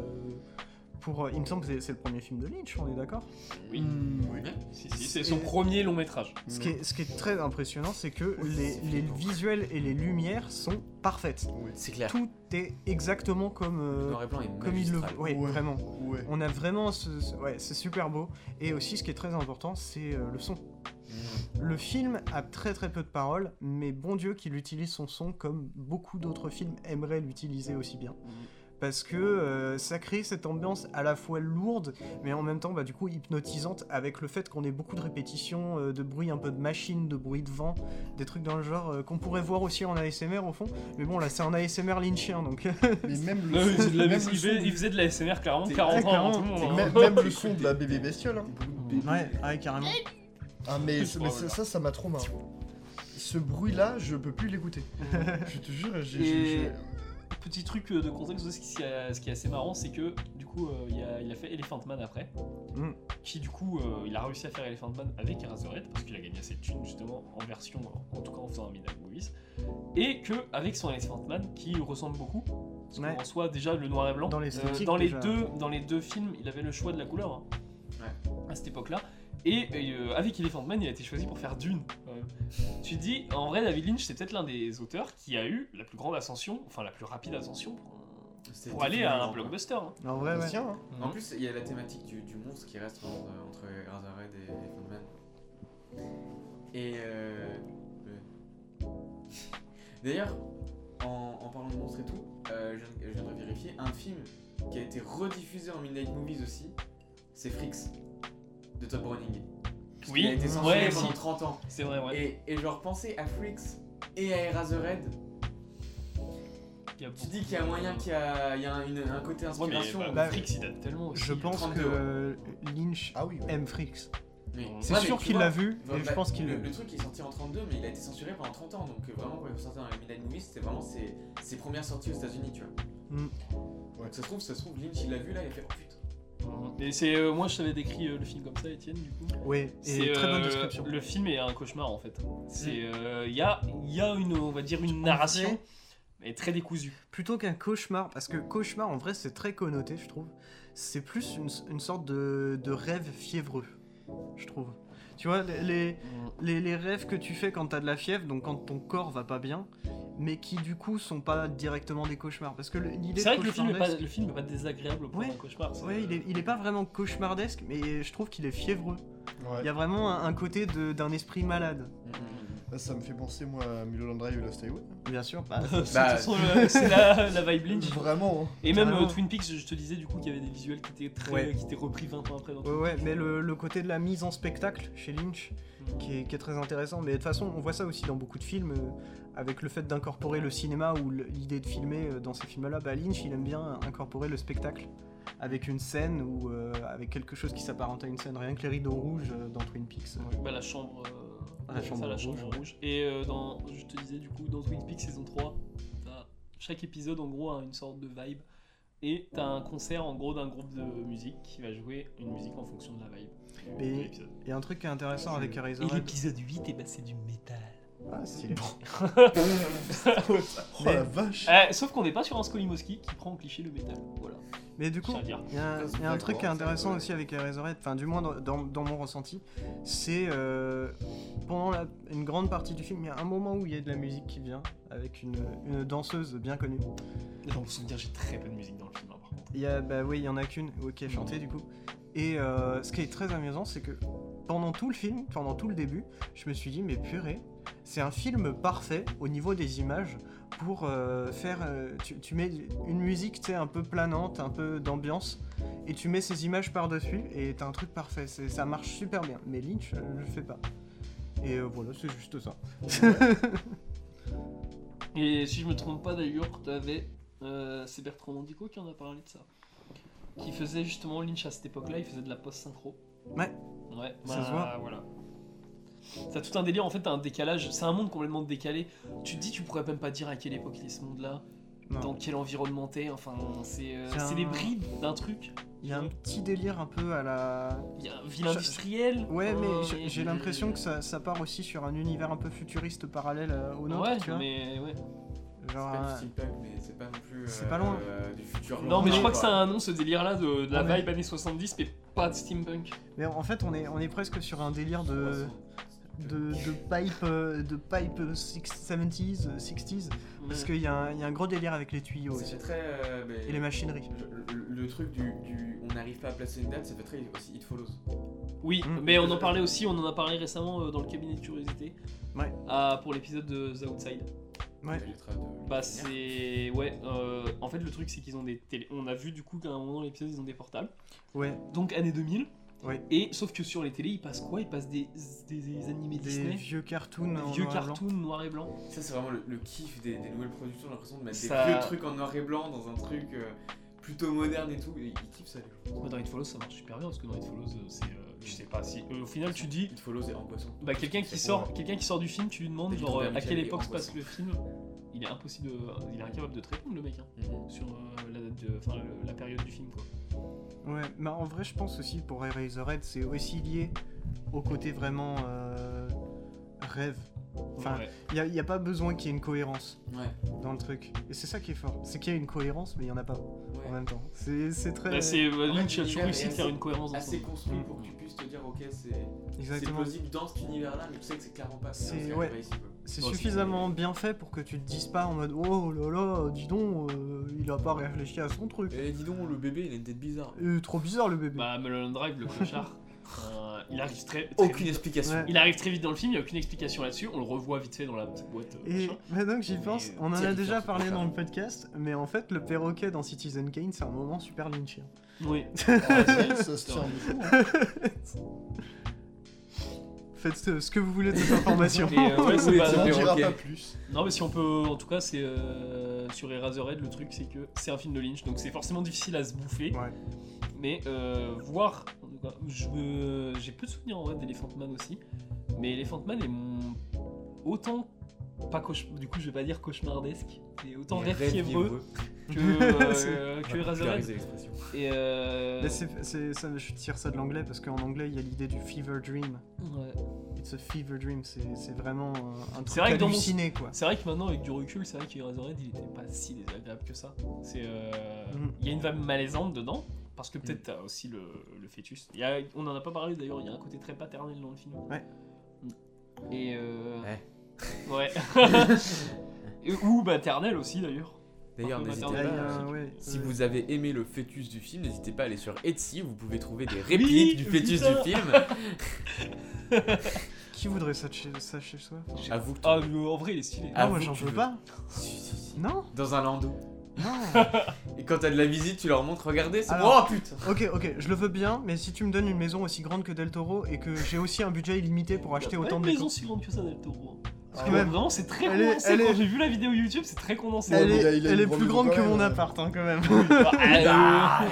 pour, il me semble que c'est- c'est le premier film de Lynch, on est d'accord? Oui. oui. Si, si, c'est son premier long métrage. Ce qui, est, ce qui est très impressionnant, c'est que les, les visuels et les lumières sont parfaites. Oui. C'est clair. Tout est exactement comme, euh, Le noir et blanc est comme il le magistral. veut. Ouais, Ouais. vraiment. Ouais. On a vraiment ce, ce- ouais, c'est super beau. Et aussi, ce qui est très important, c'est euh, le son. Mmh. Le film a très très peu de paroles, mais bon Dieu qu'il utilise son son comme beaucoup d'autres films aimeraient l'utiliser aussi bien. Parce que euh, ça crée cette ambiance à la fois lourde, mais en même temps bah, du coup hypnotisante, avec le fait qu'on ait beaucoup de répétitions, euh, de bruit, un peu de machine, de bruit de vent, des trucs dans le genre euh, qu'on pourrait voir aussi en A S M R au fond. Mais bon là c'est en A S M R lynchien donc... Mais même Non, le il son, faisait de la- même il le faisait- son il faisait de la S M R clairement C'est- quarante ans avant clairement. tout le monde. Et hein. même, même le son de la bébé bestiole. Hein. ouais, ouais carrément. Ah, mais, Je mais crois, ça, ça, ça m'a trop marré. ce bruit-là, je peux plus l'écouter. Je te jure, j'ai. Et j'ai- petit truc de contexte aussi, ce qui est, ce qui est assez marrant, c'est que du coup, euh, il, a, il a fait Elephant Man après, Mm. qui du coup, euh, il a réussi à faire Elephant Man avec Eraserhead parce qu'il a gagné assez de thunes justement en version, en tout cas en faisant un Midnight Movies, et que avec son Elephant Man qui ressemble beaucoup, parce Ouais. qu'en soi déjà le noir et blanc, Dans l'esthétique, dans les déjà. deux, dans les deux films, il avait le choix de la couleur hein, à cette époque-là. Et euh, avec Elephant Man, il a été choisi pour faire Dune. Euh, tu te dis, en vrai, David Lynch, c'est peut-être l'un des auteurs qui a eu la plus grande ascension, enfin la plus rapide ascension pour, C'était pour aller à un fulgurant, quoi. blockbuster. hein. En vrai, ouais. Tiens, hein. En plus, il y a la thématique du, du monstre qui reste entre, entre Eraserhead et Elephant Man. Et euh, euh, d'ailleurs, en, en parlant de monstres et tout, euh, je, viens- je viens de vérifier un film qui a été rediffusé en Midnight Movies aussi, c'est Freaks de Todd Browning. Parce Oui, qu'il a été ouais, censuré si. pendant trente ans. C'est vrai, ouais. Et, et genre, penser à Freaks et à Eraserhead, Il y a tu beaucoup dis qu'il y a de- moyen qu'il y a, il y a une- un côté Ouais, mais inspiration. bah, Bah, Freaks, il date tellement aussi. Je pense trente-deux, que Lynch Ah oui, ouais. aime Freaks. Oui. C'est Ouais, mais sûr tu qu'il vois, l'a vu, bah, et je bah, pense qu'il le, l'aime. le truc il est sorti en trente-deux, mais il a été censuré pendant trente ans, donc euh, vraiment quand il est sorti dans les Midnight Movies, c'était vraiment ses, ses premières sorties aux États-Unis, tu vois. Mm. Donc ça se trouve, ça se trouve, Lynch il l'a vu là, il a fait oh putain. Et c'est euh, moi je t'avais décrit euh, le film comme ça, Étienne, du coup. Oui, C'est et très bonne euh, description. Le film est un cauchemar en fait. C'est il y a il y a une on va dire une narration vrai, mais très décousue. Plutôt qu'un cauchemar, parce que cauchemar en vrai c'est très connoté, je trouve. C'est plus une, une sorte de, de rêve fiévreux, je trouve. Tu vois, les, les, les, les rêves que tu fais quand t'as de la fièvre, donc quand ton corps va pas bien, mais qui du coup sont pas directement des cauchemars. Parce que le- l'idée C'est vrai de que le film est pas cauchemardesque- le film est pas désagréable pour Ouais. un cauchemar. c'est- Ouais, il est, il est pas vraiment cauchemardesque, mais je trouve qu'il est fiévreux. Ouais. Il y a vraiment un, un côté de- d'un esprit malade. Là, ça me fait penser, moi, à Mulholland Drive et Lost Highway. Bien sûr, bah, C'est de toute Bah, façon, le- c'est la, la vibe Lynch. Vraiment. hein. Et même Carrément. euh, Twin Peaks, je te disais du coup qu'il y avait des visuels qui étaient très, Ouais. qui étaient repris vingt ans après. Dans ouais, ouais, mais le, le côté de la mise en spectacle chez Lynch, qui est, qui est très intéressant. Mais de toute façon, on voit ça aussi dans beaucoup de films, euh, avec le fait d'incorporer le cinéma ou le- l'idée de filmer euh, dans ces films-là. Bah, Lynch, il aime bien incorporer le spectacle avec une scène ou euh, avec quelque chose qui s'apparente à une scène. Rien que les rideaux rouges euh, dans Twin Peaks. euh, Bah, la chambre, euh, Ah, la ça, chambre la rouge, chambre ouais. rouge. Et euh, dans, je te disais du coup, dans Twin Peaks saison trois, t'as- chaque épisode en gros a une sorte de vibe. Et t'as un concert en gros d'un groupe de musique qui va jouer une musique en fonction de la vibe. de Et l'épisode. il y a un truc qui est intéressant avec Et Eraserhead. l'épisode huit, eh ben, c'est du métal. Ah, stylé. Oh la vache. Euh, sauf qu'on n'est pas sur un Skolimowski qui prend en cliché le métal. Voilà, Mais du coup, je tiens à dire. il y a, un- il y a un truc qui est intéressant aussi avec Eraserhead, enfin du moins dans, dans- dans mon ressenti, c'est euh, pendant la- une grande partie du film, il y a un moment où il y a de la musique qui vient, avec une, une danseuse bien connue. Dans le souvenir, j'ai très peu de musique dans le film, hein, par contre. Il y a, bah oui, il y en a qu'une ouais, qui est chantée du coup. Et euh, ce qui est très amusant, c'est que pendant tout le film, pendant tout le début, je me suis dit, mais purée, c'est un film parfait au niveau des images pour euh, faire. euh, tu, tu mets une musique, tu sais, un peu planante, un peu d'ambiance, et tu mets ces images par-dessus, et t'as un truc parfait. C'est- Ça marche super bien. Mais Lynch, euh, je le fais pas. Et euh, voilà, c'est juste ça. Et si je me trompe pas d'ailleurs, t'avais. Euh, c'est Bertrand Mandico qui en a parlé de ça. Qui faisait justement Lynch à cette époque-là, il faisait de la post-synchro. Ouais. Ouais, Ça bah, se voit. Voilà. T'as tout un délire, en fait, t'as un décalage. C'est un monde complètement décalé. Tu te dis, tu pourrais même pas dire à quelle époque il est ce monde-là, Non. dans quel environnement t'es. Enfin, c'est euh, C'est c'est un- des bribes d'un truc. Il y a un petit délire un peu à la. Il y a une ville Je- industrielle. Ouais, enfin, mais j'ai- et- j'ai l'impression que ça, ça part aussi sur un univers un peu futuriste parallèle euh, au nôtre, Ouais, tu vois. mais ouais. Genre, C'est pas euh, du steampunk, mais c'est pas non plus. c'est euh, pas loin. euh, du futur. Non, mais je est- crois que ça a un nom, ce délire-là, de, de la On est- vibe années soixante-dix, mais pas de steampunk. mais en fait, on est, on est presque sur un délire de, de, de pipe, euh, de pipe six- soixante-dix, euh, sixties, parce qu'il y, a un- il y a un gros délire avec les tuyaux Ça aussi, fait très. euh, mais- et les machineries. Le, le- le truc du, du- on n'arrive pas à placer une date, ça fait très aussi It Follows. Oui, Mm. mais on en parlait aussi, on en a parlé récemment euh, dans le cabinet de curiosité. Ouais. Ah, pour l'épisode de The Outside. Ouais. Les lettres de- Bah c'est... Ouais, euh, en fait le truc c'est qu'ils ont des télé... On a vu du coup qu'à un moment dans l'épisode ils ont des portables. Ouais, Donc année deux mille. Ouais. Et sauf que sur les télés ils passent quoi? Ils passent des, des, des animés des Disney. vieux cartoons Des en vieux noir et blanc. cartoons noir et blanc. Ça, c'est vraiment le, le kiff des, des nouvelles productions. J'ai l'impression de mettre Ça- des vieux trucs en noir et blanc dans un truc euh, plutôt moderne et tout. Et ils kiffent ça, les gens. Moi, dans It Follows ça marche super bien parce que dans It Follows euh, c'est euh, Je sais pas si. euh, au final, tu dis. It Follows est angoissant. Bah, quelqu'un qui, C'est sort, pour- quelqu'un qui sort du film, tu lui demandes David genre, Robert à quelle Mitchell époque est se passe angoissant. le film. Il est impossible de. Il est incapable de te répondre, le mec, hein, Mhm. sur euh, la, date de- enfin, le- la période du film, quoi. Ouais, mais en vrai, je pense aussi pour Eraserhead, c'est aussi lié au côté vraiment euh, rêve. Enfin, Ouais. il n'y a, pas besoin qu'il y ait une cohérence Ouais. dans le truc. Et c'est ça qui est fort. C'est qu'il y a une cohérence, mais il n'y en a pas en Ouais. même temps. C'est c'est très. Bah, c'est, euh, En fait, Lynch a toujours l'univers réussi est de faire assez- une cohérence dans Assez son. construit Mm. pour que tu puisses te dire, ok, c'est c'est Exactement. plausible dans cet univers-là, mais tu sais que c'est clairement pas. C'est- ce qui ouais. arrive ici, quoi. C'est Ouais, c'est- suffisamment bien fait pour que tu te dises pas en mode oh là là, dis donc, euh, il a pas réfléchi à son truc. Eh, dis donc, le bébé, il a une tête bizarre. Euh, trop bizarre le bébé. Bah, Mulholland Drive, le clochard, euh, il arrive très. très Aucune vite. explication. Ouais. Il arrive très vite dans le film, il n'y a aucune explication là-dessus. On le revoit vite fait dans la petite boîte. euh, Et machin. maintenant que j'y Mais pense, on en a terrifiant, déjà ce parlé clochard. dans le podcast, mais en fait le perroquet dans Citizen Kane c'est un moment super lynchien. Oui. Ah, ouais, ça se tient de fou. hein. Faites ce, ce que vous voulez de cette information. Et, euh, ouais, c'est Oui, pas- c'est On bien. dira ok. pas plus. Non, mais si on peut, en tout cas, c'est euh, sur Eraserhead, le truc, c'est que c'est un film de Lynch, donc c'est forcément difficile à se bouffer. Ouais. Mais euh, voir, en tout cas, je me- j'ai peu de souvenirs en vrai d'Elephant Man aussi, mais Elephant Man est mon- autant pas cauche, du coup je vais pas dire cauchemardesque, et autant Et rêve rêve fiévreux fiévreux. que, euh, que On va Eraserhead. populariser l'expression. Et euh, Mais c'est, c'est- ça, je tire ça de l'anglais parce qu'en anglais il y a l'idée du fever dream. ouais. It's a fever dream, c'est, c'est vraiment un, un truc C'est vrai que dans mon- halluciné quoi. C'est vrai que maintenant, avec du recul, c'est vrai qu'Eraserhead, il était pas si désagréable que ça. C'est, euh, Mhm. il y a une vibe malaisante dedans, parce que peut-être t'as aussi le, le fœtus. Il y a- on en a pas parlé d'ailleurs, il y a un côté très paternel dans le film. Ouais. Et euh... Ouais. ouais. Et- Ou maternel aussi d'ailleurs. D'ailleurs, Un peu n'hésitez Ah, il y maternel. pas. a- euh, ouais, Si euh, vous avez aimé le fœtus du film, n'hésitez pas à aller sur Etsy, vous pouvez trouver des Oui, répliques du fœtus putain. du film. Qui voudrait ça chez, ça chez soi? Avoue que Ah, mais en vrai, il est stylé. Ah, Non, moi vous, j'en tu veux veux. pas. Si, si, si. Non, Dans un landau. non. Et quand t'as de la visite, tu leur montres, regardez, c'est Alors- oh putain. Ok, ok, je le veux bien, mais si tu me donnes une maison aussi grande que Del Toro et que j'ai aussi un budget illimité pour acheter Il y a pas autant une de maison déco. si grande que ça, Del Toro. Parce Ah, que même, vraiment, c'est très elle est- condensé. elle Quand est- j'ai vu la vidéo YouTube, c'est très condensé. elle Ouais, est, mais il a- il a elle une est grande plus maison grande quand que mon même, appart hein, quand même. Bah, euh,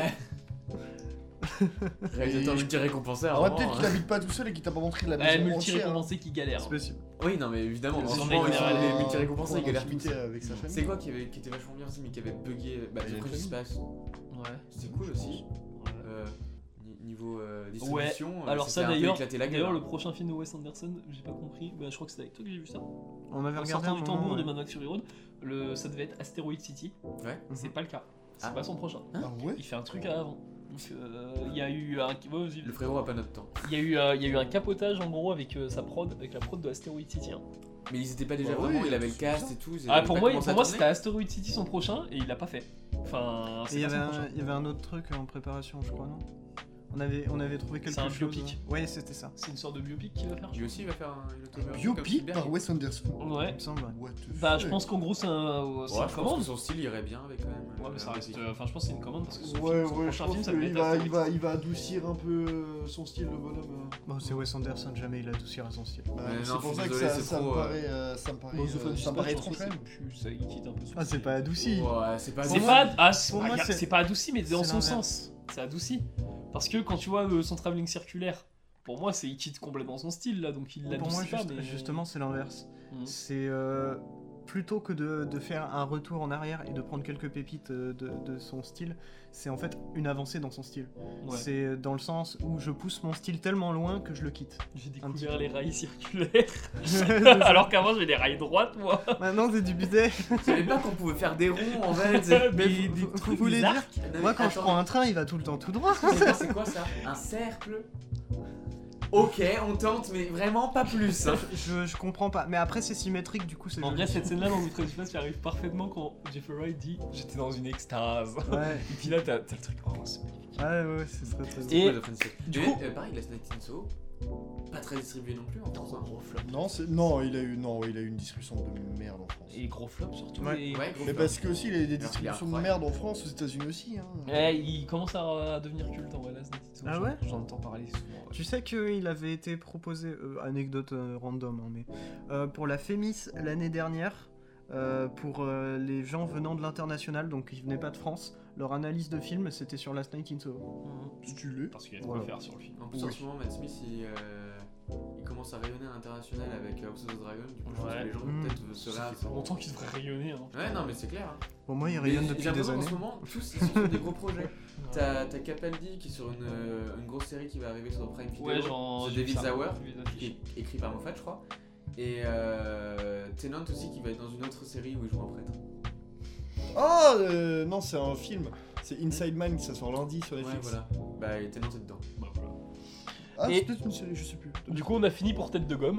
Réalisateur Et- multi-récompensé, Alors, ouais, vraiment, peut-être hein. qu'il habite pas tout seul et qu'il t'a pas montré la euh, maison entière. hein. multi-récompensé qui galère. C'est possible. Oui, non, mais évidemment, C'est franchement, vrai ils qu'il sont y a- les multi-récompensés, pour ils galèrent tous. intimité avec sa famille. C'est quoi qui, avait- qui était vachement bien aussi, mais qui avait bugué bah, Bah, il y a The une Precious famille. Space. Ouais. C'était cool aussi. Ouais. Euh, ni- niveau euh, Ouais, distribution, euh, alors ça ça s'est un peu d'ailleurs, éclaté la gueule. d'ailleurs hein. le prochain film de Wes Anderson, j'ai pas compris, bah, je crois que c'était avec toi que j'ai vu ça. On avait En regardé sortant un du moment, tambour de ouais. Mad Max Fury Road, le, ça devait être Asteroid City, Ouais. c'est pas le cas, c'est Ah. pas son prochain. Ah ouais. Il fait un truc à avant. Donc, euh, il y a eu un, ouais, vas-y. Le frérot a pas notre temps. il y a eu, un- il y a eu un capotage en gros avec euh, sa prod, avec la prod de Asteroid City. hein. Mais ils étaient pas déjà Bah vraiment, oui, il avait le c'est cast ça. et tout. ils Ah avaient pour pas moi, commencé pour à moi tourner. c'était Asteroid City son prochain et il l'a pas fait. Enfin, Et c'est il y, pas avait son un, prochain. il y avait un autre truc en préparation, je crois, non on avait, on avait trouvé quelque C'est un chose. biopic. Ouais, c'était ça. C'est une sorte de biopic qu'il va faire. je Lui aussi, il va faire un, une autobiographie Biopic comme Spielberg. par Wes Anderson. crois. Ouais. Il me semble. ouais. What the Bah je fuck. pense qu'en gros c'est un, Ouais, c'est je une pense commande. que son style irait bien avec quand même. Ouais, mais ça euh, reste. biopic. euh, Enfin, je pense que c'est une commande parce que son, Ouais, film, son ouais, je prochain pense film ça devait qu'il être va, Asteroid il va, il va adoucir un peu euh, son style, le bonhomme. euh. Bon, c'est Wes Anderson, jamais il adoucira son style. Bah, Mais c'est non, pour je ça suis que désolé, ça, c'est ça trop, me euh, paraît, euh, ça me paraît, Bon, The euh, Fun ça me paraît Dispatch, étrange je quand pense même. que c'est plus- ça il quitte un peu son Ah, c'est style. pas adouci. Ouais, c'est pas Pour C'est moi- pas, ah, c'est pour pas- moi, regarde, c'est- c'est pas adouci, mais dans c'est son l'inverse. sens. C'est adouci. Parce que quand tu vois euh, son travelling circulaire, pour moi, c'est il quitte complètement son style là, donc il Pour l'adoucit moi, pas. juste- mais... justement, c'est l'inverse. Mhm. C'est euh, plutôt que de, de faire un retour en arrière et de prendre quelques pépites euh, de, de son style, c'est en fait une avancée dans son style. Ouais. C'est dans le sens où je pousse mon style tellement loin que je le quitte. J'ai un petit découvert peu. les rails circulaires. Alors qu'avant, j'ai des rails droites, moi. Maintenant, c'est du bidet. Je savais pas qu'on pouvait faire des ronds en fait. Mais Des- vous, des vous- trucs vous voulez bizarres. dire Non, mais Moi, quand je attends, prends un train, il va tout le temps tout droit. c'est- C'est quoi ça? Un cercle? Ok, on tente, mais vraiment pas plus. hein. je, je comprends pas. Mais après, c'est symétrique, du coup, c'est En joli. vrai, cette scène-là dans The Train Space, elle arrive parfaitement quand Jeffrey Wright dit j'étais dans une extase. Ouais, Et puis là, t'as t'as le truc. Oh, c'est magnifique. ouais, ouais, c'est très très C'est Et- quoi, The Friends Circle du Mais, coup- euh, pareil, Last Night in Soho, pas très distribué non plus en France. hein. Gros flop. Non, c'est- non, il a eu, non, il a eu une distribution de merde en France. Et gros flop surtout. Ouais. et- Ouais, gros Mais flop. parce que aussi, il a eu des Alors qu'il est distributions de incroyable. merde en France, aux États-Unis aussi. Hein. Ouais, il commence à, à devenir culte en vrai, là, ce Night in Soho. Ah J'en- ouais J'en entends parler souvent. ouais. Tu sais qu'il avait été proposé, euh, anecdote euh, random, hein, mais euh, pour la Fémis l'année dernière, euh, pour euh, les gens venant de l'international, donc qui venaient pas de France. Leur analyse de film, c'était sur Last Night in Soho. Stylé. Parce qu'il y a de Voilà. quoi faire sur le film. En plus, en ce moment, Matt Smith, il, euh, il commence à rayonner à l'international avec House of the Dragon. Du coup, je pense Ouais. que les gens Mm. peut-être se Ça fait longtemps qu'il devrait rayonner. Hein. Ouais, non, mais c'est clair. Hein. Pour moi, il Mais rayonne j'ai depuis des l'impression années. qu'en ce moment, tous ils sont sur des gros projets. T'as t'as Capaldi qui est sur une, euh, une grosse série qui va arriver sur Prime Video. Ouais, genre. The j'ai vu David ça. Sauer, J'ai vu les affiches. qui est écrit par Moffat, je crois. Et euh, Tennant aussi qui va être dans une autre série où il joue un prêtre. Ah euh, non, c'est un film. C'est Inside Man, ça sort lundi sur Ouais, Netflix. voilà. Bah, et Tennant est dedans. Bah, voilà. Ah, Et- c'est peut-être une série, je sais plus. Du coup, on a fini pour tête de gomme.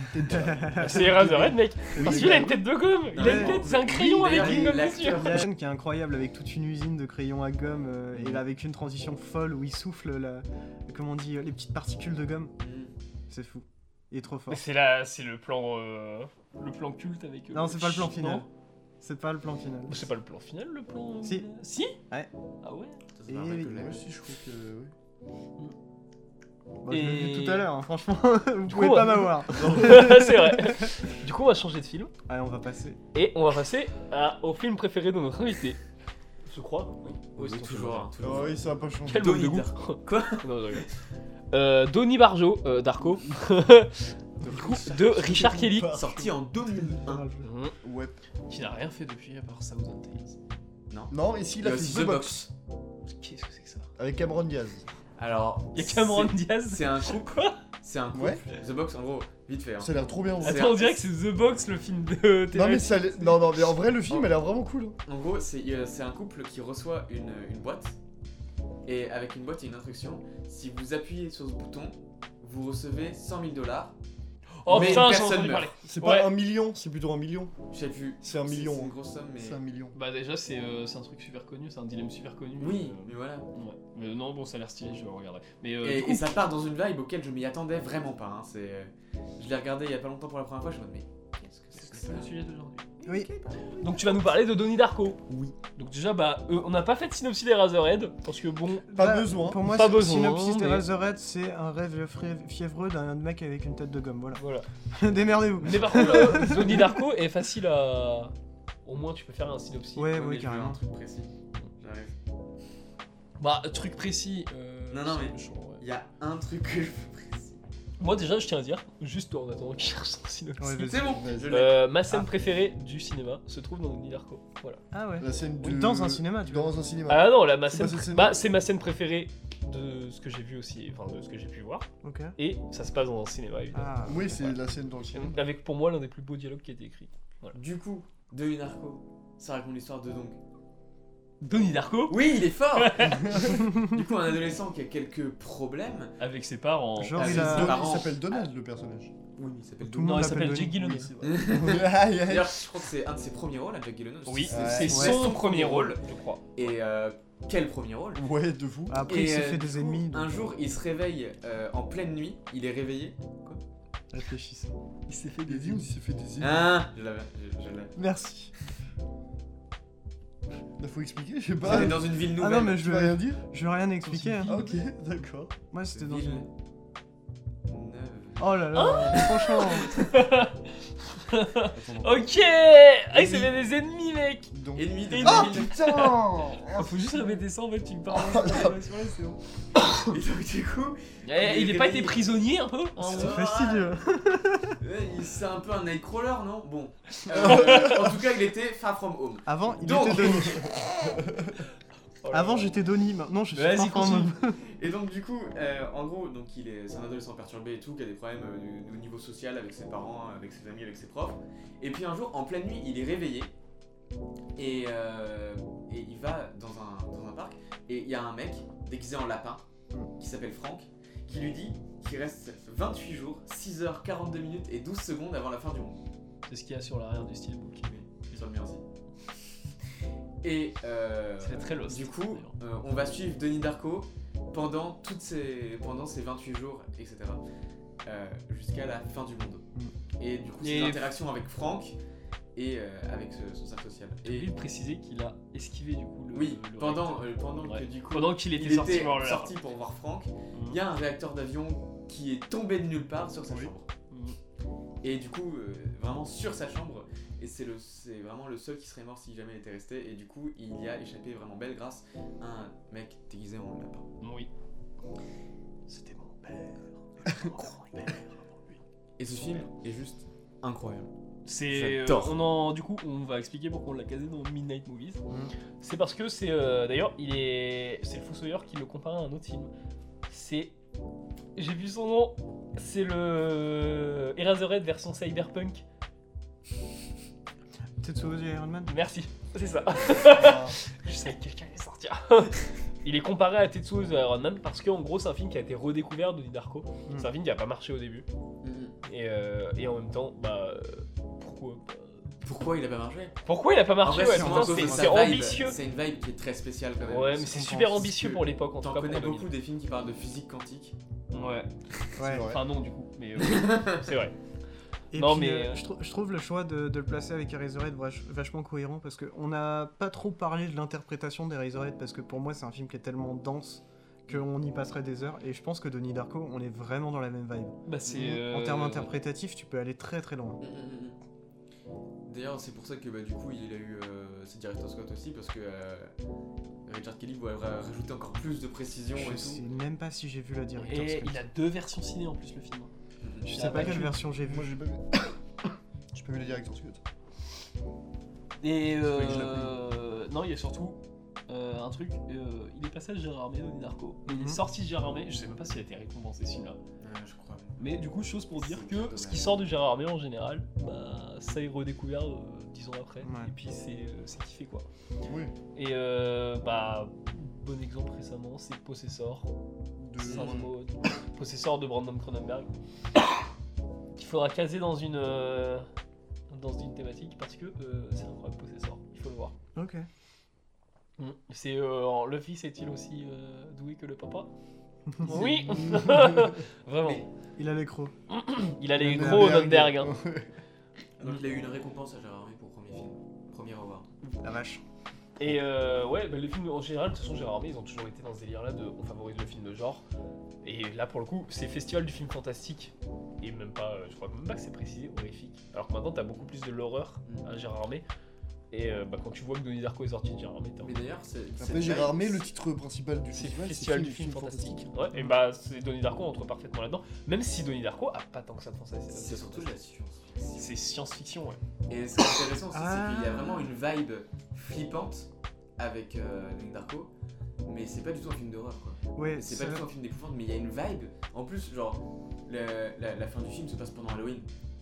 C'est Eraserhead, mec. Parce qu'il a une tête de gomme. Il a une Ouais. tête, c'est un crayon Oui, avec d'ailleurs, une gomme l'acteur- dessus. Il y a une scène qui est incroyable avec toute une usine de crayons à gomme euh, et Mhm. là, avec une transition folle où il souffle la, comment on dit, les petites particules de gomme. Mm. C'est fou. Il est trop fort. Mais c'est là, c'est le plan, euh, le plan culte avec. euh, Non, c'est pas le plan Ch- final. non C'est pas le plan final. C'est pas le plan final, le plan. Si. Si. Ouais. Ah ouais. Ça, c'est pas vrai Et- que je l'ai. Moi aussi, je crois que. Ouais. Bah, je l'ai Et- vu tout à l'heure, hein, franchement, vous Du pouvez coup, pas on- m'avoir. C'est vrai. Du coup, on va changer de film Allez, on va passer. et on va passer à- au film préféré de notre invité. Je crois. Oui. Oui, c'est ton toujours. film. hein, Ah toujours. oui, ça va pas changer. Quel manque de Donnie goût. Quoi Non, je rigole. Euh, Donnie Barjo, euh, Darko. Du coup, de Richard Kelly. Sorti en deux mille un. Mhm. Ouais. Qui n'a rien fait depuis à part Thousand Tales. Non, ici, il Il y a a fait aussi The Box. Qu'est-ce que c'est que ça? Avec Cameron Diaz. Alors. Il y a Cameron c'est- Diaz. C'est un couple. Quoi? C'est un couple. Ouais. The Box, en gros, vite fait. Hein. Ça a l'air trop bien. C'est Attends, un- on dirait que c'est The Box, le film de T V. Non mais ça, a l'air- non non mais en vrai le film a l'air vraiment cool. En gros, c'est euh, c'est un couple qui reçoit une, une boîte. Et avec une boîte, il y a une instruction. Si vous appuyez sur ce bouton, vous recevez cent mille dollars. Oh mais putain, j'en ai personne entendu meurt. parler. C'est Ouais. pas un million, c'est plutôt un million. Je sais plus. C'est un million, C'est hein. une grosse somme, mais. C'est un million. Bah déjà c'est euh, c'est un truc super connu, c'est un dilemme super connu. Oui, euh, mais voilà. ouais. Mais non bon ça a l'air stylé, je regarderai. Mais euh, Et, du coup, et ça part dans une vibe auquel je m'y attendais vraiment pas. Hein. C'est, euh, je l'ai regardé il y a pas longtemps pour la première fois. Je me dis, mais qu'est-ce que c'est que c'est ça pas le sujet d'aujourd'hui. Oui. Donc tu vas nous parler de Donnie Darko. Oui. Donc déjà bah euh, on n'a pas fait de synopsis des Razorhead parce que bon Pas Bah, besoin. Pour moi, Pas c'est- besoin, Synopsis mais- des Razorhead, c'est un rêve fré- fiévreux d'un mec avec une tête de gomme, voilà. voilà. Démerdez-vous. Mais par contre euh, Donnie Darko est facile à. Au moins tu peux faire un synopsis. Ouais, Ouais, ouais, mais je veux carrément. un truc précis. J'arrive. Bah truc précis. euh, Non, non, c'est mais- chaud, ouais. Il y a un truc que je veux précis. Moi déjà je tiens à dire, juste en attendant qu'il cherche son synopsis. Ouais, vas-y. C'est bon, Vas-y. je l'ai. Euh, ma scène Ah. préférée du cinéma se trouve dans Donnie Darko. Voilà. Ah ouais. La scène de... Dans un cinéma, tu vois. Dans un cinéma. Ah non, là, ma C'est scène, pas cette scène. bah, c'est ma scène préférée de ce que j'ai vu aussi, enfin de ce que j'ai pu voir. Ok. Et ça se passe dans un cinéma évidemment. Ah. Oui, c'est la scène dans le cinéma. Avec pour moi l'un des plus beaux dialogues qui a été écrit. Du coup, Donnie Darko, ça raconte l'histoire de donc. Donnie Darko Oui, il est fort. Du coup, un adolescent qui a quelques problèmes. avec ses parents. Genre, Ah, il c'est a. ses Il parents. s'appelle Donald, le personnage. Oui, il s'appelle Tout le Non, monde il s'appelle l'appelle Jake Donnie. Gyllenhaal. Aïe, aïe. D'ailleurs, je crois que c'est un de ses premiers rôles à Jack Gyllenhaal. Oui, C'est- c'est c'est son premier rôle, je crois. Et euh, quel premier rôle Ouais, de fou. Après, Et, il s'est euh, fait du des coup, ennemis. Un donc, jour, il se réveille euh, en pleine nuit. Il est réveillé. Quoi Réfléchissez. Il s'est fait Il a dit où il s'est fait des idées. Ah, je l'avais. Je, je l'avais. Merci. Bah, faut expliquer, je sais pas. C'était dans une ville Ah nouvelle. non, mais Tu je vas vais, rien dire je vais rien expliquer. hein. Ah, ok, d'accord. Moi, c'était dans Ville une. neuve. Oh là là, franchement. Attends, Ok Ah, il s'est fait des ennemis, mec donc... Ennemi de Et- Ah ville. putain. Ah, faut juste répéter ça en fait, tu me parles. Et donc, du coup, Eh, il n'a pas été prisonnier un peu hein, C'est ouais. fastidieux. ouais, il- c'est un peu un Nightcrawler, non Bon. Euh, en tout cas, il était Far From Home. Avant, il Donc- était Donnie. Oh là Avant, là. j'étais Donnie. Maintenant, je suis Vas-y, Far From continue. Et donc du coup, euh, en gros, donc il est, c'est un adolescent perturbé et tout, qui a des problèmes euh, du- au niveau social avec ses parents, avec ses amis, avec ses profs. Et puis un jour, en pleine nuit, il est réveillé et, euh, et il va dans un, dans un parc et il y a un mec déguisé en lapin qui s'appelle Frank qui lui dit qu'il reste vingt-huit jours, six heures quarante-deux minutes et douze secondes avant la fin du monde. C'est ce qu'il y a sur l'arrière du steelbook. Sur le mien aussi. Et euh, C'est très lost, du coup, euh, on va suivre Donnie Darko pendant toutes ces, pendant ces vingt-huit jours, et cetera. euh, jusqu'à la fin du monde. Et du coup, c'est Et- l'interaction avec Frank et euh, avec ce- son cercle social. J'ai oublié Et de préciser qu'il a esquivé du coup le. oui, le pendant, réacteur. euh, pendant Ouais. que du coup, Pendant qu'il était il sorti était voir le sorti pour voir Frank, Mhm. il y a un réacteur d'avion qui est tombé de nulle part sur sa Oui. chambre. Mhm. Et du coup, euh, vraiment sur sa chambre, et c'est, le, c'est vraiment le seul qui serait mort si jamais il était resté, et du coup il y a échappé vraiment belle grâce à un mec déguisé en lapin. Oui. C'était mon père. Mon père. Et ce film est juste incroyable. C'est, euh, J'adore. on en, du coup, on va expliquer pourquoi on l'a casé dans Midnight Movies. Mhm. C'est parce que c'est, euh, d'ailleurs, il est, c'est le Fossoyeur qui le compare à un autre film. C'est, j'ai vu son nom, c'est le Eraserhead version cyberpunk. Tetsuo Iron Man. Merci, c'est ça. Ah, Je savais que quelqu'un allait sortir. Il est comparé à Tetsuo the Iron Man parce qu'en gros, c'est un film qui a été redécouvert de Donnie Darko. Mhm. C'est un film qui a pas marché au début. Et, euh, et en même temps, bah, euh, pourquoi pas Pourquoi il a pas marché? Pourquoi il a pas En marché? vrai, Ouais, c'est putain, vraiment c'est, que c'est sa vibe, ambitieux. C'est une vibe qui est très spéciale quand même. Ouais, mais c'est c'est comprend- super parce ambitieux que pour l'époque, en tout T'en cas pour connais deux mille. beaucoup des films qui parlent de physique quantique. Ouais. Ouais. vrai. Enfin non du coup, mais euh, c'est vrai. Et Non, puis, mais- euh, je, trou- je trouve le choix de, de le placer avec Eraserhead vach- vachement cohérent parce qu'on n'a pas trop parlé de l'interprétation d'Eraserhead parce que pour moi c'est un film qui est tellement dense qu'on y passerait des heures et je pense que Donnie Darko on est vraiment dans la même vibe. Bah c'est. En euh, termes interprétatifs tu peux aller très très loin. D'ailleurs, c'est pour ça que bah, du coup il a eu euh, c'est Director Scott aussi parce que euh, Richard Kelly voulait ra- rajouter encore plus de précision Je et sais tout. même pas si j'ai vu la director's Et cut. il a deux versions ciné en plus le film. Je il sais a pas pas quelle vu. version j'ai Moi vu. j'ai pas vu. J'ai pas vu la director's cut. Et vrai que je l'ai euh, non, il y a surtout euh, un truc. euh, il est passé à Gérard Armé, Donnie Darko. Il est Mhm. sorti de Gérard Armé. Je sais même pas s'il a été récompensé celui-là. Ouais, je crois. Mais du coup, chose pour dire C'est que très ce dommage. qui sort de Gérard Armé en général, bah ça est redécouvert euh, dix ans après. Ouais. Et puis c'est euh, c'est kiffé quoi. Oui. Et euh, bah bon exemple récemment, c'est Possessor. De... Sans mot. Possessor de Brandon Cronenberg. Qu'il faudra caser dans une euh, dans une thématique parce que euh, c'est incroyable Possessor. Il faut le voir. Ok. Mm. C'est euh, le fils est-il aussi euh, doué que le papa? Oui. Vraiment. Mais- Il a l'écro. Il a les Le gros Nürnberg. Nürnberg. Hein. Donc il a eu une récompense à Gérard Armé pour premier film, premier award. La vache. Et euh, ouais, bah, les films en général, de toute façon, Gérard Armé, ils ont toujours été dans ce délire-là de on favorise le film de genre. Et là, pour le coup, c'est festival du film fantastique. Et même pas, euh, je crois même pas que c'est précisé, horrifique. Alors que maintenant, t'as beaucoup plus de l'horreur à Gérard Armé. Et euh, bah, quand tu vois que Donnie Darko est sorti de Gérard Armé, t'as Mais d'ailleurs, c'est. Après cette Gérard vibe, Armé, le titre principal du c'est festival, festival du film film fantastique. Ouais, et bah, c'est Donnie Darko entre parfaitement là-dedans. Même si Donnie Darko a pas tant que ça de fantastique. C'est surtout de la science. C'est science-fiction, ouais. Et ce qui est intéressant aussi, Ah. c'est qu'il y a vraiment une vibe flippante avec euh, Donnie Darko, mais c'est pas du tout un film d'horreur quoi. Ouais, C'est ça- pas du tout un film d'épouvante, mais il y a une vibe. En plus, genre, le- la, la fin du film se passe pendant Halloween.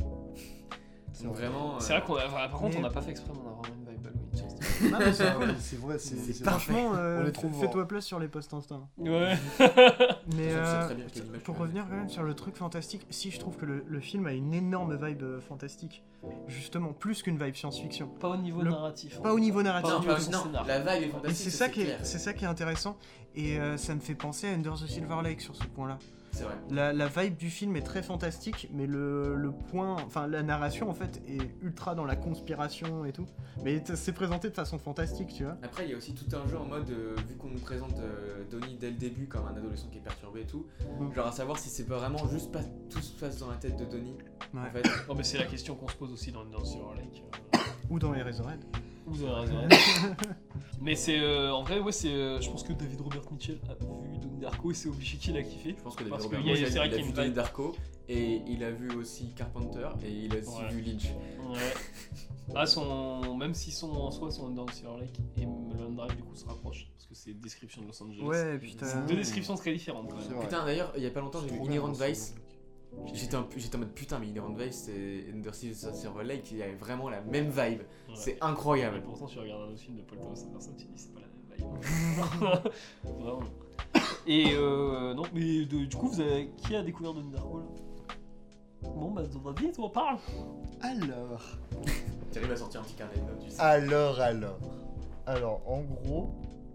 C'est Donc vrai. vraiment. euh, C'est vrai qu'on a, par contre, Mais- on n'a pas fait exprès, mais on a vraiment une vibe Halloween sur ce Non, mais ça- Ah ouais, c'est vrai, c'est C'est c'est- parfait. Franchement, euh, On les trouve fais-toi place sur les posts Insta. Ouais. Mais Je sais euh, très bien quelle image pour tu vas revenir mettre. quand même sur le truc fantastique, si je trouve que le, le film a une énorme vibe euh, fantastique, justement plus qu'une vibe science-fiction. Pas au niveau Le- narratif. Pas au niveau narratif. Non, du pas- tout son non, scénar. la vibe est Et fantastique. c'est ça qui est, c'est ça qui est intéressant et euh, ça me fait penser à Under the Silver Lake sur ce point-là. C'est vrai. La, la vibe du film est très fantastique, mais le, le point, enfin la narration en fait est ultra dans la conspiration et tout, mais t- c'est présenté de façon fantastique, tu vois. Après, il y a aussi tout un jeu en mode, euh, vu qu'on nous présente euh, Donnie dès le début comme un adolescent qui est perturbé et tout, Mm. genre à savoir si c'est pas vraiment juste pas tout se passe dans la tête de Donnie. Ouais. En fait, Non, mais c'est la question qu'on se pose aussi dans, dans Silver Lake. euh, Ou dans Eraserhead. Vous avez raison. Mais c'est euh, en vrai, ouais, c'est. euh, je pense que David Robert Mitchell a vu Donnie Darko et c'est obligé qu'il a kiffé. je pense que David Parce Robert qu'il y a- Mitchell, c'est vrai il a qu'il y a vu une Donnie vibe. Darko et il a vu aussi Carpenter et il a aussi Ouais. vu Lynch. Ouais. Ah, son. Même si son en soi, son Under the Silver Lake et Mulholland Drive du coup se rapprochent. Parce que c'est description de Los Angeles. Ouais, et puis t'as. C'est deux descriptions très différentes quand C'est même. vrai. Putain, d'ailleurs, il y a pas longtemps, j'ai vu Trop Inherent bien, Vice. J'étais en, j'étais en mode putain, mais Inherent Vice, c'est Under the Silver Lake, il y avait vraiment la même vibe. Ouais. C'est Et incroyable. pourtant, tu regardes un autre film de Paul Thomas Anderson, tu dis c'est pas la même vibe. Vraiment. Et euh, non, mais de- du coup, vous avez... qui a découvert Donnie Darko là? Bon, bah, vas-y, on parle. Alors, Tu arrives à sortir un petit carnet de notes, tu sais. alors, alors. Alors, en gros.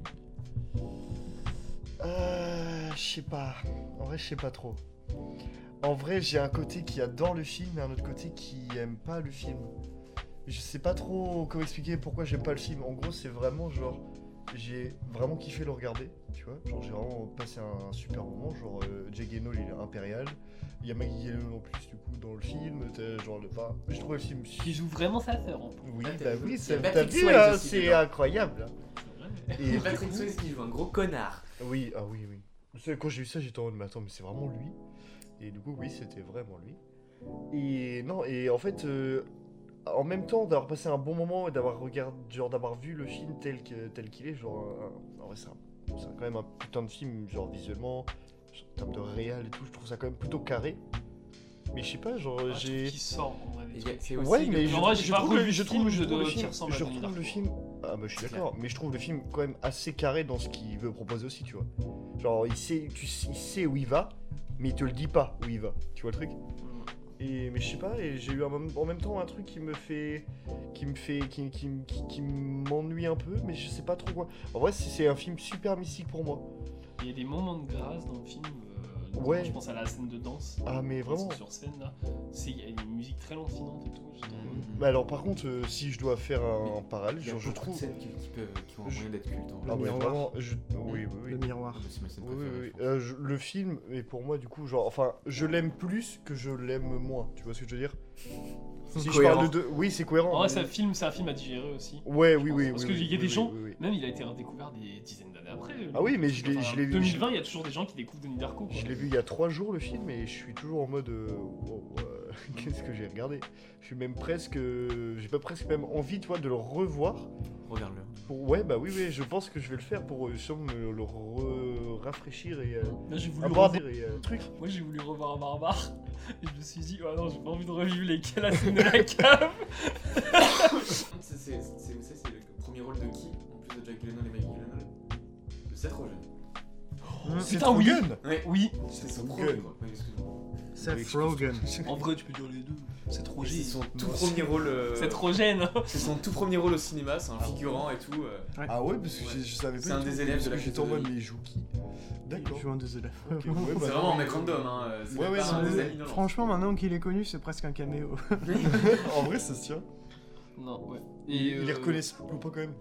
Euh. Je sais pas. En vrai, je sais pas trop. En vrai, j'ai un côté qui adore le film et un autre côté qui aime pas le film. Je sais pas trop comment expliquer pourquoi j'aime pas le film. En gros, c'est vraiment genre. j'ai vraiment kiffé le regarder, tu vois. Genre, j'ai vraiment passé un super moment. Genre, euh, Jake Gyllenhaal, il est impérial. Il y a Maggie Gyllenhaal en plus, du coup, dans le film. T'as, genre, le... enfin, je trouve le film. Qui joue vraiment sa sœur en plus. Oui, Ah, bah t'as- oui, il y ça- a t'as Patrick vu, Swayze hein, aussi c'est dedans. incroyable. hein. Et du Patrick coup- Swayze qui joue un gros connard. Oui, ah oui, oui. C'est- Quand j'ai vu ça, j'étais en mode, mais attends, mais c'est vraiment lui. Et du coup, oui, c'était vraiment lui. Et non, et en fait, euh, en même temps, d'avoir passé un bon moment et d'avoir regardé, genre d'avoir vu le film tel que tel qu'il est, genre, un- en vrai, c'est un- c'est quand même un putain de film, genre visuellement, en termes de réal et tout, je trouve ça quand même plutôt carré. Mais je sais pas, genre, Ah, je trouve j'ai. qu'il sort en vrai. des Et y a- trucs. c'est Aussi, Ouais, le- mais je, en vrai, je j'ai pas trouve, le- revu je le trouve, film je trouve le de- qui film, ressemble à je Donnie trouve le Darko. film. Ah bah je suis C'est d'accord, mais je trouve le film quand même assez carré dans ce qu'il veut proposer aussi, tu vois. Genre il sait, tu, sais- il sait où il va, mais il te le dit pas où il va, tu vois le truc. Et mais je sais pas, et j'ai eu un mom- en même temps un truc qui me fait, qui me fait, qui, qui, qui, qui m'ennuie un peu, mais je sais pas trop quoi. En vrai c'est c'est un film super mystique pour moi. Il y a des moments de grâce dans le film. euh, notamment, Ouais. Je pense à la scène de danse. Ah mais Ils vraiment. sont sur scène là. C'est- Il y a une musique très lancinante et tout. j'étais en mode- Mais alors par contre, euh, si je dois faire un, un parallèle, Il y a genre je beaucoup de trouve. scènes qui, qui peuvent, qui ont un Je- moyen d'être culte. hein. Ah ouais miroir. vraiment, je... oui oui oui. Le miroir. C'est ma scène Oui, oui, préférée, oui. je pense. Euh, je- le film est pour moi du coup genre enfin je l'aime plus que je l'aime moins, tu vois ce que je veux dire. Si je cohérent. parle de deux, oui c'est cohérent. En vrai, mais- c'est un film, c'est un film à digérer aussi. Ouais je oui pense. oui. Parce oui, que oui, il y a des oui, gens- oui, oui. Même il a été redécouvert des dizaines d'années après. Ah oui, mais je l'ai- Enfin, je l'ai vu- deux mille je- vingt, il y a toujours des gens qui découvrent Donnie Darko. quoi. Je l'ai vu il y a trois jours le film et je suis toujours en mode euh, wow, euh, qu'est-ce que j'ai regardé. Je suis même presque, euh, j'ai pas presque même envie, tu vois, de le revoir. Regarde-le. Pour... Ouais bah oui oui, je pense que je vais le faire pour euh, sûrement me le re- rafraîchir et euh, Là, j'ai voulu avoir revoir- des euh, trucs. Moi, j'ai voulu revoir un barbare. Et je me suis dit, oh non, j'ai pas envie de revivre les la scène de la cave. C'est c'est- c'est- c'est- c'est le premier rôle de qui en plus de Jack Gyllenhaal et Maggie Gyllenhaal? De Seth Rogen. C'est Putain, oui. Rogen. Ouais. Oui, C'est son Rogen. premier rôle. Ouais, excuse-moi. Seth Rogen. en vrai, tu peux dire les deux. C'est trop C'est gêne. son tout premier rôle. euh, C'est trop gêne. C'est son tout premier rôle au cinéma, c'est un figurant et tout. euh. Ah ouais parce que Ouais. je, je savais pas. C'est un du tout, des élèves parce de la que j'étais en mode catégorie. mais il joue qui. D'accord. Il joue un des élèves. Ok, ouais, bah C'est non, vraiment un mais- mec random, hein. euh, C'est Ouais, même ouais, pas un c'est- des amis, non, non. Franchement, maintenant qu'il est connu, c'est presque un caméo. En vrai ça se tient. Non, ouais. Il, Et, il est euh, reconnaissable ou pas quand même.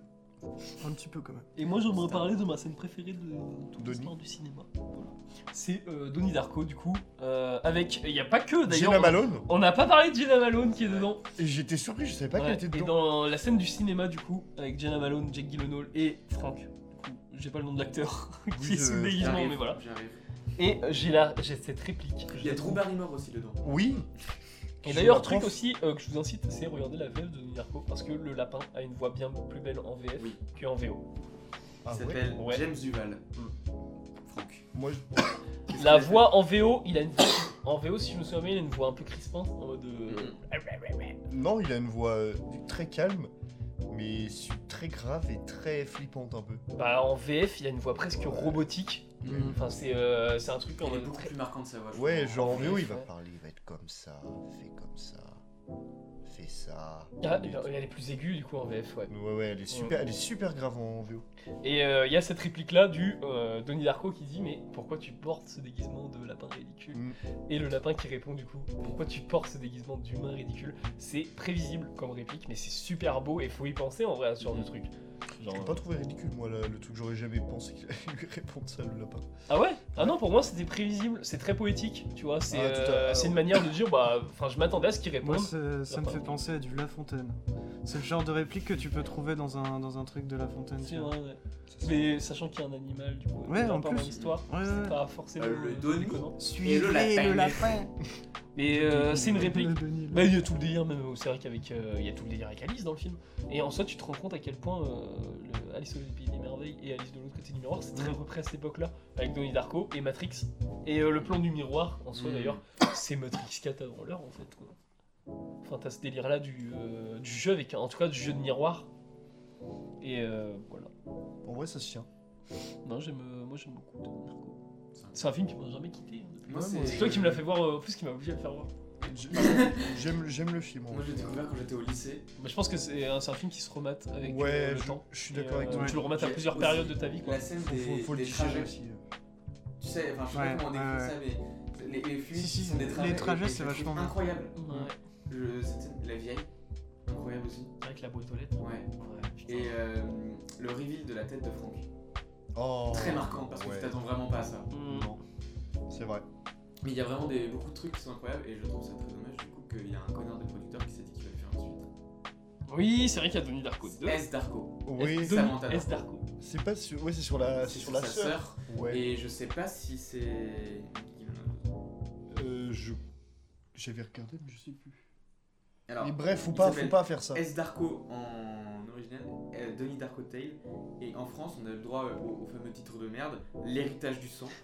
Un petit peu quand même. Et moi, j'aimerais parler de ma scène préférée de toute Donnie. l'histoire du cinéma. Voilà. C'est euh, Donnie Darko, du coup. euh, avec. Il n'y a pas que d'ailleurs. Jenna Malone. On n'a pas parlé de Jenna Malone qui est dedans. Et j'étais surpris, je savais pas Ouais, qu'elle était et dedans. dans la scène du cinéma, du coup, avec Jenna Malone, Jake Gyllenhaal et Frank. Du coup, j'ai pas le nom de l'acteur qui Oui, est sous le je- déguisement, J'arrive, mais voilà. j'arrive. Et euh, j'ai la, j'ai cette réplique. Il y a Drew Barrymore aussi dedans. Oui. Et Je d'ailleurs, la truc prof. aussi euh, que je vous incite, c'est regarder la V F de Donnie Darko parce que le lapin a une voix bien plus belle en V F Oui. qu'en V O. Il Ah ouais. s'appelle Ouais. James Duval. Franck. Moi, je- Qu'est-ce La qu'il a fait voix en V O, il a une en V O si je me souviens bien, il a une voix un peu crispante en mode. euh, non, il a une voix euh, très calme, mais su- très grave et très flippante un peu. Bah en V F, il a une voix presque robotique. Mhm. Enfin c'est euh, c'est un truc en Il est mode beaucoup très- plus marquant de sa voix. je Ouais, trouve. genre en en V O, V F, il va ouais. parler, il va être comme ça, fait comme ça, fait ça. Ah, elle est plus aiguë du coup en V F, ouais. Ouais, ouais, elle est super, elle est super grave en V O. Et euh, il y a cette réplique là du euh, Donnie Darko qui dit mais pourquoi tu portes ce déguisement de lapin ridicule? Mm. Et le lapin qui répond du coup pourquoi tu portes ce déguisement d'humain ridicule? C'est prévisible comme réplique mais c'est super beau et faut y penser en vrai à ce genre de truc. Genre, Je l'ai pas trouvé ridicule, moi, là, le truc, j'aurais jamais pensé qu'il allait lui répondre ça, le lapin. Ah ouais? Ah non, pour moi c'était prévisible, c'est très poétique, tu vois, c'est Ah, tout à- euh, ah, c'est une ouais. manière de dire bah enfin je m'attendais à ce qu'il réponde. Moi, ça, ça me Lapin. fait penser à du La Fontaine. C'est le genre de réplique que tu peux trouver dans un, dans un truc de La Fontaine. C'est tu vois. vrai, ouais. Mais sachant qu'il y a un animal du coup, Ouais, peu en importe plus. dans l'histoire, Ouais, c'est ouais. pas forcément Euh, le Donnie. déconnant. Suivez le lapin. le lapin. Mais euh, c'est une réplique. Le Denis, là. Bah, il y a tout le délire, même euh, c'est vrai qu'avec. euh, Il y a tout le délire avec Alice dans le film. Et en soi, tu te rends compte à quel point euh, le Alice au pays des merveilles et Alice de l'autre côté du miroir, c'est très repris à cette époque-là, avec Donnie Darko et Matrix. Et euh, le plan du miroir, en soi Mm. d'ailleurs, c'est Matrix quatre avant l'heure en fait. Quoi. Enfin, t'as ce délire-là du, euh, du jeu, avec, en tout cas du jeu de miroir. Et euh, voilà. En vrai, ça se tient. Non, j'aime, euh, moi j'aime beaucoup Donnie Darko. C'est un film qui m'a jamais quitté. hein, depuis. Moi, Ouais, c'est moi, C'est toi qui me l'as fait voir, euh, en plus qui m'a obligé à le faire voir. J'ai- J'aime j'aime le film. en Moi, vrai. je l'ai découvert quand j'étais au lycée. Mais je pense que c'est un, c'est un film qui se remate avec Ouais, euh, le je- temps. je suis Et, d'accord avec euh, toi. Tu le remates à J'ai plusieurs aussi périodes de ta vie, quoi. La scène Faut, des, faut, faut le des digérer trajets. aussi. Tu sais, enfin, je sais Ouais, pas comment on décrit ouais, ça, mais les, les fluides Si, si, sont des les trajets. trajets, et- et c'est je le vachement trouve bien. incroyable. Ouais. Le, cette scène, la vieille, incroyable aussi. Avec la boîte aux lettres. Ouais. Ouais, putain. Et euh, le reveal de la tête de Franck. Oh. Très marquant parce que Ouais. tu t'attends vraiment pas à ça. Mm. Non, c'est vrai. Mais il y a vraiment des, beaucoup de trucs qui sont incroyables et je trouve ça très dommage du coup qu'il y a un connard de producteur qui s'est dit qu'il va faire une suite. Oui, c'est vrai qu'il y a Donnie Darko deux. S Darko. Oui, S- Samantha S Darko. Darko. c'est pas sur, ouais, c'est sur la, c'est sur la sa sœur. Ouais. Et je sais pas si c'est. Euh, je, j'avais regardé, mais je sais plus. Alors, Mais bref, faut il pas, s'appelle faut pas faire ça. S Darko en original, euh, Donnie Darko Tale, et en France on a le droit euh, au, au fameux titre de merde, L'héritage du sang.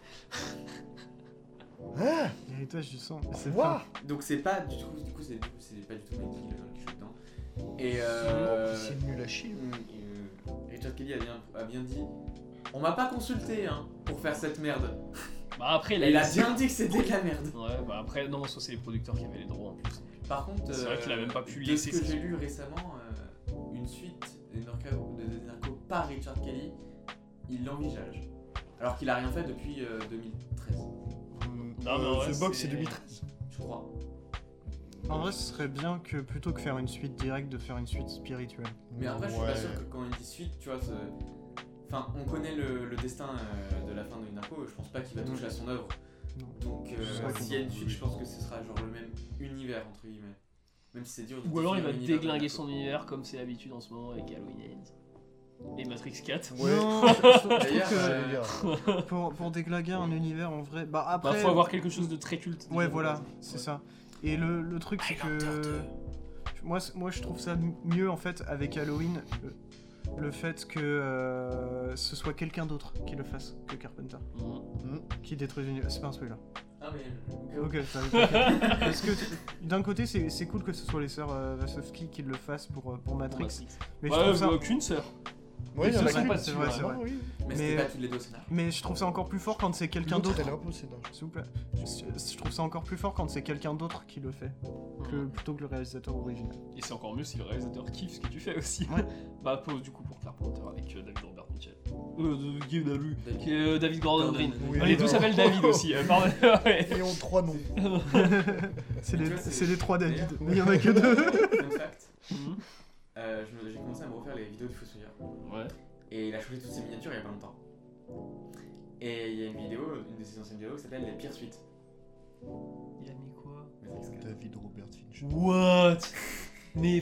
Ah, L'héritage du sang. C'est Ouah. pas. Donc c'est pas du tout, du coup c'est, c'est pas du tout Mike Hill qui joue dedans. Et euh, C'est nul à chier. hum, euh, Richard Kelly a bien, a bien dit, on m'a pas consulté hein, pour faire cette merde. Bah après, Il a bien dit que c'était de la merde. Ouais, bah après, non, ça c'est les producteurs qui avaient les droits en plus. Par contre, C'est vrai qu'il a même pas pu de laisser ce que ça. j'ai lu récemment, euh, une suite de Narco, de Donnie Darko par Richard Kelly, il l'envisage. Alors qu'il a rien fait depuis euh, deux mille treize, Non, mais en vrai, The Box, c'est- c'est deux mille treize. je crois. En vrai, ce serait bien que plutôt que faire une suite directe, de faire une suite spirituelle. Mais après, je suis Ouais. pas sûr que quand il dit suite, tu vois, ce... enfin, on connaît le, le destin euh, de la fin de Donnie Darko, je pense pas qu'il va toucher à son œuvre. Non. Donc, euh, C'est vrai qu'on s'il y a une peut- suite, je pense que ce sera genre le même univers, entre guillemets. Même si c'est dur de Ou alors il définir va l'univers de déglinguer Donnie son univers comme c'est l'habitude en ce moment avec Halloween Ends. Et Matrix quatre. Ouais. Non, je, je trouve D'ailleurs, que euh, Les gars. pour, pour déglinguer un univers en vrai. Bah Bah après. faut avoir quelque chose de très culte. Ouais, déjà, voilà, de base. c'est Ouais. ça. Et le, le truc, c'est que. Moi, c'est- moi, je trouve ça m- mieux en fait avec Halloween. Le, le fait que euh, ce soit quelqu'un d'autre qui le fasse que Carpenter. Mhm. Qui détruit l'univers. C'est pas un spoiler. Ah, mais. Ok, ça t'inquiète. Parce que t- d'un côté, c'est c'est cool que ce soit les sœurs euh, Wachowski qui le fassent pour, euh, pour Matrix. Matrix. Mais Ouais, je trouve ça. euh, qu'une sœur. Ouais, il y en a c'est vrai, qu'une, c'est vrai, c'est ouais. vrai. Non, oui. Mais, Mais, c'était euh, pas toutes les deux au scénar. Mais je trouve ça encore plus fort quand c'est quelqu'un L'autre, d'autre. elle est un peu sénage. S'il vous plaît. Je, je trouve ça encore plus fort quand c'est quelqu'un d'autre qui le fait, que, Mhm. plutôt que le réalisateur original. Et c'est encore mieux si le réalisateur kiffe ce que tu fais aussi. Ouais. Bah pose du coup pour Carpenter avec euh, David Robert Mitchell. Euh, de- qui est David, David. qui est, euh, David Gordon Gordon Green. Green. Ah, les deux s'appellent David aussi. euh, pardon. Ouais. Et ont trois noms. C'est Mais les, tu vois, c'est- c'est les trois David, D'ailleurs, mais il y en a que deux. Fun fact, Mhm. euh, je me- j'ai commencé à me refaire les vidéos du Fossoyeur. Ouais. Et il a changé toutes ses miniatures il y a pas longtemps. Et il y a une vidéo, une de ses anciennes vidéos qui s'appelle Les pires suites. Il a mis quoi? Matrix quatre. David Robert Finch. What? Mais.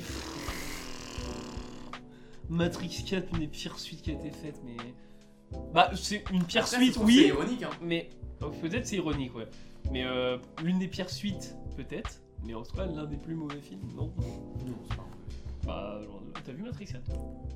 Matrix quatre, une des pires suites qui a été faite, mais. Bah, c'est une pire Après, suite, c'est- C'est oui, ironique, hein. mais. oh, peut-être c'est ironique, ouais. Mais euh, l'une des pires suites, peut-être. Mais en tout cas, l'un des plus mauvais films, non. Non, c'est pas un peu. Bah, loin de là. T'as vu Matrix quatre?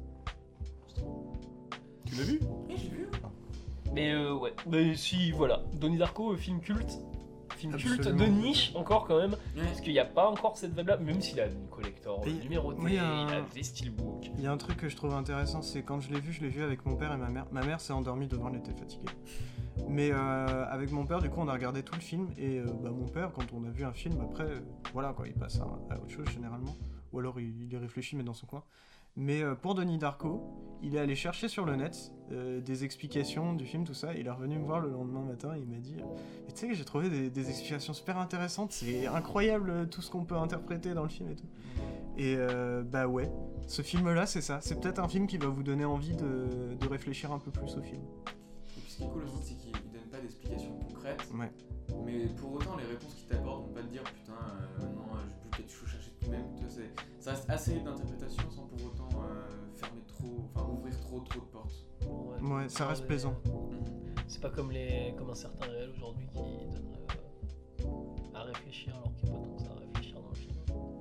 Tu l'as vu? Oui, j'ai vu. Mais euh, ouais. Mais si, voilà. Donnie Darko, euh, film culte. Film culte de Absolument. niche, encore quand même. Ouais. Parce qu'il n'y a pas encore cette vibe là, même s'il a une collector Et- numérotée, oui, un- il a des steelbooks. Il y a un truc que je trouve intéressant, c'est quand je l'ai vu, je l'ai vu avec mon père et ma mère. Ma mère s'est endormie devant, elle était fatiguée. Mais euh, avec mon père, du coup, on a regardé tout le film. Et euh, bah, mon père, quand on a vu un film, après, euh, voilà quoi, il passe à, à autre chose généralement. Ou alors il, il y réfléchit, mais dans son coin. Mais euh, pour Donnie Darko, il est allé chercher sur le net euh, des explications du film, tout ça. Il est revenu me voir le lendemain matin et il m'a dit euh, Mais tu sais, j'ai trouvé des, des explications super intéressantes. C'est incroyable euh, tout ce qu'on peut interpréter dans le film et tout. Et euh, bah ouais, ce film-là, c'est ça. C'est peut-être un film qui va vous donner envie de, de réfléchir un peu plus au film. Et puis ce qui est cool aussi, c'est qu'il il donne pas d'explications concrètes. Ouais. Mais pour autant, les réponses qu'il t'apporte vont pas te dire putain, euh, non, euh, je peux peut-être faut chercher tout de même. Tu vois, c'est- ça reste assez libre d'interprétation sans pour autant euh, fermer trop, enfin ouvrir trop trop de portes. Ouais, ça reste mais- plaisant. C'est pas comme les comme un certain réel aujourd'hui qui donne euh, à réfléchir alors qu'il n'y a pas tant que ça à réfléchir dans le film.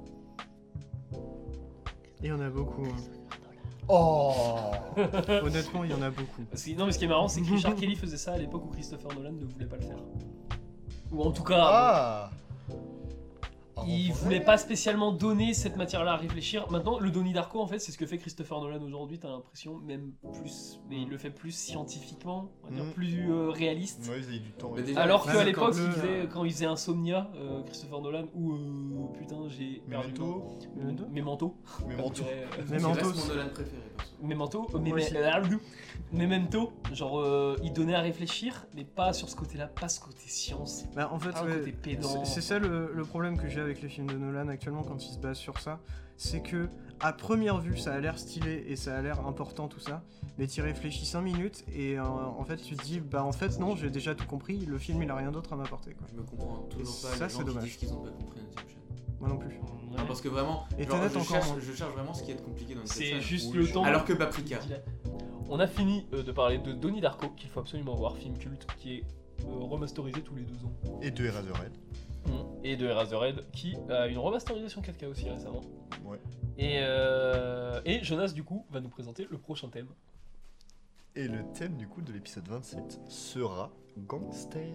Il y en a beaucoup. hein. Oh. Honnêtement, il y en a beaucoup. Parce que- non mais ce qui est marrant c'est que Richard Kelly faisait ça à l'époque où Christopher Nolan ne voulait pas le faire. Ou en tout cas, Ah. il voulait pas spécialement donner cette matière-là à réfléchir. Maintenant, le Donnie Darko, en fait, c'est ce que fait Christopher Nolan aujourd'hui, t'as l'impression, même plus, mais il le fait plus scientifiquement, on va dire Mhm. plus euh, réaliste. Ouais, il y a eu du temps. Mais ouais. déjà, Alors Ouais, qu'à mais l'époque, quand il le- faisait- quand il faisait Insomnia, euh, Christopher Nolan, ou euh, putain, j'ai perdu le nom. Memento. Memento Memento. Memento. Euh, C'est Memento, reste mon c'est- Nolan préféré, perso. Memento, euh, Moi Meme- aussi. euh, Memento, genre euh, il donnait à réfléchir, mais pas sur ce côté-là, pas ce côté science, Bah, en fait, pas ouais, le côté pédant. c'est c'est ça le, le problème que j'ai avec les films de Nolan actuellement quand ils se basent sur ça. c'est que à première vue, ça a l'air stylé et ça a l'air important tout ça, mais tu y réfléchis cinq minutes et euh, en fait tu te dis bah en fait non, j'ai déjà tout compris, le film il a rien d'autre à m'apporter quoi. Je me comprends toujours Et pas ça, les c'est gens qui dommage. disent qu'ils ont pas compris Inception. Moi non plus. Ouais. Non, parce que vraiment, Et genre, Tenet je, encore cherche, moins. je cherche vraiment ce qui est compliqué dans C'est Inception. juste Oui, le je- temps. Alors que Paprika. On a fini euh, de parler de Donnie Darko, qu'il faut absolument voir, film culte qui est euh, remasterisé tous les deux ans. Et de Eraserhead. Et de Eraserhead, qui a une remasterisation quatre K aussi récemment. Ouais. Et, euh, et Jonas, du coup, va nous présenter le prochain thème. Et le thème du coup de l'épisode vingt-sept sera Gangster.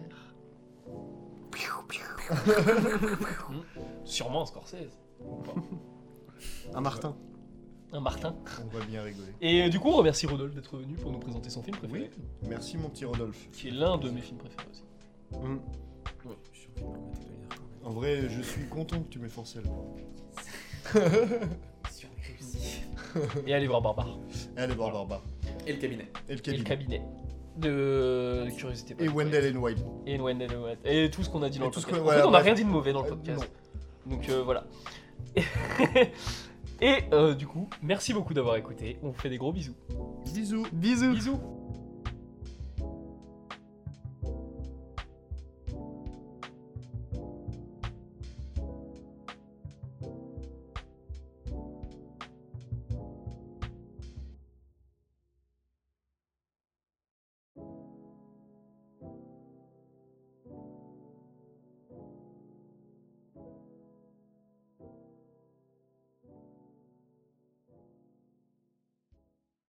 Sûrement un Scorsese. Ou pas. Un Martin. Un Martin. On va bien rigoler. Et euh, du coup, on remercie Rodolphe d'être venu pour nous présenter son film préféré, Merci mon petit Rodolphe. qui est l'un de mes films préférés aussi. Mm. Ouais, je suis obligé de me remettre Donnie Darko. En vrai, je suis content que tu m'aies forcé à le voir. Sur les réussi. Et allez voir Barbare. Allez voir Barbare. Et le cabinet. Et le Et le cabinet. cabinet. De Curiosité. Et Wendell and Wild. Et Wendell and Wild. Et tout ce qu'on a dit dans Et le tout ce podcast. qu'on- En fait, voilà, on n'a bref. rien dit de mauvais dans le Euh, podcast. Donc euh, voilà. Et euh, du coup, merci beaucoup d'avoir écouté. On vous fait des gros bisous. Bisous. Bisous. Bisous.